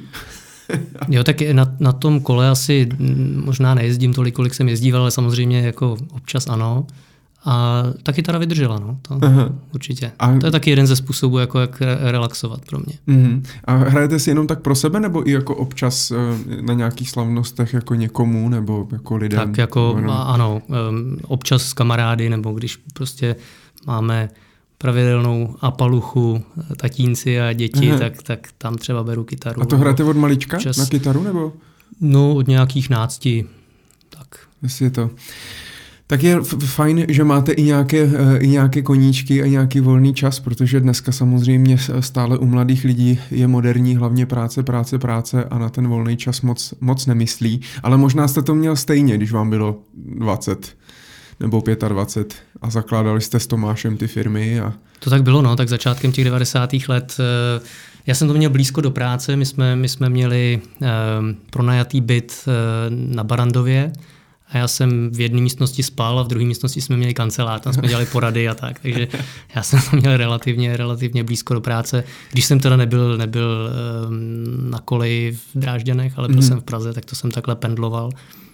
Jo, tak na, na tom kole asi možná nejezdím tolik, kolik jsem jezdíval, ale samozřejmě jako občas ano. A ta kytara vydržela, no, to Aha. určitě. A to je taky jeden ze způsobů, jako jak relaxovat pro mě. Uh-huh. A hrajete si jenom tak pro sebe, nebo i jako občas na nějakých slavnostech jako někomu, nebo jako lidem? Tak jako no? ano, občas s kamarády, nebo když prostě máme pravidelnou apaluchu, tatínci a děti, tak, tak tam třeba beru kytaru. A to hrajete od malička občas na kytaru, nebo? No, od nějakých nácti, tak. Jestli je to... Tak je fajn, že máte i nějaké, i nějaké koníčky a nějaký volný čas, protože dneska samozřejmě stále u mladých lidí je moderní hlavně práce, práce, práce a na ten volný čas moc, moc nemyslí. Ale možná jste to měl stejně, když vám bylo dvacet nebo dvacet pět a zakládali jste s Tomášem ty firmy. A... To tak bylo, no, tak začátkem těch devadesátých let. Já jsem to měl blízko do práce, my jsme, my jsme měli um, pronajatý byt uh, na Barandově. A já jsem v jedné místnosti spal a v druhé místnosti jsme měli kancelář, tam jsme dělali porady a tak, takže já jsem to měl relativně, relativně blízko do práce. Když jsem teda nebyl, nebyl um, na koleji v Drážďanech, ale byl mm. jsem v Praze, tak to jsem takhle pendloval.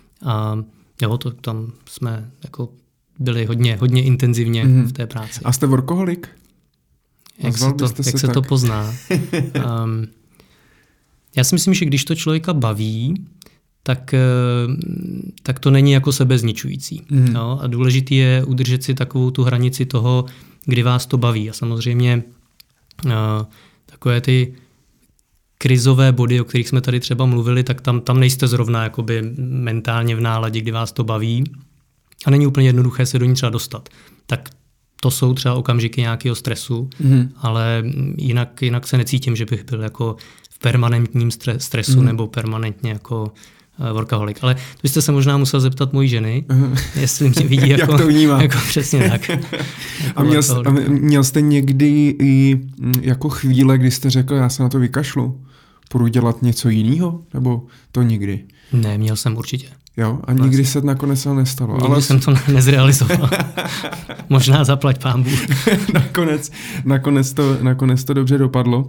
A jo, to, tam jsme jako byli hodně, hodně intenzivně mm. v té práci. A jste workoholik? Jak se to, jak se, se to pozná? Um, já si myslím, že když to člověka baví, tak, tak to není jako sebezničující. Mm. Jo? A důležitý je udržet si takovou tu hranici toho, kdy vás to baví. A samozřejmě uh, takové ty krizové body, o kterých jsme tady třeba mluvili, tak tam, tam nejste zrovna jakoby mentálně v náladě, kdy vás to baví. A není úplně jednoduché se do ní třeba dostat. Tak to jsou třeba okamžiky nějakého stresu, mm. ale jinak, jinak se necítím, že bych byl jako v permanentním stresu mm. nebo permanentně jako workoholik. Ale to byste se možná musel zeptat mojí ženy, uh-huh. jestli mě vidí jako, Jak to vnímá. Jako přesně tak. A měl, a měl jste někdy i jako chvíle, kdy jste řekl, já se na to vykašlu, půjdu dělat něco jiného? Nebo to nikdy? Ne, měl jsem určitě. Jo? A nikdy se nakonec to nestalo. Nikdy ale jsem to nezrealizoval. Možná zaplať pán Bůh. nakonec, nakonec, to, nakonec to dobře dopadlo. Uh,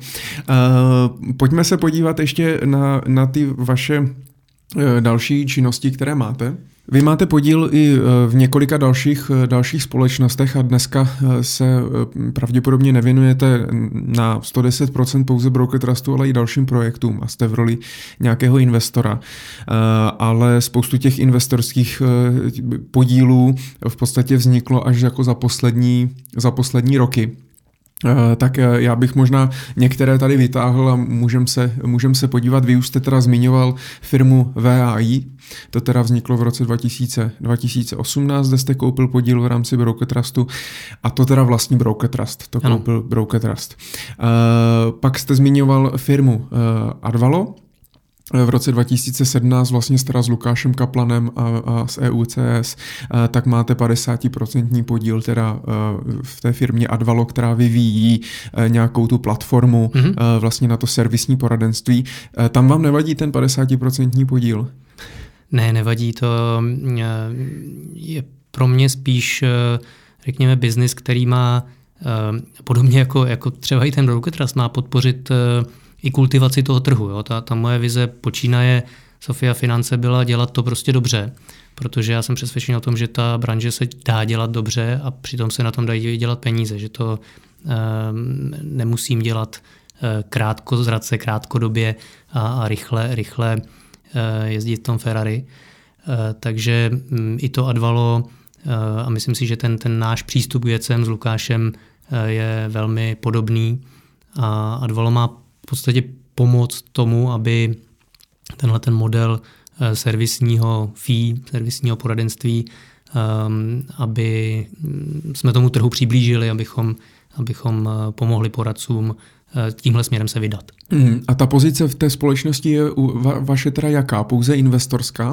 pojďme se podívat ještě na, na ty vaše další činnosti, které máte. Vy máte podíl i v několika dalších, dalších společnostech a dneska se pravděpodobně nevěnujete na sto deset procent pouze Broker Trustu, ale i dalším projektům a jste v roli nějakého investora. Ale spoustu těch investorských podílů v podstatě vzniklo až jako za poslední, za poslední roky. Uh, tak uh, já bych možná některé tady vytáhl a můžeme se, můžem se podívat. Vy už jste teda zmiňoval firmu V A I, to teda vzniklo v roce dva tisíce osmnáct, kde jste koupil podíl v rámci Broker Trustu a to teda vlastní Broker Trust, to ano. koupil Broker Trust. Uh, pak jste zmiňoval firmu uh, Advalo. V roce dva tisíce sedmnáct vlastně teda s Lukášem Kaplanem a, a s E U C S, a, tak máte padesát procent podíl teda a, v té firmě Advalo, která vyvíjí a, nějakou tu platformu mm-hmm. a, vlastně na to servisní poradenství. A, tam vám nevadí ten padesát procent podíl? Ne, nevadí to. Je pro mě spíš, řekněme, biznis, který má podobně jako, jako třeba i ten Broker Trust má podpořit i kultivaci toho trhu. Jo. Ta, ta moje vize počínaje Sofia Finance byla dělat to prostě dobře, protože já jsem přesvědčen o tom, že ta branže se dá dělat dobře a přitom se na tom dají dělat peníze, že to um, nemusím dělat uh, krátkozrace, krátkodobě a, a rychle, rychle uh, jezdit v tom Ferrari. Uh, takže um, i to Advalo uh, a myslím si, že ten, ten náš přístup k věcem s Lukášem uh, je velmi podobný a Advalo má v podstatě pomoct tomu, aby tenhle ten model servisního fee, servisního poradenství, um, aby jsme tomu trhu přiblížili, abychom, abychom pomohli poradcům tímhle směrem se vydat. Mm, a ta pozice v té společnosti je va, vaše teda jaká? Pouze investorská?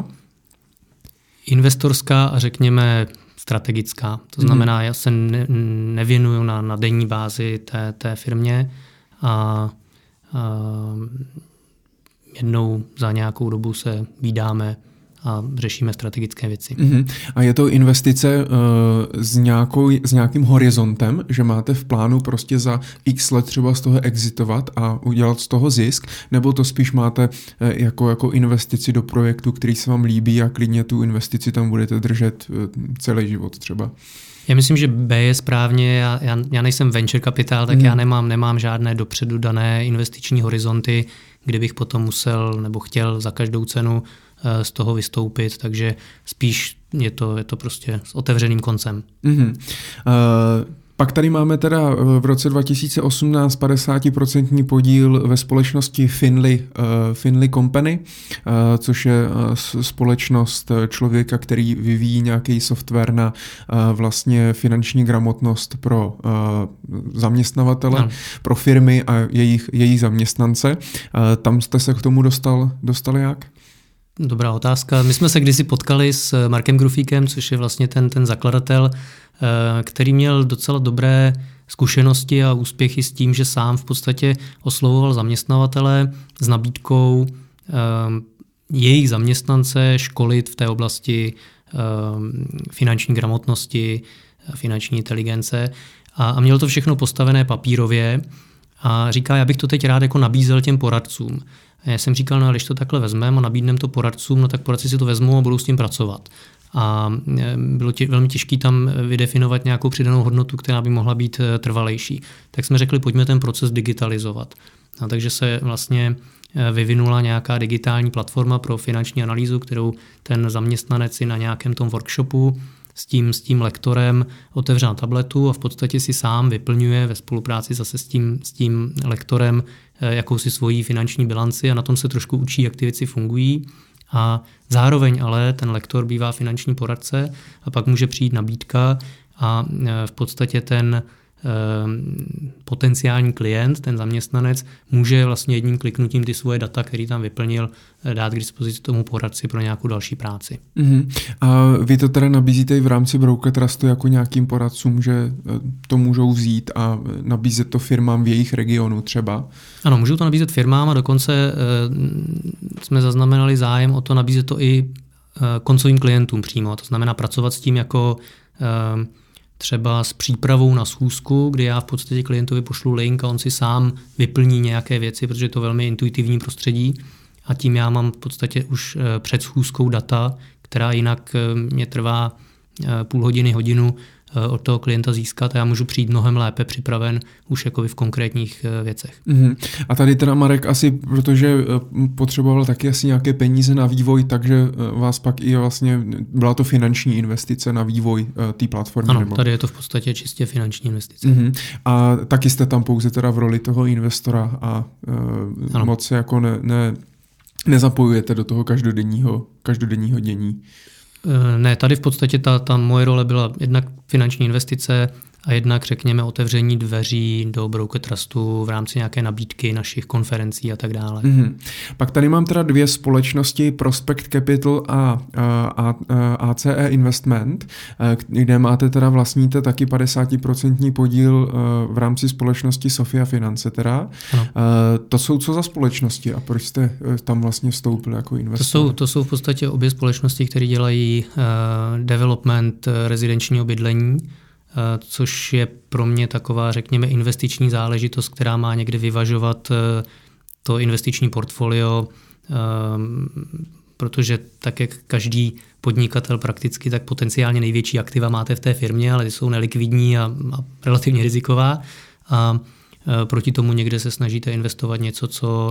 Investorská a řekněme strategická. To znamená, mm. já se ne, nevěnuju na, na denní bázi té, té firmě a jednou za nějakou dobu se vídáme a řešíme strategické věci. Uh-huh. A je to investice uh, s, nějakou, s nějakým horizontem, že máte v plánu prostě za x let třeba z toho exitovat a udělat z toho zisk, nebo to spíš máte uh, jako, jako investici do projektu, který se vám líbí a klidně tu investici tam budete držet uh, celý život třeba? Já myslím, že B je správně, já, já, já nejsem venture kapitál, tak mm. já nemám, nemám žádné dopředu dané investiční horizonty, kde bych potom musel nebo chtěl za každou cenu uh, z toho vystoupit, takže spíš je to, je to prostě s otevřeným koncem. Mm-hmm. Uh... Pak tady máme teda v roce dva tisíce osmnáct padesát procent podíl ve společnosti Finley, uh, Finley Company, uh, což je uh, společnost člověka, který vyvíjí nějaký software na uh, vlastně finanční gramotnost pro uh, zaměstnavatele, no. pro firmy a jejich, jejich zaměstnance. Uh, tam jste se k tomu dostal, dostali jak? Dobrá otázka. My jsme se kdysi potkali s Markem Grufíkem, což je vlastně ten, ten zakladatel, který měl docela dobré zkušenosti a úspěchy s tím, že sám v podstatě oslovoval zaměstnavatele s nabídkou jejich zaměstnance školit v té oblasti finanční gramotnosti, finanční inteligence a měl to všechno postavené papírově a říká, já bych to teď rád jako nabízel těm poradcům. A já jsem říkal, no, když to takhle vezmeme a nabídneme to poradcům, no tak poradci si to vezmou a budou s tím pracovat. A bylo tě, velmi těžké tam vydefinovat nějakou přidanou hodnotu, která by mohla být trvalejší. Tak jsme řekli, pojďme ten proces digitalizovat. A takže se vlastně vyvinula nějaká digitální platforma pro finanční analýzu, kterou ten zaměstnanec si na nějakém tom workshopu s tím, s tím lektorem otevře na tabletu a v podstatě si sám vyplňuje ve spolupráci zase s tím, s tím lektorem jakousi svoji finanční bilanci a na tom se trošku učí, jak ty věci fungují. A zároveň ale ten lektor bývá finanční poradce a pak může přijít nabídka a v podstatě ten potenciální klient, ten zaměstnanec, může vlastně jedním kliknutím ty svoje data, který tam vyplnil, dát k dispozici tomu poradci pro nějakou další práci. Uh-huh. A vy to teda nabízíte i v rámci Broker Trustu jako nějakým poradcům, že to můžou vzít a nabízet to firmám v jejich regionu třeba? Ano, můžou to nabízet firmám a dokonce jsme zaznamenali zájem o to nabízet to i koncovým klientům přímo. To znamená pracovat s tím jako třeba s přípravou na schůzku, kdy já v podstatě klientovi pošlu link a on si sám vyplní nějaké věci, protože je to velmi intuitivní prostředí a tím já mám v podstatě už před schůzkou data, která jinak mě trvá půl hodiny, hodinu od toho klienta získat a já můžu přijít mnohem lépe připraven už jakoby v konkrétních věcech. Mm-hmm. A tady teda Marek asi, protože potřeboval taky asi nějaké peníze na vývoj, takže vás pak i vlastně byla to finanční investice na vývoj té platformy. Ano, nebo? Tady je to v podstatě čistě finanční investice. Mm-hmm. A taky jste tam pouze teda v roli toho investora a uh, moc se jako ne, ne, nezapojujete do toho každodenního, každodenního dění. Ne, tady v podstatě ta, ta moje role byla jednak finanční investice a jednak, řekněme, otevření dveří do Broker Trustu v rámci nějaké nabídky našich konferencí a tak dále. Mm-hmm. Pak tady mám teda dvě společnosti, Prospect Capital a, a, a A C E Investment, kde máte teda vlastníte taky padesát procent podíl v rámci společnosti Sofia Finance teda. Ano. To jsou co za společnosti a proč jste tam vlastně vstoupili jako investor? To jsou, to jsou v podstatě obě společnosti, které dělají uh, development rezidenčního bydlení, což je pro mě taková, řekněme, investiční záležitost, která má někde vyvažovat to investiční portfolio, protože tak, jak každý podnikatel prakticky, tak potenciálně největší aktiva máte v té firmě, ale ty jsou nelikvidní a, a relativně riziková. A proti tomu někde se snažíte investovat něco, co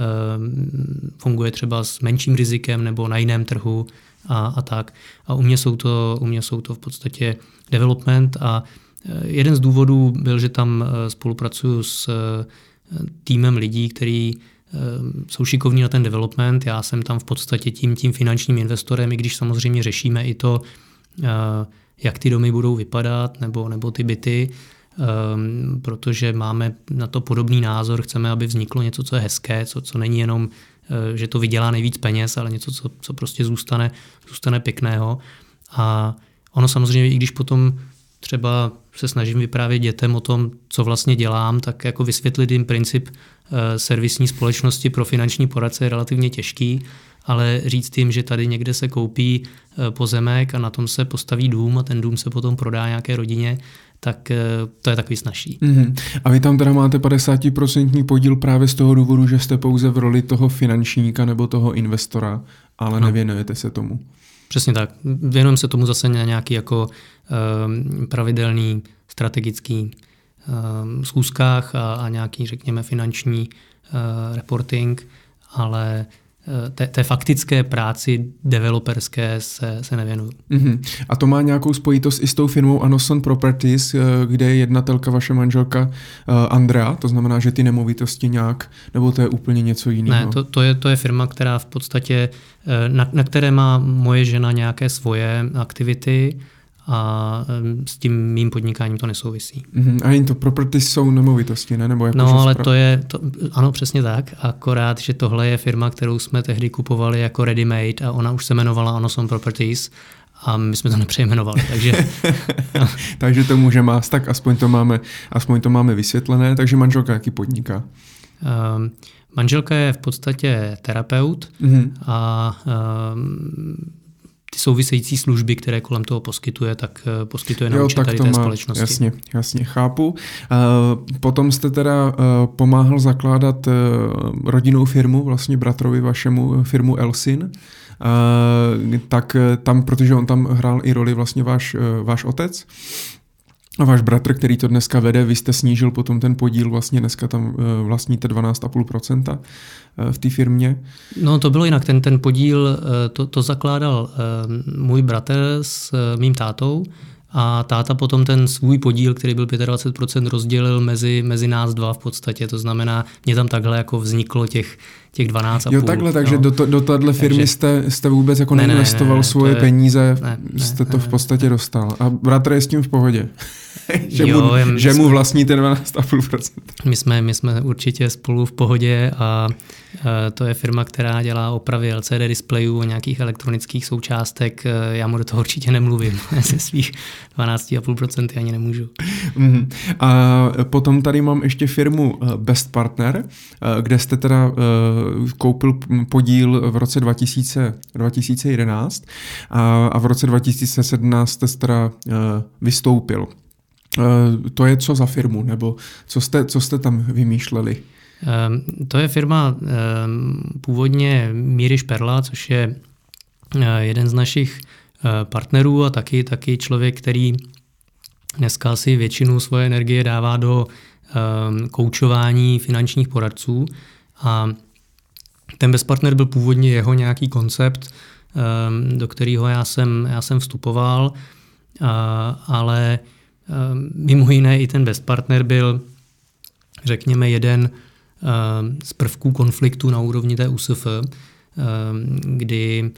funguje třeba s menším rizikem nebo na jiném trhu a, a tak. A u mě jsou to, u mě jsou to v podstatě development a jeden z důvodů byl, že tam spolupracuju s týmem lidí, kteří jsou šikovní na ten development. Já jsem tam v podstatě tím, tím finančním investorem, i když samozřejmě řešíme i to, jak ty domy budou vypadat nebo, nebo ty byty, protože máme na to podobný názor, chceme, aby vzniklo něco, co je hezké, co, co není jenom, že to vydělá nejvíc peněz, ale něco, co, co prostě zůstane, zůstane pěkného. A ono samozřejmě, i když potom třeba se snažím vyprávět dětem o tom, co vlastně dělám, tak jako vysvětlit jim princip servisní společnosti pro finanční poradce je relativně těžký, ale říct jim, že tady někde se koupí pozemek a na tom se postaví dům a ten dům se potom prodá nějaké rodině, tak to je takový snazší. Mm-hmm. A vy tam teda máte padesát procent podíl právě z toho důvodu, že jste pouze v roli toho finančníka nebo toho investora, ale no. nevěnujete se tomu. Přesně tak. Věnujeme se tomu zase na nějaký jako um, pravidelný strategický um, schůzkách a, a nějaký, řekněme, finanční uh, reporting, ale Té, té faktické práci developerské se, se nevěnuju. Mm-hmm. A to má nějakou spojitost i s tou firmou Anoson Properties, kde je jednatelka vaše manželka uh, Andrea, to znamená, že ty nemovitosti nějak, nebo to je úplně něco jiného? Ne, to, to, je, to je firma, která v podstatě, na, na které má moje žena nějaké svoje aktivity a s tím mým podnikáním to nesouvisí. Mm-hmm. A jen to properties jsou nemovitosti, ne? Nebo jako no, ale sprav... to je, to, ano, přesně tak, akorát, že tohle je firma, kterou jsme tehdy kupovali jako ready made a ona už se jmenovala Anoson Properties a my jsme to nepřejmenovali, takže... no. Takže to může mást, tak aspoň to máme, aspoň to máme vysvětlené, takže manželka jaký podniká? Um, manželka je v podstatě terapeut mm-hmm. a um, ty související služby, které kolem toho poskytuje, tak poskytuje na účet tady té má, společnosti. Jasně, jasně, chápu. Potom jste teda pomáhal zakládat rodinnou firmu, vlastně bratrovi vašemu, firmu Elsin. Tak tam, protože on tam hrál i roli vlastně váš, váš otec, a váš bratr, který to dneska vede, vy jste snížil potom ten podíl, vlastně dneska tam vlastníte dvanáct celá pět procenta v té firmě. No to bylo jinak, ten, ten podíl, to, to zakládal můj bratr s mým tátou a táta potom ten svůj podíl, který byl dvacet pět procent, rozdělil mezi, mezi nás dva v podstatě, to znamená, mě tam takhle jako vzniklo těch, těch dvanáct celá pět. Jo takhle, takže no. do, to, do téhle firmy takže... jste, jste vůbec jako ne, neinvestoval ne, ne, svoje je... peníze, ne, ne, jste to v podstatě ne, dostal. A bratr je s tím v pohodě? že jo, mu, jen, že mu jsme... vlastníte dvanáct celá pět procenta. My jsme, my jsme určitě spolu v pohodě a to je firma, která dělá opravy L C D displejů a nějakých elektronických součástek. Já mu do toho určitě nemluvím. Se svých dvanáct celá pět procenta ani nemůžu. Mm-hmm. A potom tady mám ještě firmu Best Partner, kde jste teda koupil podíl v roce dva tisíce, dva tisíce jedenáct a, a v roce dva tisíce sedmnáct jste teda vystoupil. To je co za firmu, nebo co jste, co jste tam vymýšleli? To je firma původně Míry Šperla, což je jeden z našich partnerů a taky, taky člověk, který dneska si většinu svoje energie dává do koučování finančních poradců. A ten Best Partner byl původně jeho nějaký koncept, do kterého já jsem, já jsem vstupoval, ale mimo jiné i ten Best Partner byl, řekněme, jeden z prvků konfliktu na úrovni té U S F, kdy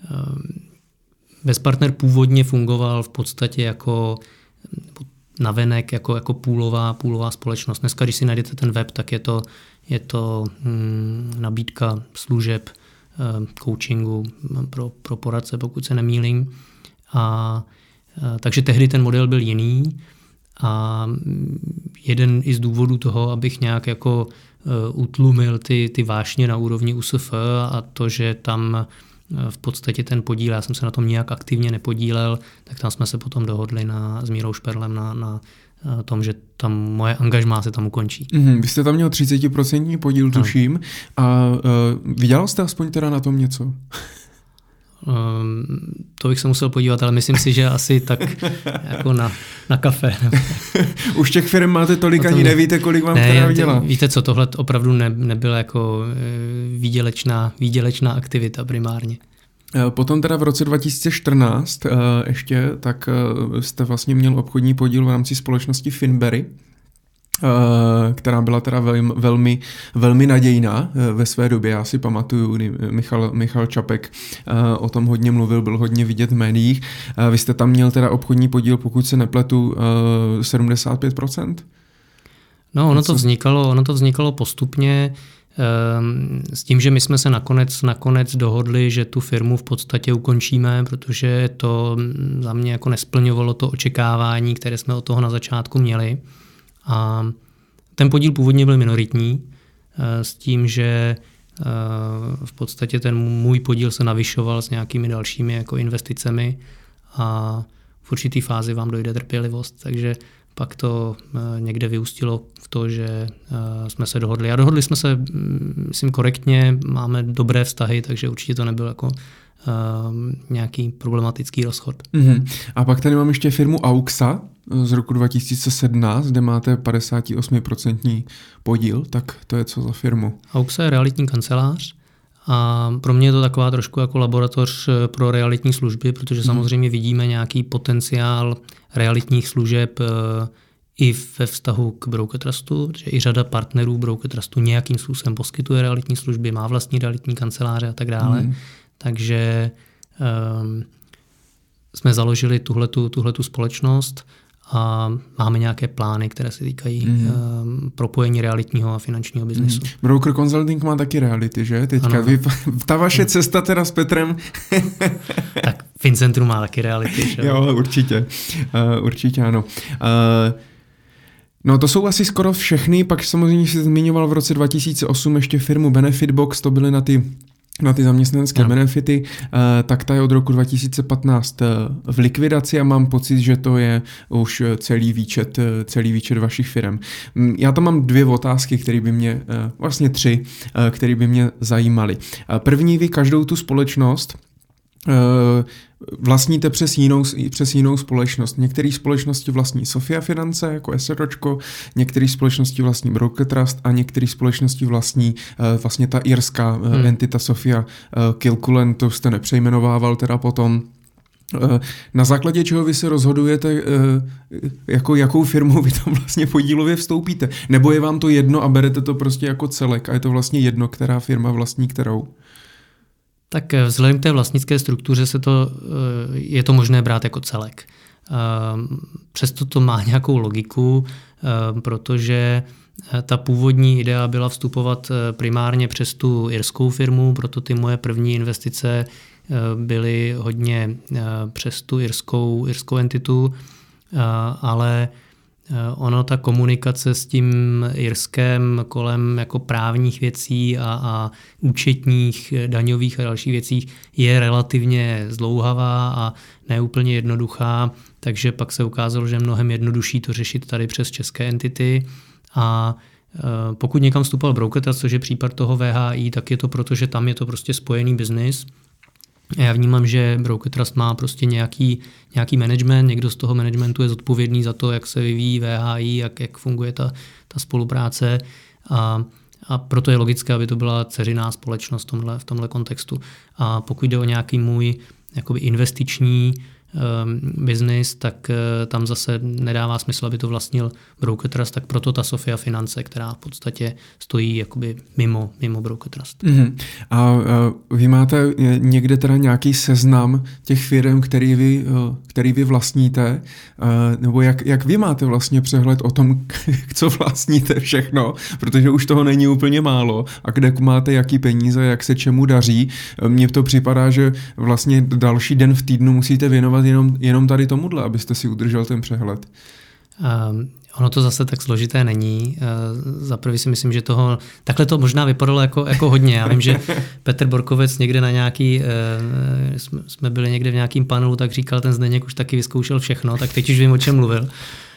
Best Partner původně fungoval v podstatě jako navenek, jako, jako půlová, půlová společnost. Dneska, když si najdete ten web, tak je to, je to hm, nabídka služeb, coachingu pro, pro poradce, pokud se nemýlím. A takže tehdy ten model byl jiný a jeden i z důvodů toho, abych nějak jako utlumil ty, ty vášně na úrovni U S F a to, že tam v podstatě ten podíl, já jsem se na tom nijak aktivně nepodílel, tak tam jsme se potom dohodli na, s Mírou Šperlem na, na tom, že tam moje angažmá se tam ukončí. Mm, vy jste tam měl třicet procent podíl, tuším, no. A uh, vydělal jste aspoň teda na tom něco? Um, to bych se musel podívat, ale myslím si, že asi tak jako na, na kafe. Už těch firm máte tolik, ani nevíte, kolik vám ne, která vydělá. Víte co, tohle opravdu ne, nebyla jako výdělečná, výdělečná aktivita primárně. Potom teda v roce dva tisíce čtrnáct ještě, tak jste vlastně měl obchodní podíl v rámci společnosti Finberry, která byla teda velmi, velmi, velmi nadějná ve své době. Já si pamatuju, Michal, Michal Čapek o tom hodně mluvil, byl hodně vidět v médiích. Vy jste tam měl teda obchodní podíl, pokud se nepletu, sedmdesát pět procent? No, ono to vznikalo, ono to vznikalo postupně. s tím, že my jsme se nakonec, nakonec dohodli, že tu firmu v podstatě ukončíme, protože to za mě jako nesplňovalo to očekávání, které jsme od toho na začátku měli. A ten podíl původně byl minoritní, s tím, že v podstatě ten můj podíl se navyšoval s nějakými dalšími jako investicemi a v určitý fázi vám dojde trpělivost, takže pak to někde vyústilo v to, že jsme se dohodli. A dohodli jsme se, myslím, korektně, máme dobré vztahy, takže určitě to nebyl jako nějaký problematický rozchod. Mm-hmm. A pak tady mám ještě firmu Auxa z roku dva tisíce sedmnáct, kde máte padesát osm procent podíl, tak to je co za firmu? Auxa je realitní kancelář a pro mě je to taková trošku jako laboratoř pro realitní služby, protože mm. samozřejmě vidíme nějaký potenciál realitních služeb i ve vztahu k Broker Trustu, protože i řada partnerů Broker Trustu nějakým způsobem poskytuje realitní služby, má vlastní realitní kanceláře a tak dále. Mm. Takže um, jsme založili tuhletu, tuhletu společnost a máme nějaké plány, které se týkají mm. um, propojení realitního a finančního biznesu. Mm. Broker Consulting má taky reality, že? Teďka vy, ta vaše cesta teda s Petrem... Tak Fincentrum má taky reality, že? Jo, určitě. Uh, určitě ano. Uh, No to jsou asi skoro všechny, pak samozřejmě si zmiňoval v roce dva tisíce osm ještě firmu Benefitbox, to byly na ty na ty zaměstnanecké no. benefity, uh, tak ta je od roku dva tisíce patnáct uh, v likvidaci a mám pocit, že to je už celý výčet, uh, celý výčet vašich firm. Um, já tam mám dvě otázky, které by mě, uh, vlastně tři, uh, které by mě zajímaly. Uh, první, vy každou tu společnost uh, vlastníte přes jinou, přes jinou společnost. Některé společnosti vlastní Sofia Finance jako SROčko, některé společnosti vlastní Broker Trust a některé společnosti vlastní uh, vlastně ta irská uh, hmm. entita Sofia uh, Kilcullen, to jste nepřejmenovával teda potom. Uh, na základě čeho vy se rozhodujete, uh, jako jakou firmou vy tam vlastně podílově vstoupíte? Nebo je vám to jedno a berete to prostě jako celek a je to vlastně jedno, která firma vlastní kterou? Tak vzhledem k té vlastnické struktuře se to, je to možné brát jako celek. Přesto to má nějakou logiku, protože ta původní idea byla vstupovat primárně přes tu irskou firmu, proto ty moje první investice byly hodně přes tu irskou, irskou entitu, ale ono, ta komunikace s tím Irskem kolem jako právních věcí a, a účetních, daňových a dalších věcí je relativně zdlouhavá a neúplně jednoduchá, takže pak se ukázalo, že je mnohem jednodušší to řešit tady přes české entity a pokud někam vstupoval Broker Trust, což je případ toho V H I, tak je to proto, že tam je to prostě spojený biznis. Já vnímám, že Broker Trust má prostě nějaký, nějaký management, někdo z toho managementu je zodpovědný za to, jak se vyvíjí V H I, jak, jak funguje ta, ta spolupráce a, a proto je logické, aby to byla dceřiná společnost v tomhle, v tomhle kontextu. A pokud jde o nějaký můj jakoby investiční um, biznis, tak uh, tam zase nedává smysl, aby to vlastnil Broker Trust, tak proto ta Sofia Finance, která v podstatě stojí jakoby mimo, mimo Broker Trust. Mm-hmm. A uh, vy máte někde teda nějaký seznam těch firm, který vy, uh, který vy vlastníte, uh, nebo jak, jak vy máte vlastně přehled o tom, co vlastníte všechno, protože už toho není úplně málo a kde máte jaký peníze, jak se čemu daří. Mně to připadá, že vlastně další den v týdnu musíte věnovat jenom, jenom tady tomuhle, abyste si udržel ten přehled. Um, ono to zase tak složité není. Uh, za prvý si myslím, že toho... Takhle to možná vypadalo jako, jako hodně. Já vím, že Petr Borkovec někde na nějaký... Uh, jsme, jsme byli někde v nějakým panelu, tak říkal, ten Zdeněk už taky vyzkoušel všechno, tak teď už vím, o čem mluvil.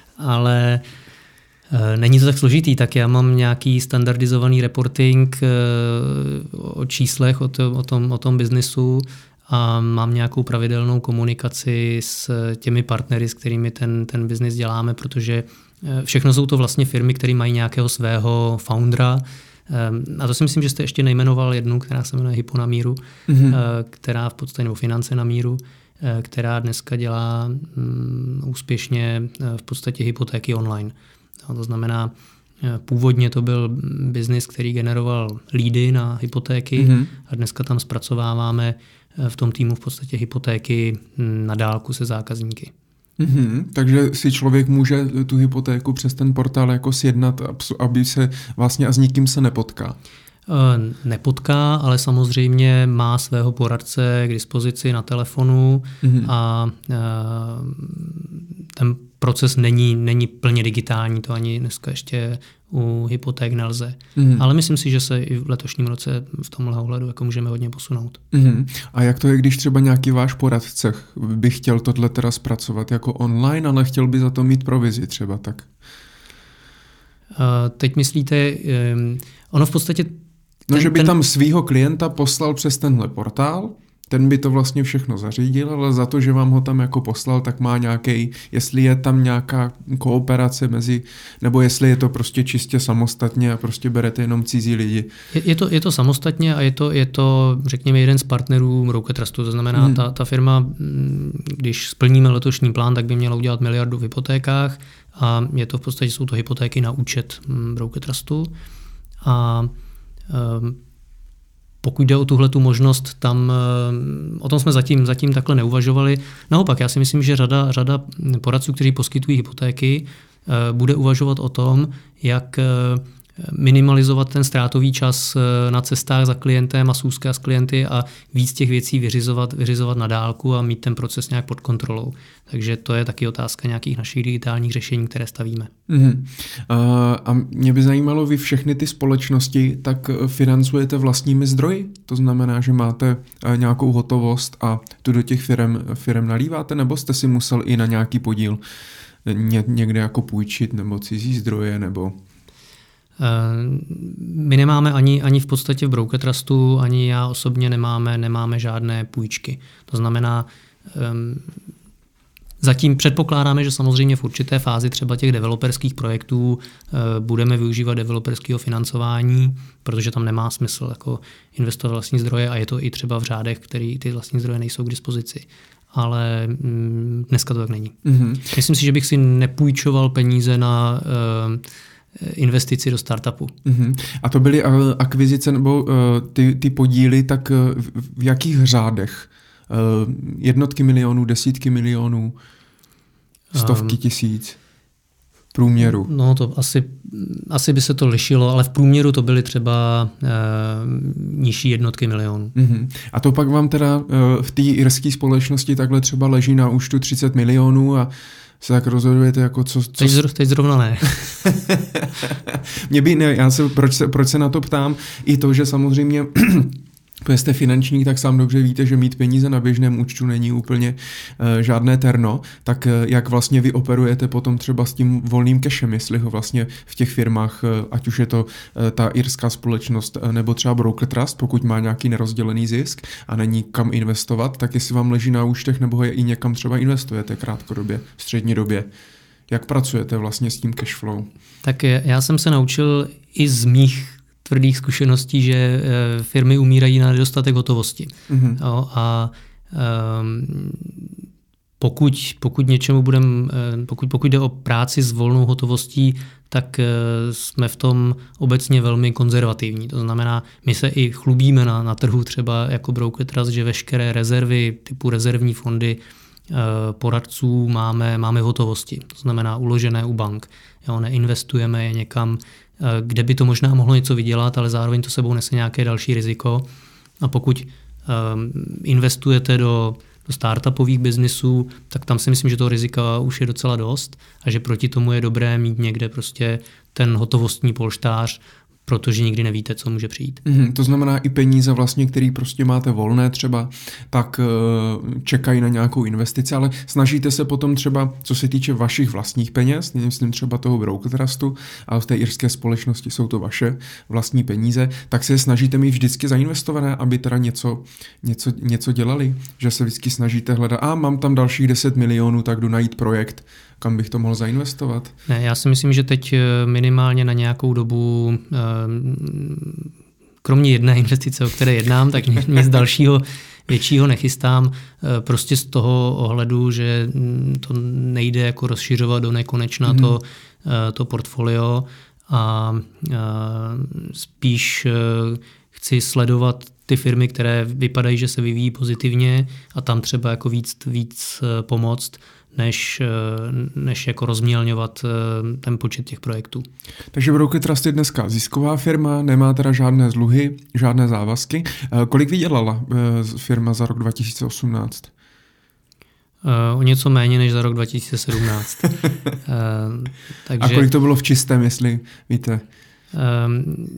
Ale uh, není to tak složitý, tak já mám nějaký standardizovaný reporting uh, o číslech, o, to, o tom, o tom biznisu, a mám nějakou pravidelnou komunikaci s těmi partnery, s kterými ten, ten biznis děláme, protože všechno jsou to vlastně firmy, které mají nějakého svého foundera. A to si myslím, že jste ještě nejmenoval jednu, která se jmenuje Hypo na míru, mm-hmm. která v podstatě, nebo Finance na míru, která dneska dělá um, úspěšně v podstatě hypotéky online. No, to znamená, původně to byl biznis, který generoval lídy na hypotéky mm-hmm. a dneska tam zpracováváme v tom týmu v podstatě hypotéky na dálku se zákazníky. Mm-hmm, takže si člověk může tu hypotéku přes ten portál jako sjednat, aby se vlastně a s nikým se nepotká. Nepotká, ale samozřejmě má svého poradce k dispozici na telefonu mm-hmm. a ten proces není, není plně digitální, to ani dneska ještě u hypoték nelze. Mm-hmm. Ale myslím si, že se i v letošním roce v tomhle ohledu jako můžeme hodně posunout. Mm-hmm. A jak to je, když třeba nějaký váš poradce by chtěl tohle teda zpracovat jako online, ale chtěl by za to mít provizi třeba tak? Teď myslíte, ono v podstatě... No, ten, že by ten... tam svýho klienta poslal přes tenhle portál, ten by to vlastně všechno zařídil, ale za to, že vám ho tam jako poslal, tak má nějaký, jestli je tam nějaká kooperace mezi, nebo jestli je to prostě čistě samostatně a prostě berete jenom cizí lidi. Je, je, to, je to samostatně a je to, je to, řekněme, jeden z partnerů Broker Trustu. To znamená, hmm. ta, ta firma, když splníme letošní plán, tak by měla udělat miliardu v hypotékách a je to v podstatě, jsou to hypotéky na účet Broker Trustu. A um, pokud jde o tuhletu možnost, tam o tom jsme zatím, zatím takhle neuvažovali. Naopak, já si myslím, že řada, řada poradců, kteří poskytují hypotéky, bude uvažovat o tom, jak minimalizovat ten ztrátový čas na cestách za klientem a schůzkách s klienty a víc těch věcí vyřizovat, vyřizovat na dálku a mít ten proces nějak pod kontrolou. Takže to je taky otázka nějakých našich digitálních řešení, které stavíme. Mm-hmm. Uh, a mě by zajímalo, vy všechny ty společnosti tak financujete vlastními zdroji? To znamená, že máte uh, nějakou hotovost a tu do těch firem, firem nalíváte, nebo jste si musel i na nějaký podíl ně, někde jako půjčit, nebo cizí zdroje, nebo... My nemáme ani, ani v podstatě v Broker Trustu, ani já osobně nemáme, nemáme žádné půjčky. To znamená, um, zatím předpokládáme, že samozřejmě v určité fázi třeba těch developerských projektů uh, budeme využívat developerského financování, protože tam nemá smysl jako investovat vlastní zdroje a je to i třeba v řádech, který ty vlastní zdroje nejsou k dispozici. Ale um, dneska to tak není. Mm-hmm. Myslím si, že bych si nepůjčoval peníze na... Uh, investici do startupu. Uh-huh. A to byly uh, akvizice nebo uh, ty, ty podíly, tak uh, v, v jakých řádech? Uh, jednotky milionů, desítky milionů, stovky um, tisíc? Průměru? No to asi, asi by se to lišilo, ale v průměru to byly třeba uh, nižší jednotky milionů. Uh-huh. A to pak vám teda uh, v té irské společnosti takhle třeba leží na účtu třicet milionů a se tak rozhodujete jako co... co... Teď, zro, teď zrovna ne. Mě by, ne, já se, proč se, proč se na to ptám, i to, že samozřejmě pokud jste finančník, tak sám dobře víte, že mít peníze na běžném účtu není úplně uh, žádné terno, tak uh, jak vlastně vy operujete potom třeba s tím volným cashem, jestli ho vlastně v těch firmách, uh, ať už je to uh, ta irská společnost uh, nebo třeba Broker Trust, pokud má nějaký nerozdělený zisk a není kam investovat, tak jestli vám leží na účtech nebo ho je i někam třeba investujete krátkodobě, střední době. Jak pracujete vlastně s tím cashflow? Tak já jsem se naučil i z mých tvrdých zkušeností, že firmy umírají na nedostatek hotovosti. Mm-hmm. Jo, a um, pokud, pokud něčemu budem, pokud, pokud jde o práci s volnou hotovostí, tak jsme v tom obecně velmi konzervativní. To znamená, my se i chlubíme na, na trhu třeba jako Broker Trust, že veškeré rezervy typu rezervní fondy poradců máme, máme v hotovosti. To znamená uložené u bank. Jo, neinvestujeme je někam, kde by to možná mohlo něco vydělat, ale zároveň to sebou nese nějaké další riziko. A pokud um, investujete do, do startupových biznisů, tak tam si myslím, že toho rizika už je docela dost a že proti tomu je dobré mít někde prostě ten hotovostní polštář, protože nikdy nevíte, co může přijít. Mm, to znamená i peníze vlastně, které prostě máte volné třeba, tak uh, čekají na nějakou investici, ale snažíte se potom třeba, co se týče vašich vlastních peněz, myslím třeba toho Broker Trustu, ale v té irské společnosti jsou to vaše vlastní peníze, tak se snažíte mít vždycky zainvestované, aby teda něco, něco, něco dělali, že se vždycky snažíte hledat, a mám tam dalších deset milionů, tak jdu najít projekt, kam bych to mohl zainvestovat? Ne, já si myslím, že teď minimálně na nějakou dobu, kromě jedné investice, o které jednám, tak nic dalšího většího nechystám, prostě z toho ohledu, že to nejde jako rozšiřovat do nekonečna mm. to, to portfolio a spíš chci sledovat ty firmy, které vypadají, že se vyvíjí pozitivně a tam třeba jako víc, víc pomoct, než, než jako rozmělňovat ten počet těch projektů. Takže Broker Trust je dneska zisková firma, nemá teda žádné dluhy, žádné závazky. Kolik vydělala firma za rok dva tisíce osmnáct? O něco méně než za rok dva tisíce sedmnáct. Takže, a kolik to bylo v čistém, jestli víte? Um,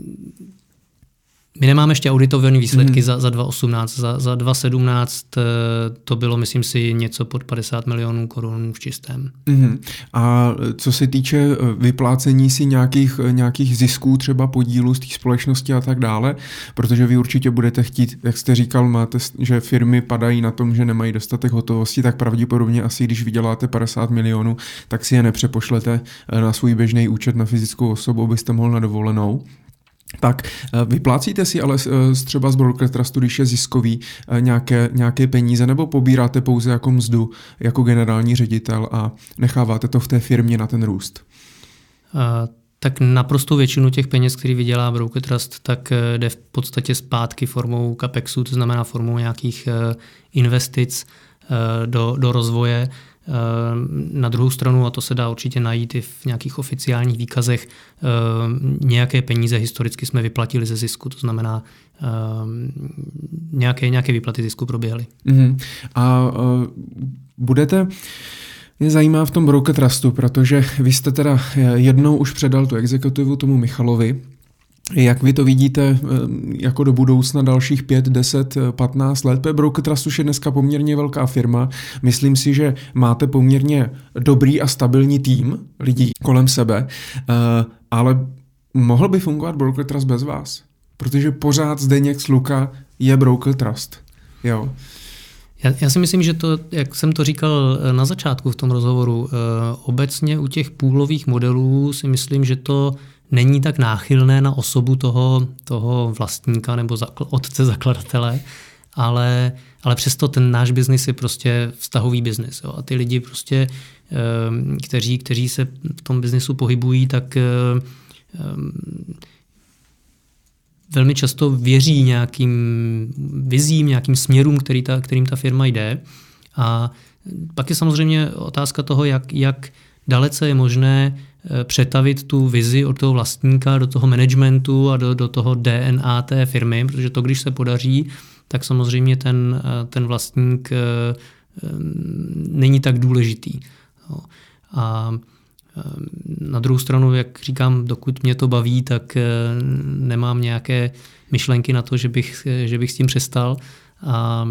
My nemáme ještě auditované výsledky mm. za, za dva tisíce osmnáct. Za, za dva tisíce sedmnáct to bylo, myslím si, něco pod padesát milionů korun v čistém. Mm. A co se týče vyplácení si nějakých, nějakých zisků, třeba podílů z té společnosti a tak dále, protože vy určitě budete chtít, jak jste říkal, máte, že firmy padají na tom, že nemají dostatek hotovosti, tak pravděpodobně asi, když vyděláte padesát milionů, tak si je nepřepošlete na svůj běžný účet na fyzickou osobu, abyste mohl na dovolenou. Tak vyplácíte si ale třeba z Broker Trustu, když je ziskový, nějaké, nějaké peníze, nebo pobíráte pouze jako mzdu, jako generální ředitel a necháváte to v té firmě na ten růst? A, tak naprostou většinu těch peněz, který vydělá Broker Trust, tak jde v podstatě zpátky formou CAPEXu, to znamená formou nějakých investic do, do rozvoje. Na druhou stranu, a to se dá určitě najít i v nějakých oficiálních výkazech, nějaké peníze historicky jsme vyplatili ze zisku, to znamená nějaké, nějaké výplaty zisku proběhly. Mm-hmm. A uh, budete... Mě zajímá v tom Broker Trustu, protože vy jste teda jednou už předal tu exekutivu tomu Michalovi. Jak vy to vidíte jako do budoucna dalších pět, deset, patnáct let? Broker Trust už je dneska poměrně velká firma. Myslím si, že máte poměrně dobrý a stabilní tým lidí kolem sebe, ale mohl by fungovat Broker Trust bez vás? Protože pořád Zdeněk Sluka je Broker Trust. Jo. Já, já si myslím, že to, jak jsem to říkal na začátku v tom rozhovoru, obecně u těch půlových modelů si myslím, že to není tak náchylné na osobu toho, toho vlastníka nebo zakl- otce zakladatele, ale, ale přesto ten náš biznis je prostě vztahový biznis. Jo. A ty lidi prostě, kteří, kteří se v tom biznisu pohybují, tak velmi často věří nějakým vizím, nějakým směrům, který ta, kterým ta firma jde. A pak je samozřejmě otázka toho, jak, jak dalece je možné přetavit tu vizi od toho vlastníka do toho managementu a do, do toho D N A té firmy, protože to, když se podaří, tak samozřejmě ten, ten vlastník není tak důležitý. A na druhou stranu, jak říkám, dokud mě to baví, tak nemám nějaké myšlenky na to, že bych, že bych s tím přestal. A, a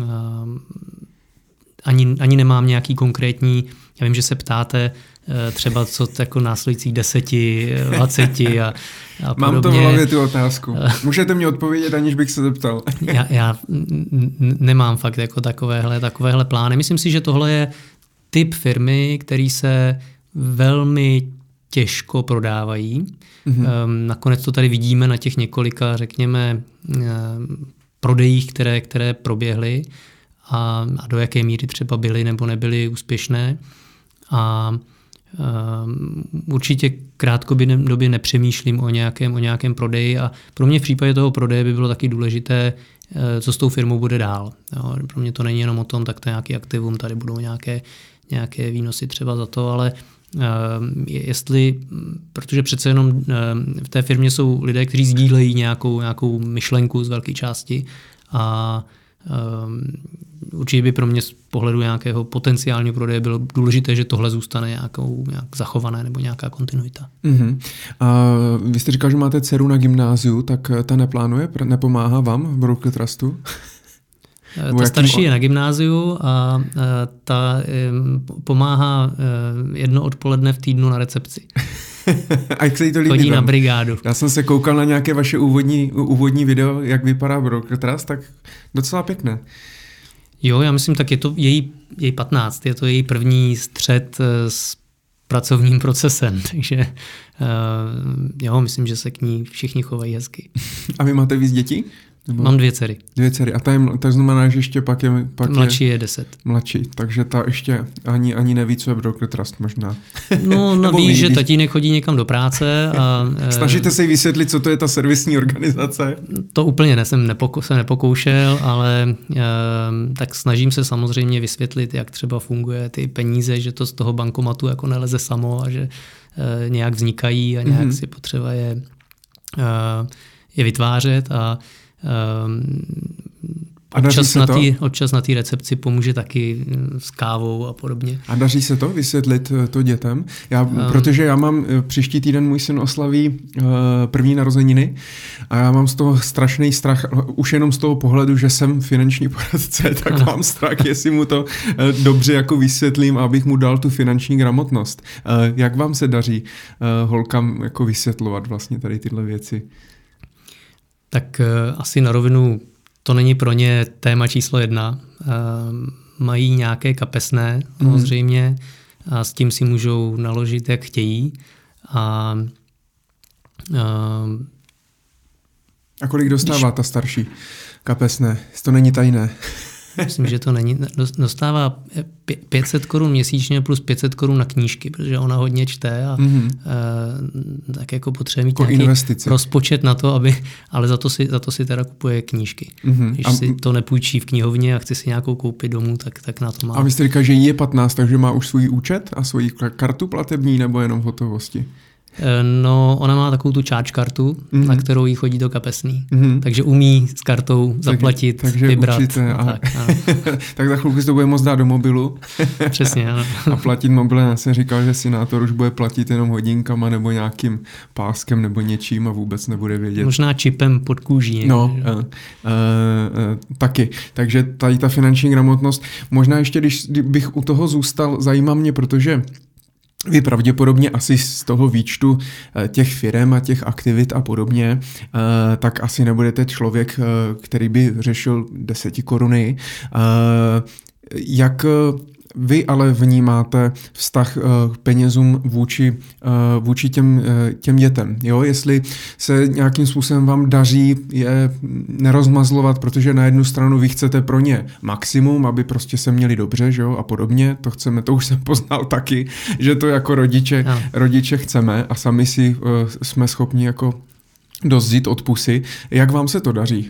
ani, ani nemám nějaký konkrétní, já vím, že se ptáte třeba co jako následujících deseti, dvaceti a, a podobně. Mám to v hlavě tu otázku. Můžete mi odpovědět, aniž bych se zeptal. já, já nemám fakt jako takovéhle, takovéhle plány. Myslím si, že tohle je typ firmy, který se velmi těžko prodávají. Mm-hmm. Nakonec to tady vidíme na těch několika, řekněme, prodejích, které, které proběhly a, a do jaké míry třeba byly nebo nebyly úspěšné. A Um, určitě krátkodobě nepřemýšlím o nějakém, o nějakém prodeji a pro mě v případě toho prodeje by bylo taky důležité, co s tou firmou bude dál. Jo, pro mě to není jenom o tom, tak to je nějaký aktivum, tady budou nějaké, nějaké výnosy třeba za to, ale um, jestli, protože přece jenom um, v té firmě jsou lidé, kteří sdílejí nějakou, nějakou myšlenku z velké části a Um, určitě by pro mě z pohledu nějakého potenciálního prodeje bylo důležité, že tohle zůstane nějakou, nějak zachované nebo nějaká kontinuita. Uh-huh. A vy jste říkal, že máte dceru na gymnáziu, tak ta neplánuje, nepomáhá vám v Broker Trustu? Ta starší je na gymnáziu a ta pomáhá jedno odpoledne v týdnu na recepci. A jak se jí to líbí? Chodí tam? Na brigádu. Já jsem se koukal na nějaké vaše úvodní, úvodní video, jak vypadá Broker Trust, tak docela pěkné. Jo, já myslím, tak je to její, její patnáct, je to její první střet s pracovním procesem, takže uh, jo, myslím, že se k ní všichni chovají hezky. A vy máte víc dětí? Nebo... Mám dvě dcery. Dvě dcery. A ta je, tak znamená, že ještě pak je... Pak mladší je, je deset. Mladší, takže ta ještě ani, ani neví, co je Broker Trust možná. No, no ví, že tatínek chodí někam do práce. A, Snažíte se jí vysvětlit, co to je ta servisní organizace? To úplně ne, jsem nepoko, se nepokoušel, ale e, tak snažím se samozřejmě vysvětlit, jak třeba funguje ty peníze, že to z toho bankomatu jako neleze samo a že e, nějak vznikají a nějak mm-hmm. si potřeba je, e, je vytvářet a A občas na, tý, občas na té recepci pomůže taky s kávou a podobně. A daří se to vysvětlit to dětem? Já, um, protože já mám příští týden, můj syn oslaví uh, první narozeniny a já mám z toho strašný strach, už jenom z toho pohledu, že jsem finanční poradce, tak ano. mám strach, jestli mu to uh, dobře jako vysvětlím, abych mu dal tu finanční gramotnost. Uh, jak vám se daří uh, holkám jako vysvětlovat vlastně tady tyhle věci? Tak uh, asi na rovinu to není pro ně téma číslo jedna. Uh, mají nějaké kapesné, mm. samozřejmě, a s tím si můžou naložit, jak chtějí. A, uh, a kolik dostává když... ta starší kapesné? To není tajné. Myslím, že to není. Dostává pět set korun měsíčně plus pět set korun na knížky, protože ona hodně čte a mm-hmm. e, tak jako potřebuje mít jako nějaký investici. Rozpočet na to, aby, ale za to si, za to si teda kupuje knížky. Mm-hmm. Když a si to nepůjčí v knihovně a chce si nějakou koupit domů, tak, tak na to má. A vy jste říkal, že jí je patnáct, takže má už svůj účet a svoji kartu platební nebo jenom v hotovosti? No, ona má takovou tu charge kartu, mm-hmm. na kterou jí chodí do kapesný. Mm-hmm. Takže umí s kartou zaplatit, tak, takže vybrat. Určitě, a... tak, tak za chvilku si to bude moc dát do mobilu. Přesně, ano. A platit mobilem, já jsem říkal, že senátor už bude platit jenom hodinkama nebo nějakým páskem nebo něčím a vůbec nebude vědět. Možná čipem pod kůží. No, uh, uh, uh, taky. Takže tady ta finanční gramotnost. Možná ještě, když bych u toho zůstal, zajímá mě, protože vy pravděpodobně asi z toho výčtu těch firem a těch aktivit a podobně, tak asi nebudete člověk, který by řešil deseti koruny. Jak vy ale vnímáte vztah k penězům vůči, vůči těm, těm dětem? Jo? Jestli se nějakým způsobem vám daří je nerozmazlovat, protože na jednu stranu vy chcete pro ně maximum, aby prostě se měli dobře, že jo? A podobně, to chceme, to už jsem poznal taky, že to jako rodiče, no. rodiče chceme a sami si uh, jsme schopni jako dost vzít od pusy. Jak vám se to daří?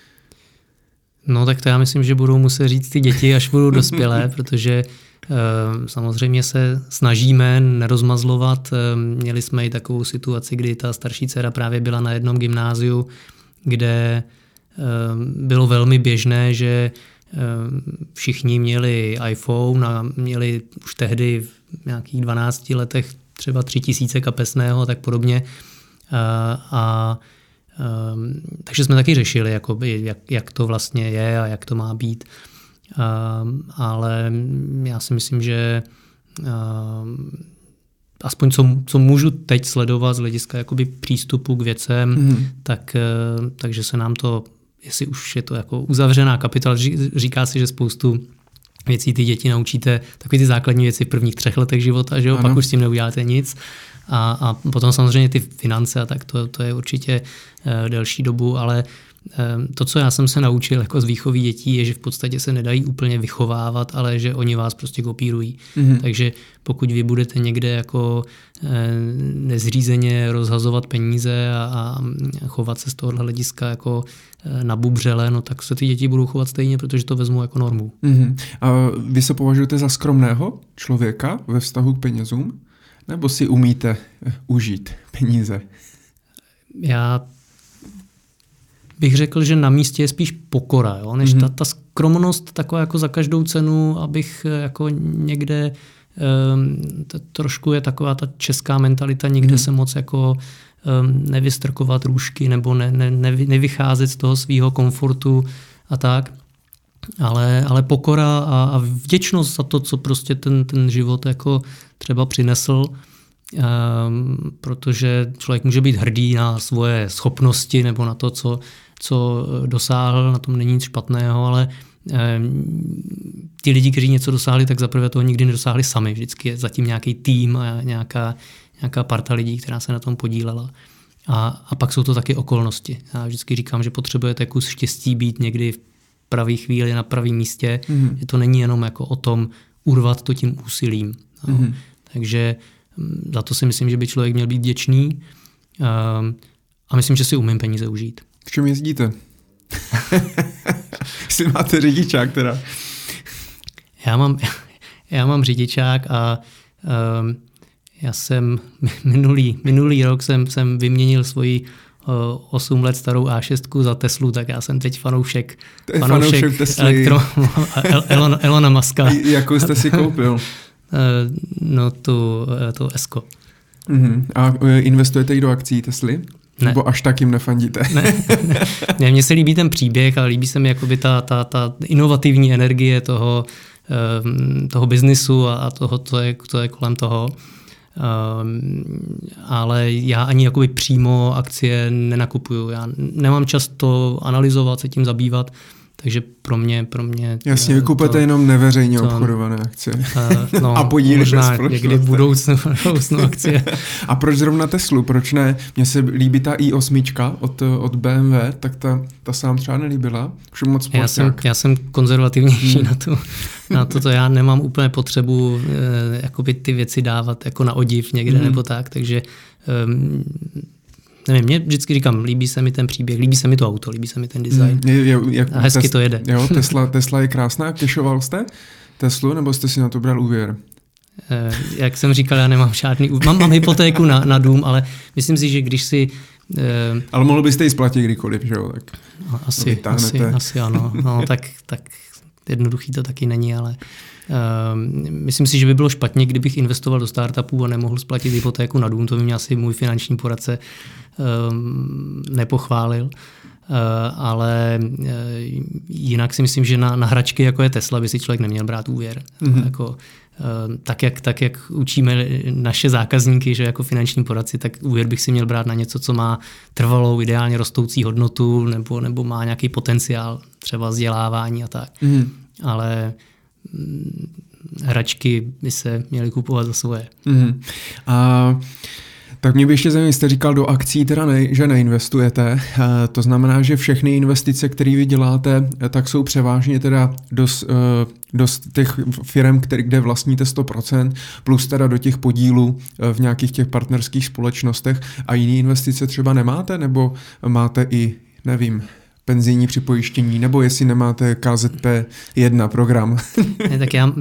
No tak to já myslím, že budou muset říct ty děti, až budou dospělé, protože e, samozřejmě se snažíme nerozmazlovat. E, měli jsme i takovou situaci, kdy ta starší dcera právě byla na jednom gymnáziu, kde e, bylo velmi běžné, že e, všichni měli iPhone a měli už tehdy v nějakých dvanácti letech třeba tři tisíce kapesného a tak podobně. E, a Um, takže jsme taky řešili, jakoby, jak, jak to vlastně je a jak to má být. Um, ale já si myslím, že um, aspoň co, co můžu teď sledovat z hlediska jakoby přístupu k věcem, mm. tak, uh, takže se nám to, jestli už je to jako uzavřená kapitola, říká si, že spoustu věcí ty děti naučíte, takové ty základní věci v prvních třech letech života, že jo? Pak už s tím neuděláte nic. A, a potom samozřejmě ty finance a tak to, to je určitě uh, delší dobu, ale um, to, co já jsem se naučil jako z výchovy dětí, je, že v podstatě se nedají úplně vychovávat, ale že oni vás prostě kopírují. Mm-hmm. Takže pokud vy budete někde jako uh, nezřízeně rozhazovat peníze a, a chovat se z tohohle hlediska jako uh, nabubřele, no tak se ty děti budou chovat stejně, protože to vezmou jako normu. Mm-hmm. A vy se považujete za skromného člověka ve vztahu k penězům? Nebo si umíte užít peníze? Já bych řekl, že na místě je spíš pokora, jo? Než mm-hmm. ta, ta skromnost taková jako za každou cenu, abych jako někde um, to trošku je taková ta česká mentalita, někde mm-hmm. se moc jako um, nevystrkovat růžky nebo ne, ne, nevy, nevycházet z toho svého komfortu a tak. Ale, ale pokora a, a vděčnost za to, co prostě ten, ten život jako třeba přinesl, um, protože člověk může být hrdý na svoje schopnosti nebo na to, co, co dosáhl, na tom není nic špatného, ale um, ti lidi, kteří něco dosáhli, tak zaprvé toho nikdy nedosáhli sami. Vždycky je zatím nějaký tým a nějaká, nějaká parta lidí, která se na tom podílela. A, a pak jsou to taky okolnosti. Já vždycky říkám, že potřebujete kus štěstí být někdy v pravý chvíli na pravém místě, mm. že to není jenom jako o tom urvat to tím úsilím. No. Mm. Takže za to si myslím, že by člověk měl být vděčný um, a myslím, že si umím peníze užít. V čem jezdíte? Jestli máte řidičák teda. Já mám, já mám řidičák a um, já jsem minulý, minulý rok jsem, jsem vyměnil svoji osm let starou á šest za Teslu, tak já jsem teď fanoušek, fanoušek, fanoušek elektro, Elon, Elona Muska. Jakou jste si koupil? No tu, tu Esko. Uh-huh. A investujete i do akcí Tesly? Ne. Nebo až tak jim nefandíte? Ne, ne, mně se líbí ten příběh, ale líbí se mi jakoby ta, ta, ta inovativní energie toho, toho biznisu a toho, co je, co je kolem toho. Um, ale já ani jakoby přímo akcie nenakupuju. Já nemám čas to analyzovat, se tím zabývat, takže pro mě... Pro mě Jasně, vy kupujete jenom neveřejně to, obchodované akcie. Uh, no, a podíly možná někdy v budoucnu, budoucnu akcie. A proč zrovna Teslu? Proč ne? Mně se líbí ta i osm od, od bé em vé, tak ta, ta se vám třeba nelíbila? Moc já, jsem, já jsem konzervativnější hmm. na to. Na to, to já nemám úplně potřebu eh, jakoby ty věci dávat jako na odiv někde hmm. nebo tak, takže um, nevím, mě vždycky říkám, líbí se mi ten příběh, líbí se mi to auto, líbí se mi ten design je, je, jak, a hezky tes, to jede. Jo, Tesla, Tesla je krásná. Cashoval jste Teslu, nebo jste si na to bral úvěr? Eh, jak jsem říkal, já nemám žádný úvěr. Mám, mám hypotéku na, na dům, ale myslím si, že když si... Eh, ale mohl byste ji splatit kdykoliv, že jo? Tak asi, asi, asi ano. No, tak, tak jednoduchý to taky není, ale uh, myslím si, že by bylo špatně, kdybych investoval do startupů a nemohl splatit hypotéku na dům. To by mě asi můj finanční poradce um, nepochválil. Uh, ale uh, jinak si myslím, že na, na hračky, jako je Tesla, by si člověk neměl brát úvěr. Mm-hmm. Jako, uh, tak, jak, tak, jak učíme naše zákazníky, že jako finanční poradci, tak úvěr bych si měl brát na něco, co má trvalou, ideálně rostoucí hodnotu nebo, nebo má nějaký potenciál, třeba vzdělávání a tak. Mm-hmm. Ale mm, hračky by se měly kupovat za svoje. Mm-hmm. A tak mě by ještě zajímalo, jste říkal do akcí, teda ne, že neinvestujete. E, to znamená, že všechny investice, které vy děláte, tak jsou převážně teda do, e, do těch firm, který, kde vlastníte sto procent, plus teda do těch podílů v nějakých těch partnerských společnostech. A jiné investice třeba nemáte? Nebo máte i, nevím, penzijní připojištění, nebo jestli nemáte K Z P jedna program. Ne, tak já,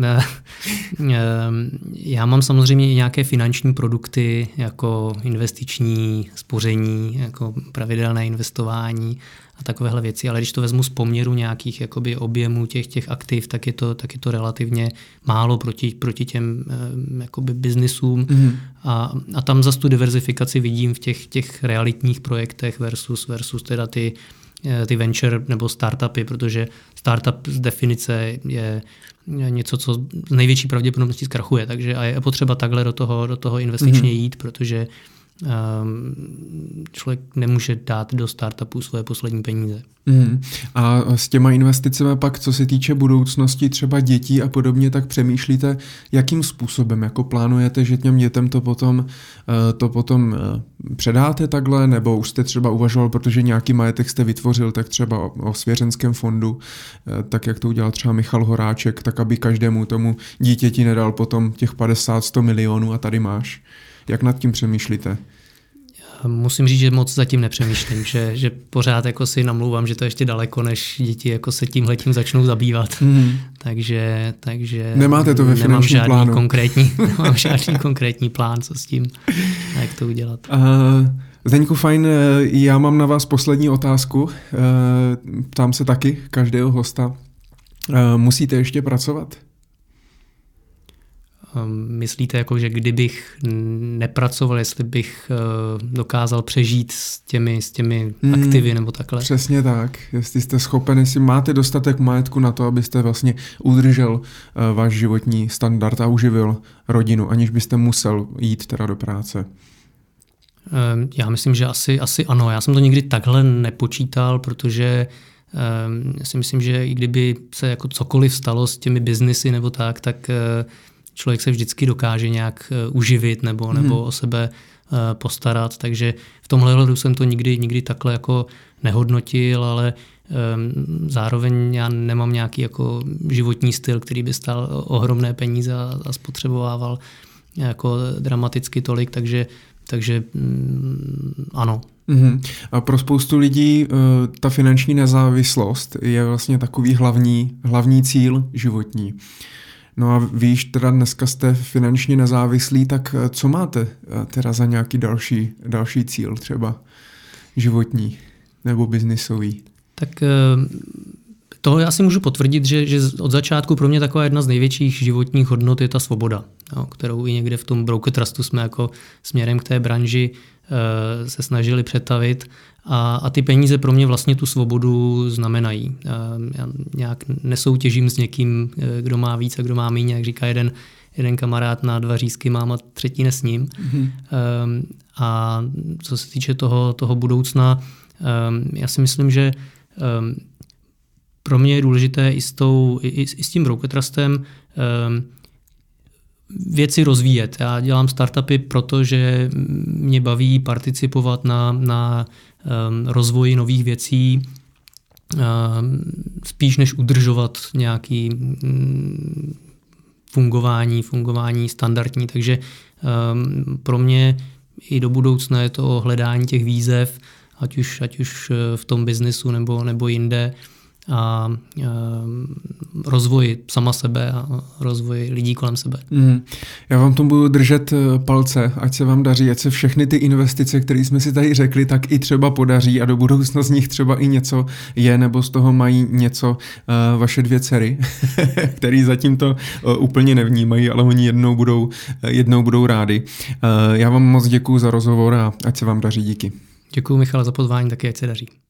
já mám samozřejmě i nějaké finanční produkty, jako investiční spoření, jako pravidelné investování a takovéhle věci, ale když to vezmu z poměru nějakých jakoby objemů těch, těch aktiv, tak je to, tak je to relativně málo proti, proti těm jakoby biznisům mm-hmm. a, a tam zase tu diverzifikaci vidím v těch, těch realitních projektech versus, versus teda ty ty venture nebo startupy, protože startup z definice je něco, co z největší pravděpodobností zkrachuje, takže a je potřeba takhle do toho, do toho investičně mm-hmm. jít, protože um, člověk nemůže dát do startupu svoje poslední peníze. Mm. A s těma investicemi pak, co se týče budoucnosti třeba dětí a podobně, tak přemýšlíte, jakým způsobem, jako plánujete, že těm dětem to potom, to potom předáte takhle, nebo už jste třeba uvažoval, protože nějaký majetek jste vytvořil, tak třeba o svěřenském fondu, tak jak to udělal třeba Michal Horáček, tak aby každému tomu dítěti nedal potom těch padesát sto milionů a tady máš. Jak nad tím přemýšlíte? Musím říct, že moc zatím nepřemýšlím, že, že pořád jako si namlouvám, že to je ještě daleko, než děti jako se tímhletím začnou zabývat. Mm. Takže, takže nemáte to ve nemám žádný plánu. Konkrétní, nemám žádný konkrétní plán, co s tím, jak to udělat. Uh, Zdeňku, fajn, já mám na vás poslední otázku. Uh, ptám se taky každého hosta. Uh, musíte ještě pracovat? Myslíte, jako, že kdybych nepracoval, jestli bych dokázal přežít s těmi, s těmi hmm, aktivy nebo takhle? Přesně tak. Jestli jste schopen, jestli máte dostatek majetku na to, abyste vlastně udržel váš životní standard a uživil rodinu, aniž byste musel jít teda do práce. Já myslím, že asi, asi ano. Já jsem to nikdy takhle nepočítal, protože já si myslím, že i kdyby se jako cokoliv stalo s těmi biznisy nebo tak, tak člověk se vždycky dokáže nějak uživit nebo, nebo hmm. o sebe postarat, takže v tomhle hledu jsem to nikdy, nikdy takhle jako nehodnotil, ale zároveň já nemám nějaký jako životní styl, který by stál ohromné peníze a, a spotřebovával jako dramaticky tolik, takže, takže mm, ano. Uhum. A pro spoustu lidí uh, ta finanční nezávislost je vlastně takový hlavní, hlavní cíl životní. No a víš, teda dneska jste finančně nezávislí, tak co máte teda za nějaký další, další cíl třeba životní nebo biznisový? Tak toho já si můžu potvrdit, že, že od začátku pro mě taková jedna z největších životních hodnot je ta svoboda, no, kterou i někde v tom Broker Trustu jsme jako směrem k té branži e, se snažili přetavit a, a ty peníze pro mě vlastně tu svobodu znamenají. E, já nějak nesoutěžím s někým, kdo má víc a kdo má méně, jak říká jeden, jeden kamarád, na dva řízky mám a třetí nesním. Mm-hmm. E, a co se týče toho, toho budoucna, e, já si myslím, že e, pro mě je důležité i s, tou, i, i s tím Broker Trustem um, věci rozvíjet. Já dělám startupy, protože mě baví participovat na, na um, rozvoji nových věcí, um, spíš než udržovat nějaký um, fungování, fungování standardní. Takže um, pro mě i do budoucna je to hledání těch výzev, ať už, ať už v tom biznesu nebo, nebo jinde, a rozvoj sama sebe a rozvoj lidí kolem sebe. Mm. Já vám tomu budu držet palce, ať se vám daří, ať se všechny ty investice, které jsme si tady řekli, tak i třeba podaří a do budoucna z nich třeba i něco je, nebo z toho mají něco uh, vaše dvě dcery, který zatím to uh, úplně nevnímají, ale oni jednou budou, uh, jednou budou rádi. Uh, já vám moc děkuju za rozhovor a ať se vám daří, díky. Děkuju, Michale, za pozvání, taky ať se daří.